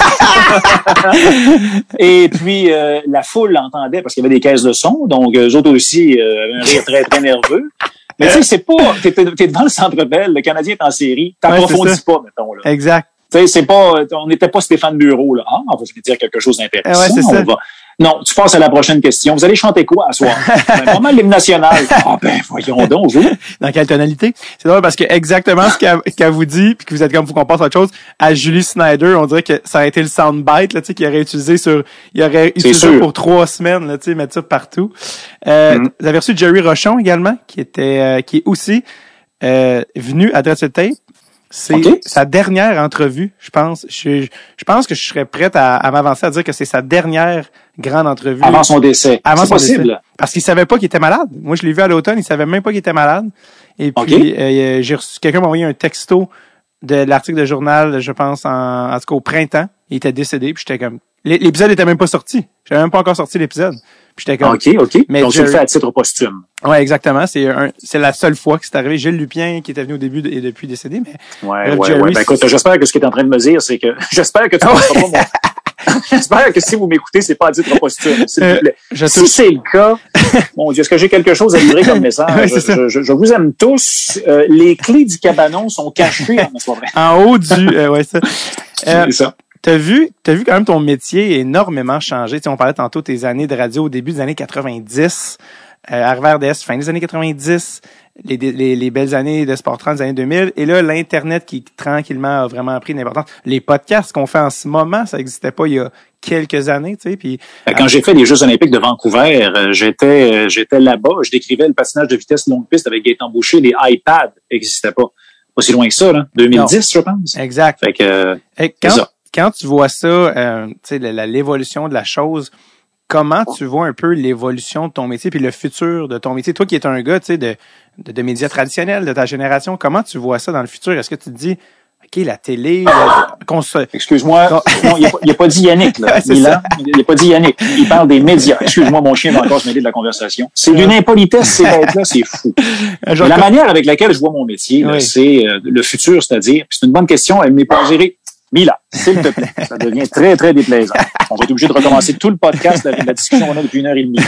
Et puis, euh, la foule l'entendait parce qu'il y avait des caisses de son. Donc, eux autres aussi, euh, avaient un rire très, très nerveux. Mais tu sais, c'est pas, t'es, t'es devant le Centre Bell, le Canadien est en série, t'approfondis ouais, pas, mettons, là. Exact. Tu sais, c'est pas, on n'était pas Stéphane Bureau, là. Ah, on va dire quelque chose d'intéressant. Ouais, c'est ça. On va... Non, tu passes à la prochaine question. Vous allez chanter quoi à soir? Ben, pas mal l'hymne national. Ah, ben, voyons donc, vous. Dans quelle tonalité? C'est drôle parce que exactement ce qu'elle, qu'elle vous dit, puis que vous êtes comme, faut qu'on passe à autre chose, à Julie Snyder, on dirait que ça a été le soundbite, là, tu sais, qu'il aurait utilisé sur, il aurait utilisé ça pour trois semaines, là, tu sais, mettre ça partout. Euh, mm. Vous avez reçu Jerry Rochon également, qui était, euh, qui est aussi, euh, venu à Dread Sur le Tape. C'est okay. Sa dernière entrevue, je pense. Je, je pense que je serais prête à, à m'avancer à dire que c'est sa dernière grande entrevue. Avant son décès. Avant c'est son possible. Décès. Parce qu'il savait pas qu'il était malade. Moi, je l'ai vu à l'automne, il savait même pas qu'il était malade. Et puis, okay. euh, j'ai reçu, quelqu'un m'a envoyé un texto de l'article de journal, je pense, en, en tout cas au printemps. Il était décédé, puis j'étais comme... L'épisode était même pas sorti. J'avais même pas encore sorti l'épisode. Puis j'étais comme... OK, OK. Mais donc, Jerry... tu le fais à titre posthume. Ouais, exactement. C'est un, c'est la seule fois que c'est arrivé. Gilles Lupien, qui était venu au début et depuis décédé, mais... Ouais, là, ouais, Jerry, ouais. Ben, écoute, j'espère que ce que tu es en train de me dire, c'est que... J'espère que tu ne pas mon... J'espère que si vous m'écoutez, c'est pas à titre posthume, s'il vous plaît. Euh, si c'est le cas, mon Dieu, est-ce que j'ai quelque chose à livrer comme message? Ouais, je, je, je, je vous aime tous. Euh, les clés du cabanon sont cachées en soirée. En haut du... Euh, ouais, ça. Euh, c'est ça. T'as vu, t'as vu quand même ton métier énormément changer. Tu sais, on parlait tantôt de tes années de radio au début des années quatre-vingt-dix, euh, à R D S, fin des années quatre-vingt-dix, les, les, les belles années de Sport trente des années deux mille, et là, l'Internet qui tranquillement a vraiment pris une importance. Les podcasts qu'on fait en ce moment, ça n'existait pas il y a quelques années, tu sais. Puis quand euh, j'ai fait les Jeux olympiques de Vancouver, euh, j'étais euh, j'étais là-bas, je décrivais le patinage de vitesse longue piste avec Gaëtan Boucher, les iPads n'existaient pas. Pas si loin que ça, là. deux mille dix, non. Je pense. Exact. Fait que, euh, et quand, c'est ça. Quand tu vois ça, euh, tu sais, la, la, l'évolution de la chose, comment tu vois un peu l'évolution de ton métier puis le futur de ton métier? Toi qui es un gars, tu sais, de, de, de médias traditionnels, de ta génération, comment tu vois ça dans le futur? Est-ce que tu te dis, OK, la télé, la, qu'on se... Excuse-moi, non, il n'a pas dit Yannick, là. Il n'a pas dit Yannick. Il parle des médias. Excuse-moi, mon chien va encore se mêler de la conversation. C'est d'une impolitesse, ces bêtes-là, c'est fou. Genre, la manière avec laquelle je vois mon métier, là, oui. c'est euh, le futur, c'est-à-dire, c'est une bonne question, elle m'est pas gérée. Mila, s'il te plaît, ça devient très, très déplaisant. On va être obligé de recommencer tout le podcast avec la discussion qu'on a depuis une heure et demie.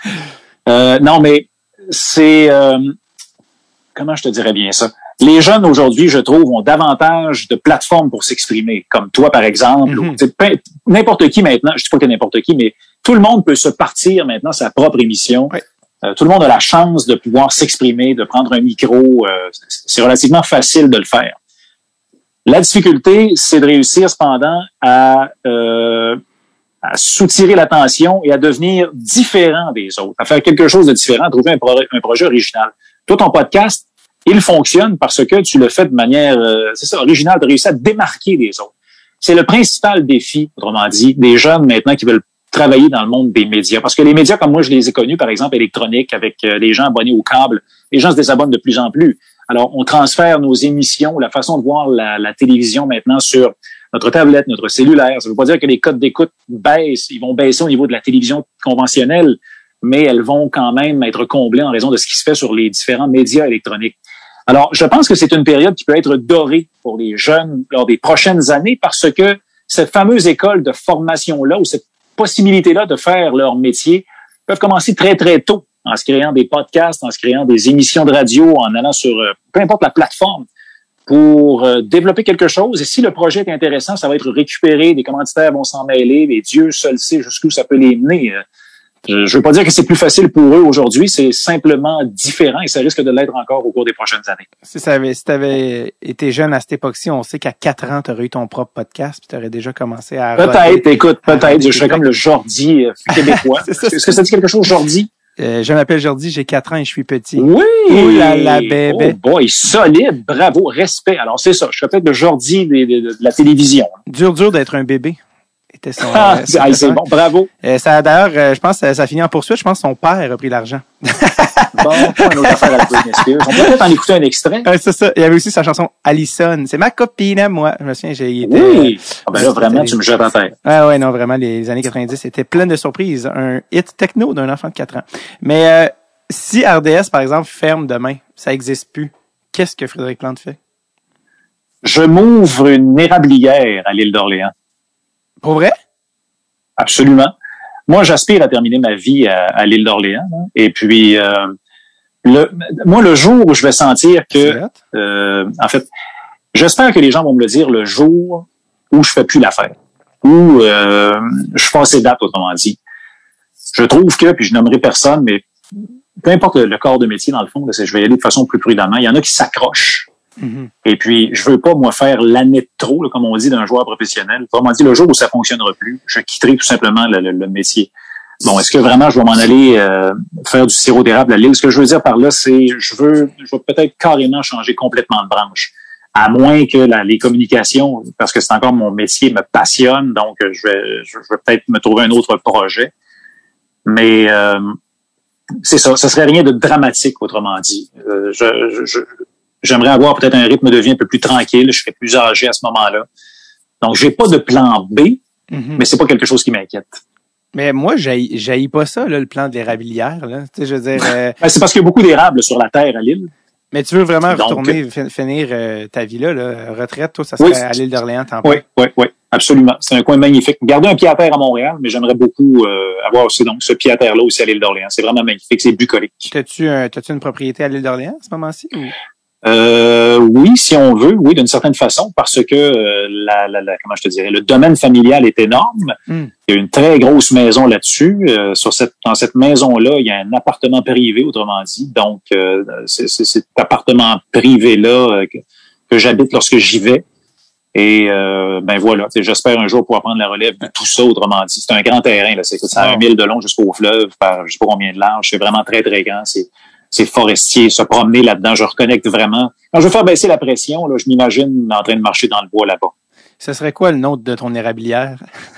Euh, non, mais c'est... Euh, comment je te dirais bien ça? Les jeunes, aujourd'hui, je trouve, ont davantage de plateformes pour s'exprimer, comme toi, par exemple. Mm-hmm. Ou, n'importe qui maintenant, je dis pas que n'importe qui, mais tout le monde peut se partir maintenant sa propre émission. Oui. Euh, tout le monde a la chance de pouvoir s'exprimer, de prendre un micro. Euh, c'est relativement facile de le faire. La difficulté, c'est de réussir cependant à, euh, à soutirer l'attention et à devenir différent des autres, à faire quelque chose de différent, à trouver un, pro- un projet original. Toi, ton podcast, il fonctionne parce que tu le fais de manière, euh, c'est ça, originale, de réussir à te démarquer des autres. C'est le principal défi, autrement dit, des jeunes maintenant qui veulent travailler dans le monde des médias. Parce que les médias, comme moi, je les ai connus, par exemple, électroniques, avec euh, les gens abonnés au câble, les gens se désabonnent de plus en plus. Alors, on transfère nos émissions, la façon de voir la, la télévision maintenant sur notre tablette, notre cellulaire. Ça ne veut pas dire que les codes d'écoute baissent. Ils vont baisser au niveau de la télévision conventionnelle, mais elles vont quand même être comblées en raison de ce qui se fait sur les différents médias électroniques. Alors, je pense que c'est une période qui peut être dorée pour les jeunes lors des prochaines années parce que cette fameuse école de formation-là ou cette possibilité-là de faire leur métier peuvent commencer très, très tôt en se créant des podcasts, en se créant des émissions de radio, en allant sur euh, peu importe la plateforme pour euh, développer quelque chose. Et si le projet est intéressant, ça va être récupéré, des commanditaires vont s'en mêler, et Dieu seul sait jusqu'où ça peut les mener. Je ne veux pas dire que c'est plus facile pour eux aujourd'hui, c'est simplement différent et ça risque de l'être encore au cours des prochaines années. Si ça avait, si tu avais été jeune à cette époque-ci, on sait qu'à quatre ans, tu aurais eu ton propre podcast puis tu aurais déjà commencé à... Peut-être, roder, écoute, peut-être, je serais comme le Jordi euh, québécois. ça, Est-ce que ça dit quelque chose, Jordi? Euh, je m'appelle Jordi, j'ai quatre ans et je suis petit. Oui! Ouh là là, bébé. Oh boy, solide, bravo, respect. Alors, c'est ça, je suis peut-être le Jordi de, de, de la télévision. Dur, dur d'être un bébé. Était son, Ah, euh, ah, c'est bon, bravo. Euh, ça, d'ailleurs, euh, je pense que ça finit en poursuite. Je pense que son père a pris l'argent. Bon, pas une autre affaire à Britney Spears. On peut peut-être en écouter un extrait. Ouais, c'est ça. Il y avait aussi sa chanson Allison. C'est ma copine à moi. Je me souviens, j'ai été. Oui. Ah ben là, c'était- vraiment, tu me jettes à terre. Ah ouais, non, vraiment, les, les années quatre-vingt-dix, c'était plein de surprises. Un hit techno d'un enfant de quatre ans. Mais euh, si R D S, par exemple, ferme demain, ça n'existe plus, qu'est-ce que Frédéric Plante fait? Je m'ouvre une érablière à l'île d'Orléans. Pour vrai? Absolument. Moi, j'aspire à terminer ma vie à, à l'île d'Orléans. Hein. Et puis, euh, le, moi, le jour où je vais sentir que, euh, en fait, j'espère que les gens vont me le dire le jour où je fais plus l'affaire, où euh, je fais assez date, autrement dit. Je trouve que, puis je nommerai personne, mais peu importe le, le corps de métier, dans le fond, là, c'est, je vais y aller de façon plus prudemment. Il y en a qui s'accrochent. Mm-hmm. Et puis, je veux pas, moi, faire l'année de trop, là, comme on dit, d'un joueur professionnel. Autrement dit, le jour où ça fonctionnera plus, je quitterai tout simplement le, le, le métier. Bon, est-ce que vraiment je vais m'en aller euh, faire du sirop d'érable à l'île? Ce que je veux dire par là, c'est je veux, je veux peut-être carrément changer complètement de branche. À moins que la, les communications, parce que c'est encore mon métier, me passionne, donc je vais, je vais peut-être me trouver un autre projet. Mais euh, c'est ça, ce serait rien de dramatique, autrement dit. Euh, je, je, je J'aimerais avoir peut-être un rythme de vie un peu plus tranquille. Je serais plus âgé à ce moment-là. Donc, j'ai pas de plan B, mm-hmm. mais c'est pas quelque chose qui m'inquiète. Mais moi, j'haïs, j'haïs pas ça, là, le plan de l'érablière, là. Tu sais, je veux dire. Euh... ben, c'est parce qu'il y a beaucoup d'érables sur la terre à l'île. Mais tu veux vraiment Donc, retourner, euh... finir euh, ta vie là, là, retraite, toi, ça serait oui, à l'île d'Orléans, t'en Oui, oui, oui, absolument. C'est un coin magnifique. Garder un pied à terre à Montréal, mais j'aimerais beaucoup euh, avoir aussi donc ce pied à terre là aussi à l'île d'Orléans. C'est vraiment magnifique, c'est bucolique. T'as-tu, un, t'as-tu une propriété à l'île d'Orléans à ce moment-ci? Ou? Euh, oui, si on veut, oui, d'une certaine façon, parce que euh, la, la, la, comment je te dirais, le domaine familial est énorme. Mm. Il y a une très grosse maison là-dessus. Euh, sur cette, dans cette maison-là, il y a un appartement privé, autrement dit. Donc, euh, c'est, c'est cet appartement privé-là euh, que, que j'habite lorsque j'y vais. Et euh, ben voilà, j'espère un jour pouvoir prendre la relève de tout ça, autrement dit. C'est un grand terrain, là. C'est, c'est un mille de long jusqu'au fleuve, par je sais pas combien de large. C'est vraiment très, très grand. C'est c'est forestier, se promener là-dedans, je reconnecte vraiment. Quand je veux faire baisser la pression, là, je m'imagine en train de marcher dans le bois là-bas. Ce serait quoi le nom de ton érablière?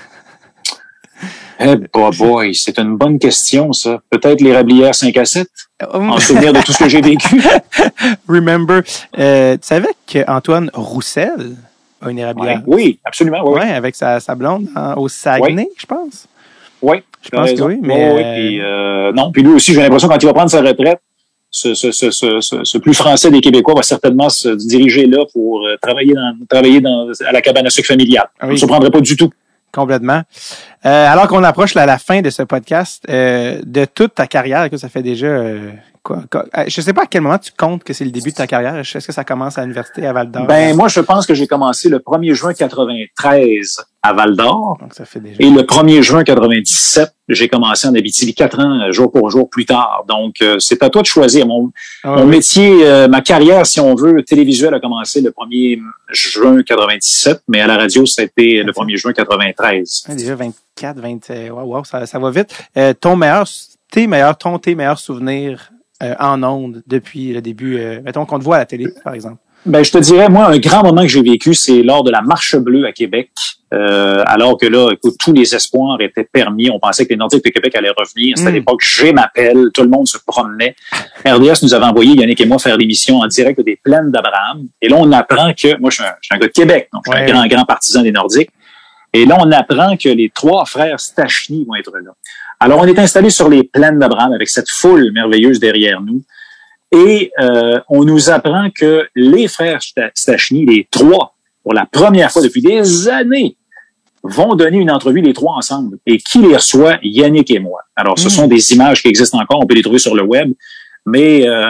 Eh bah boy, c'est une bonne question, ça. Peut-être l'érablière cinq à sept, en souvenir de tout ce que j'ai vécu. Remember. Euh, tu savais qu'Antoine Roussel a une érablière? Ouais, oui, absolument. Oui, ouais, avec sa, sa blonde hein, au Saguenay, je pense. Oui, je pense raison. que oui, mais... Oui, euh... puis, euh, non, puis lui aussi, j'ai l'impression quand il va prendre sa retraite, Ce, ce, ce, ce, ce plus français des Québécois va certainement se diriger là pour euh, travailler dans travailler dans à la cabane à sucre familiale. Oui. Ça ne surprendrait pas du tout. Complètement. Euh, alors qu'on approche là, la fin de ce podcast, euh, de toute ta carrière, que ça fait déjà euh, quoi, quoi, je sais pas à quel moment tu comptes que c'est le début de ta carrière. Est-ce que ça commence à l'université à Val-d'Or? Ben moi, je pense que j'ai commencé le premier juin quatre-vingt-treize à Val-d'Or. Donc ça fait déjà. Et le premier juin quatre-vingt-dix-sept, j'ai commencé en Abitibi quatre ans, jour pour jour plus tard. Donc euh, c'est à toi de choisir. Mon, ah, mon oui. métier, euh, ma carrière, si on veut, télévisuelle a commencé le premier juin quatre-vingt-dix-sept, mais à la radio, ça a été le premier juin quatre-vingt-treize. Ah, déjà vingt-quatre, vingt, wow, wow, ça, ça va vite. Euh, ton meilleur, tes meilleurs, ton, tes meilleurs souvenirs euh, en ondes depuis le début, euh, mettons qu'on te voit à la télé, par exemple. Ben, je te dirais, moi, un grand moment que j'ai vécu, c'est lors de la Marche bleue à Québec. Euh, alors que là, écoute, tous les espoirs étaient permis. On pensait que les Nordiques de Québec allaient revenir. C'était mm. à l'époque, j'ai m'appelle, tout le monde se promenait. R D S nous avait envoyé, Yannick et moi, faire l'émission en direct des plaines d'Abraham. Et là, on apprend que, moi, je suis un, je suis un gars de Québec, donc je suis ouais. un grand, grand partisan des Nordiques. Et là, on apprend que les trois frères Stachny vont être là. Alors, on est installé sur les plaines d'Abraham avec cette foule merveilleuse derrière nous. Et euh, on nous apprend que les frères Stachny, les trois, pour la première fois depuis des années, vont donner une entrevue les trois ensemble. Et qui les reçoit? Yannick et moi. Alors, ce mmh. sont des images qui existent encore, on peut les trouver sur le web, mais euh,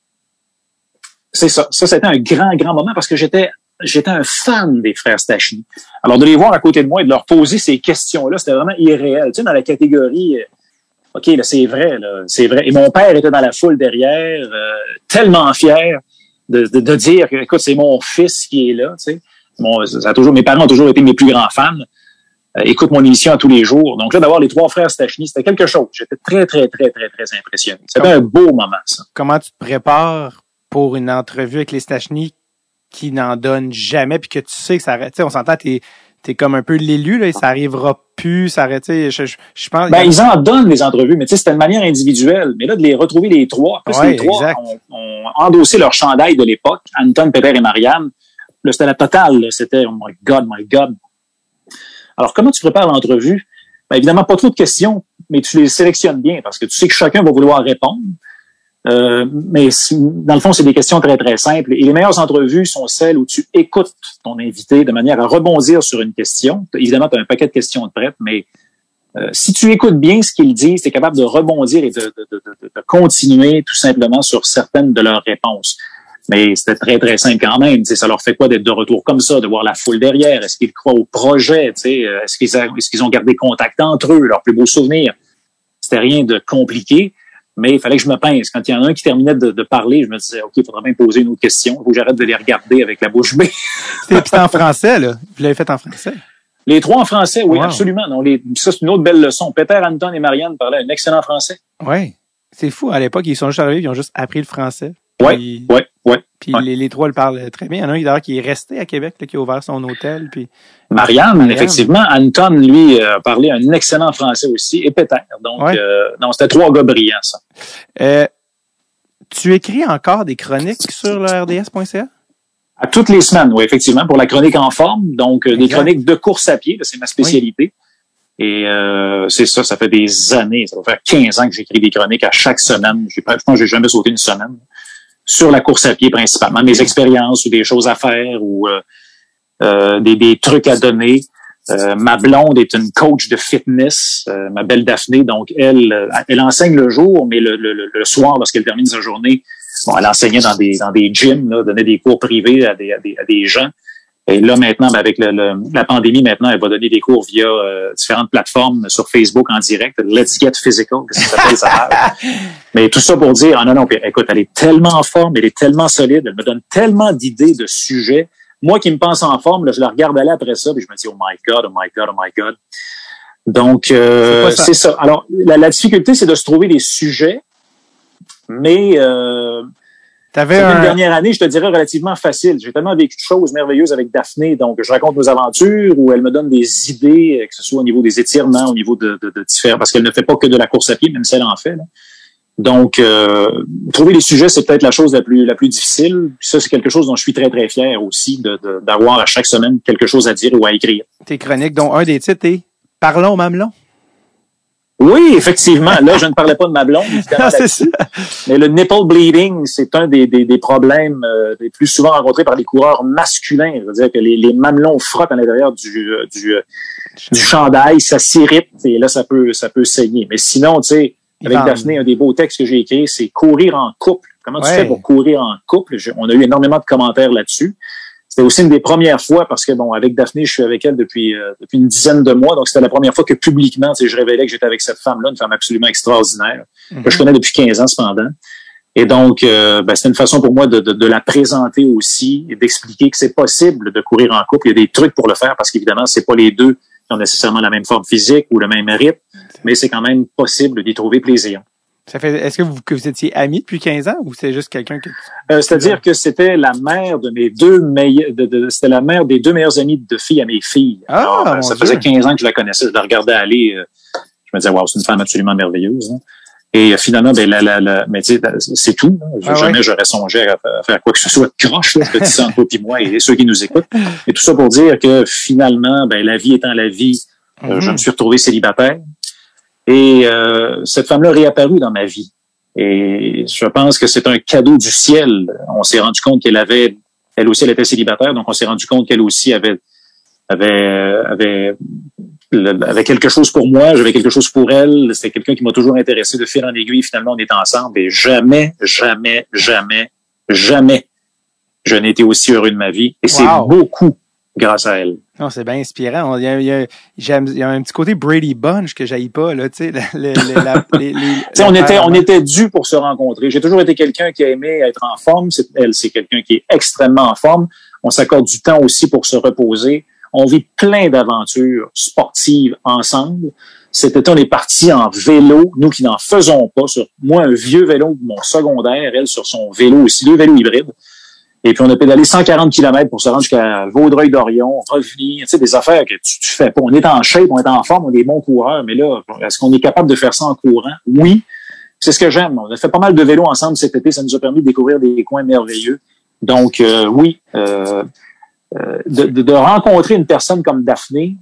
c'est ça. Ça, c'était un grand, grand moment parce que j'étais j'étais un fan des frères Stachny. Alors, de les voir à côté de moi et de leur poser ces questions-là, c'était vraiment irréel. Tu sais, dans la catégorie... OK, là, c'est vrai, là, c'est vrai. Et mon père était dans la foule derrière, euh, tellement fier de, de, de dire que, écoute, c'est mon fils qui est là, tu sais. Mon, ça a toujours, mes parents ont toujours été mes plus grands fans. euh, écoute mon émission à tous les jours. Donc là, d'avoir les trois frères Stachny, c'était quelque chose. J'étais très, très, très, très, très impressionné. C'était un beau moment, ça. Comment tu te prépares pour une entrevue avec les Stachny qui n'en donnent jamais, puis que tu sais que ça arrête? Tu sais, on s'entend, t'es, t'es comme un peu l'élu, là, et ça arrivera plus, ça arrête. Je, je, je pense. Ben, ils en donnent les entrevues, mais tu sais, c'était de manière individuelle. Mais là, de les retrouver les trois, plus ouais, les trois exact. ont, ont endossé leur chandail de l'époque, Anton, Pépère et Marianne. Là, c'était la totale, là. C'était, oh my God, my God. Alors, comment tu prépares l'entrevue? Ben, évidemment, pas trop de questions, mais tu les sélectionnes bien parce que tu sais que chacun va vouloir répondre. Euh, mais dans le fond, c'est des questions très, très simples. Et les meilleures entrevues sont celles où tu écoutes ton invité de manière à rebondir sur une question. Évidemment, tu as un paquet de questions de prêtes, mais euh, si tu écoutes bien ce qu'ils disent, tu es capable de rebondir et de, de, de, de, de continuer tout simplement sur certaines de leurs réponses. Mais c'était très, très simple quand même. T'sais, ça leur fait quoi d'être de retour comme ça, de voir la foule derrière? Est-ce qu'ils croient au projet? T'sais? Est-ce qu'ils, a, est-ce qu'ils ont gardé contact entre eux, leurs plus beaux souvenirs? C'était rien de compliqué, mais il fallait que je me pince. Quand il y en a un qui terminait de, de parler, je me disais, OK, il faudrait bien poser une autre question. Il faut que j'arrête de les regarder avec la bouche bée. C'était en français, là. Vous l'avez fait en français? Les trois en français, oui, wow. absolument. Non, les, ça, c'est une autre belle leçon. Peter, Anton et Marianne parlaient un excellent français. Oui. C'est fou. À l'époque, ils sont juste arrivés, ils ont juste appris le français. Oui, oui, oui. Puis ouais. les, les trois le parlent très bien. Il y en a un d'ailleurs qui est resté à Québec, là, qui a ouvert son hôtel. Puis Marianne, Marianne, effectivement. Anton, lui, a parlé un excellent français aussi. Et Peter. Donc, ouais. euh, non, c'était trois gars brillants, ça. Euh, tu écris encore des chroniques sur le R D S point C A? À toutes les semaines, oui, effectivement, pour la chronique en forme. Donc, euh, des chroniques de course à pied, là, c'est ma spécialité. Oui. Et euh, c'est ça, ça fait des années, ça va faire quinze ans que j'écris des chroniques à chaque semaine. Je pense que j'ai jamais sauté une semaine. Sur la course à pied principalement, mes expériences ou des choses à faire ou euh, euh, des, des trucs à donner. Euh, ma blonde est une coach de fitness, euh, ma belle Daphné, donc elle, elle enseigne le jour, mais le, le, le soir, lorsqu'elle termine sa journée, bon, elle enseignait dans des dans des gyms, là, donnait des cours privés à des à des, à des gens. Et là maintenant, ben, avec le, le, la pandémie, maintenant, elle va donner des cours via euh, différentes plateformes sur Facebook en direct. Let's Get Physical, que ça s'appelle ça. Mais tout ça pour dire, ah non, non, écoute, elle est tellement en forme, elle est tellement solide, elle me donne tellement d'idées de sujets. Moi qui me pense en forme, là, je la regarde aller après ça, puis je me dis, oh my God, oh my God, oh my God. Donc, euh, c'est, ça. c'est ça. Alors, la, la difficulté, c'est de se trouver des sujets, mais... Euh, T'avais un... un... une dernière année, je te dirais, relativement facile. J'ai tellement vécu de choses merveilleuses avec Daphné. Donc, je raconte nos aventures où elle me donne des idées, que ce soit au niveau des étirements, au niveau de, de, de différents... Parce qu'elle ne fait pas que de la course à pied, même si elle en fait. Là. Donc, euh, trouver les sujets, c'est peut-être la chose la plus la plus difficile. Puis ça, c'est quelque chose dont je suis très, très fier aussi, de, de, d'avoir à chaque semaine quelque chose à dire ou à écrire. Tes chroniques, dont un des titres est « Parlons au mamelon ». Oui, effectivement. Là, je ne parlais pas de ma blonde, évidemment. Non, c'est ça. Mais le nipple bleeding, c'est un des, des, des problèmes euh, les plus souvent rencontrés par les coureurs masculins. Je veux dire que les, les mamelons frottent à l'intérieur du, euh, du, euh, du chandail, ça s'irrite et là, ça peut, ça peut saigner. Mais sinon, tu sais, avec Daphné, un des beaux textes que j'ai écrits, c'est courir en couple. Comment tu ouais. fais pour courir en couple? Je, on a eu énormément de commentaires là-dessus. C'était aussi une des premières fois parce que, bon, avec Daphné, je suis avec elle depuis euh, depuis une dizaine de mois. Donc, c'était la première fois que publiquement, tu sais, je révélais que j'étais avec cette femme-là, une femme absolument extraordinaire, mm-hmm. que je connais depuis quinze ans cependant. Et donc, euh, ben, c'était une façon pour moi de, de, de la présenter aussi et d'expliquer que c'est possible de courir en couple. Il y a des trucs pour le faire parce qu'évidemment, c'est pas les deux qui ont nécessairement la même forme physique ou le même rythme, mais c'est quand même possible d'y trouver plaisir. Ça fait, est-ce que vous, que vous étiez amis depuis quinze ans ou c'est juste quelqu'un que... Euh, c'est-à-dire que c'était la mère de mes deux meilleurs, de, de, c'était la mère des deux meilleures amies de filles à mes filles. Ah, Alors, ben, ça Dieu. faisait quinze ans que je la connaissais, je la regardais aller, euh, je me disais, waouh, c'est une femme absolument merveilleuse, hein. Et euh, finalement, ben, la, la, la, mais tu sais, c'est tout, hein. Ah, jamais ouais. j'aurais songé à, à faire quoi que ce soit de croche, là, je te dis ça entre toi et moi et ceux qui nous écoutent. Et tout ça pour dire que finalement, ben, la vie étant la vie, mm-hmm. euh, je me suis retrouvé célibataire. Et euh, cette femme-là réapparut dans ma vie. Et je pense que c'est un cadeau du ciel. On s'est rendu compte qu'elle avait, elle aussi, elle était célibataire, donc on s'est rendu compte qu'elle aussi avait, avait, avait, avait quelque chose pour moi, j'avais quelque chose pour elle. C'était quelqu'un qui m'a toujours intéressé de fil en aiguille. Finalement, on est ensemble et jamais, jamais, jamais, jamais, je n'ai été aussi heureux de ma vie. Et wow. c'est beaucoup grâce à elle. Non, c'est bien inspirant. Il y a, il y a, j'aime, il y a un petit côté Brady Bunch que j'haïs pas, là, tu sais. Le, le, la, les, les, tu sais, on était, on était dû pour se rencontrer. J'ai toujours été quelqu'un qui a aimé être en forme. C'est, elle, c'est quelqu'un qui est extrêmement en forme. On s'accorde du temps aussi pour se reposer. on vit plein d'aventures sportives ensemble. Cet été, on est parti en vélo, nous qui n'en faisons pas, sur moi, un vieux vélo de mon secondaire, elle sur son vélo aussi, deux vélos hybrides. Et puis, on a pédalé cent quarante kilomètres pour se rendre jusqu'à Vaudreuil-Dorion, revenir, tu sais, des affaires que tu, tu fais pas. On est en shape, on est en forme, on est des bons coureurs, mais là, est-ce qu'on est capable de faire ça en courant? Oui. C'est ce que j'aime. On a fait pas mal de vélo ensemble cet été, ça nous a permis de découvrir des coins merveilleux. Donc, euh, oui, euh, euh, de, de, de rencontrer une personne comme Daphné,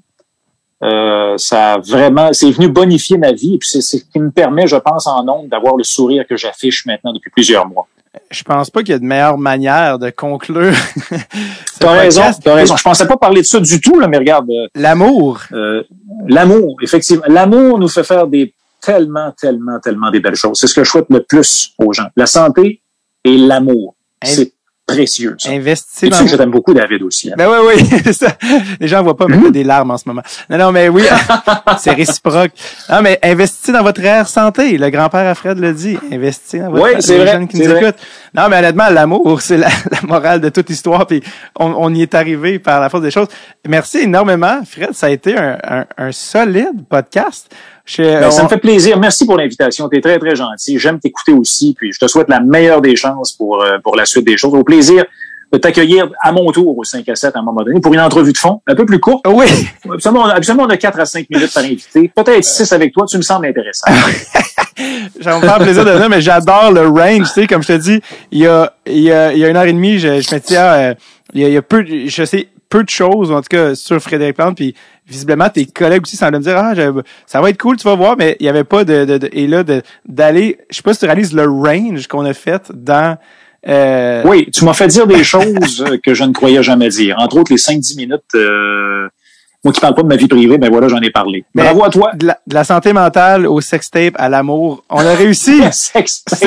Euh, ça a vraiment, c'est venu bonifier ma vie et puis c'est, c'est ce qui me permet, je pense, en ondes, d'avoir le sourire que j'affiche maintenant depuis plusieurs mois. Je pense pas qu'il y a de meilleure manière de conclure. T'as raison, t'as raison. Je pensais pas parler de ça du tout, là, mais regarde. Euh, l'amour. Euh, l'amour, effectivement. L'amour nous fait faire des tellement, tellement, tellement des belles choses. C'est ce que je souhaite le plus aux gens. La santé et l'amour. In- c'est précieux, ça. Investir dans... Tu sais que je t'aime beaucoup, David, aussi. Hein? Ben oui, oui, c'est ça. Les gens voient pas, mais il y a des larmes en ce moment. Non, non, mais oui, c'est réciproque. Non, mais investissez dans votre air santé. Le grand-père à Fred l'a dit. Investissez dans votre oui, c'est vrai, jeunes qui c'est nous vrai. écoutent. Non, mais honnêtement, l'amour, c'est la, la morale de toute histoire. Puis on, on y est arrivé par la force des choses. Merci énormément, Fred. Ça a été un, un, un solide podcast. Je, ben, on... Ça me fait plaisir. Merci pour l'invitation. Tu es très, très gentil. J'aime t'écouter aussi. Puis je te souhaite la meilleure des chances pour, euh, pour la suite des choses. Au plaisir de t'accueillir à mon tour au cinq à sept à un moment donné pour une entrevue de fond un peu plus courte. Oui. Absolument, absolument on a quatre à cinq minutes par invité. Peut-être six avec toi. Tu me sembles intéressant. Ça me fait plaisir de dire, mais j'adore le range. Tu sais, comme je te dis, il y a, il y a, il y a une heure et demie, je, je me dis, ah, euh, il y a, il y a peu, je sais, peu de choses, en tout cas, sur Frédéric Plante, puis visiblement, tes collègues aussi semblaient me dire, ah, je, ça va être cool, tu vas voir, mais il y avait pas de, de, de et là, de, d'aller, je sais pas si tu réalises le range qu'on a fait dans, euh... Oui, tu m'as fait dire des choses que je ne croyais jamais dire. Entre autres, les cinq dix minutes, euh, moi qui parle pas de ma vie privée, ben voilà, j'en ai parlé. Mais bravo à toi. De la, de la santé mentale au sextape, à l'amour, on a réussi. Sextape.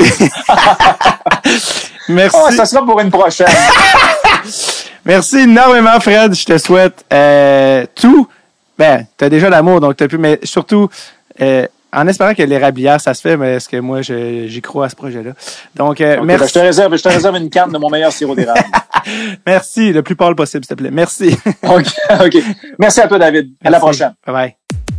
Merci. Oh, ça sera pour une prochaine. Merci énormément, Fred. Je te souhaite euh, tout. Ben, t'as déjà l'amour, donc t'as pu, mais surtout, euh, en espérant que l'érablière, ça se fait, mais est-ce que moi, je, j'y crois à ce projet-là. Donc, euh, okay, merci. Ben, je te réserve, je te réserve une canne de mon meilleur sirop d'érable. Merci, le plus pâle possible, s'il te plaît. Merci. OK, OK. Merci à toi, David. Merci. À la prochaine. Bye bye.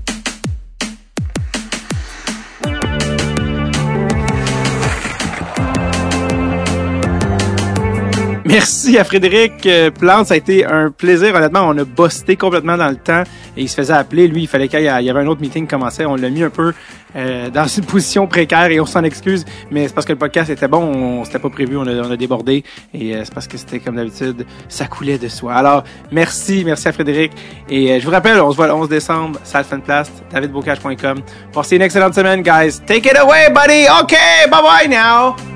Merci à Frédéric Plante, ça a été un plaisir. Honnêtement, on a bossé complètement dans le temps et il se faisait appeler. Lui, il fallait qu'il y ait, il y avait un autre meeting qui commençait. On l'a mis un peu euh, dans une position précaire et on s'en excuse. Mais c'est parce que le podcast était bon, on s'était pas prévu, on a, on a débordé et euh, c'est parce que c'était comme d'habitude, ça coulait de soi. Alors, merci, merci à Frédéric. Et euh, je vous rappelle, on se voit le onze décembre, salle Fanplast, david bocage point com. Passez une excellente semaine, guys. Take it away, buddy. OK, bye bye now.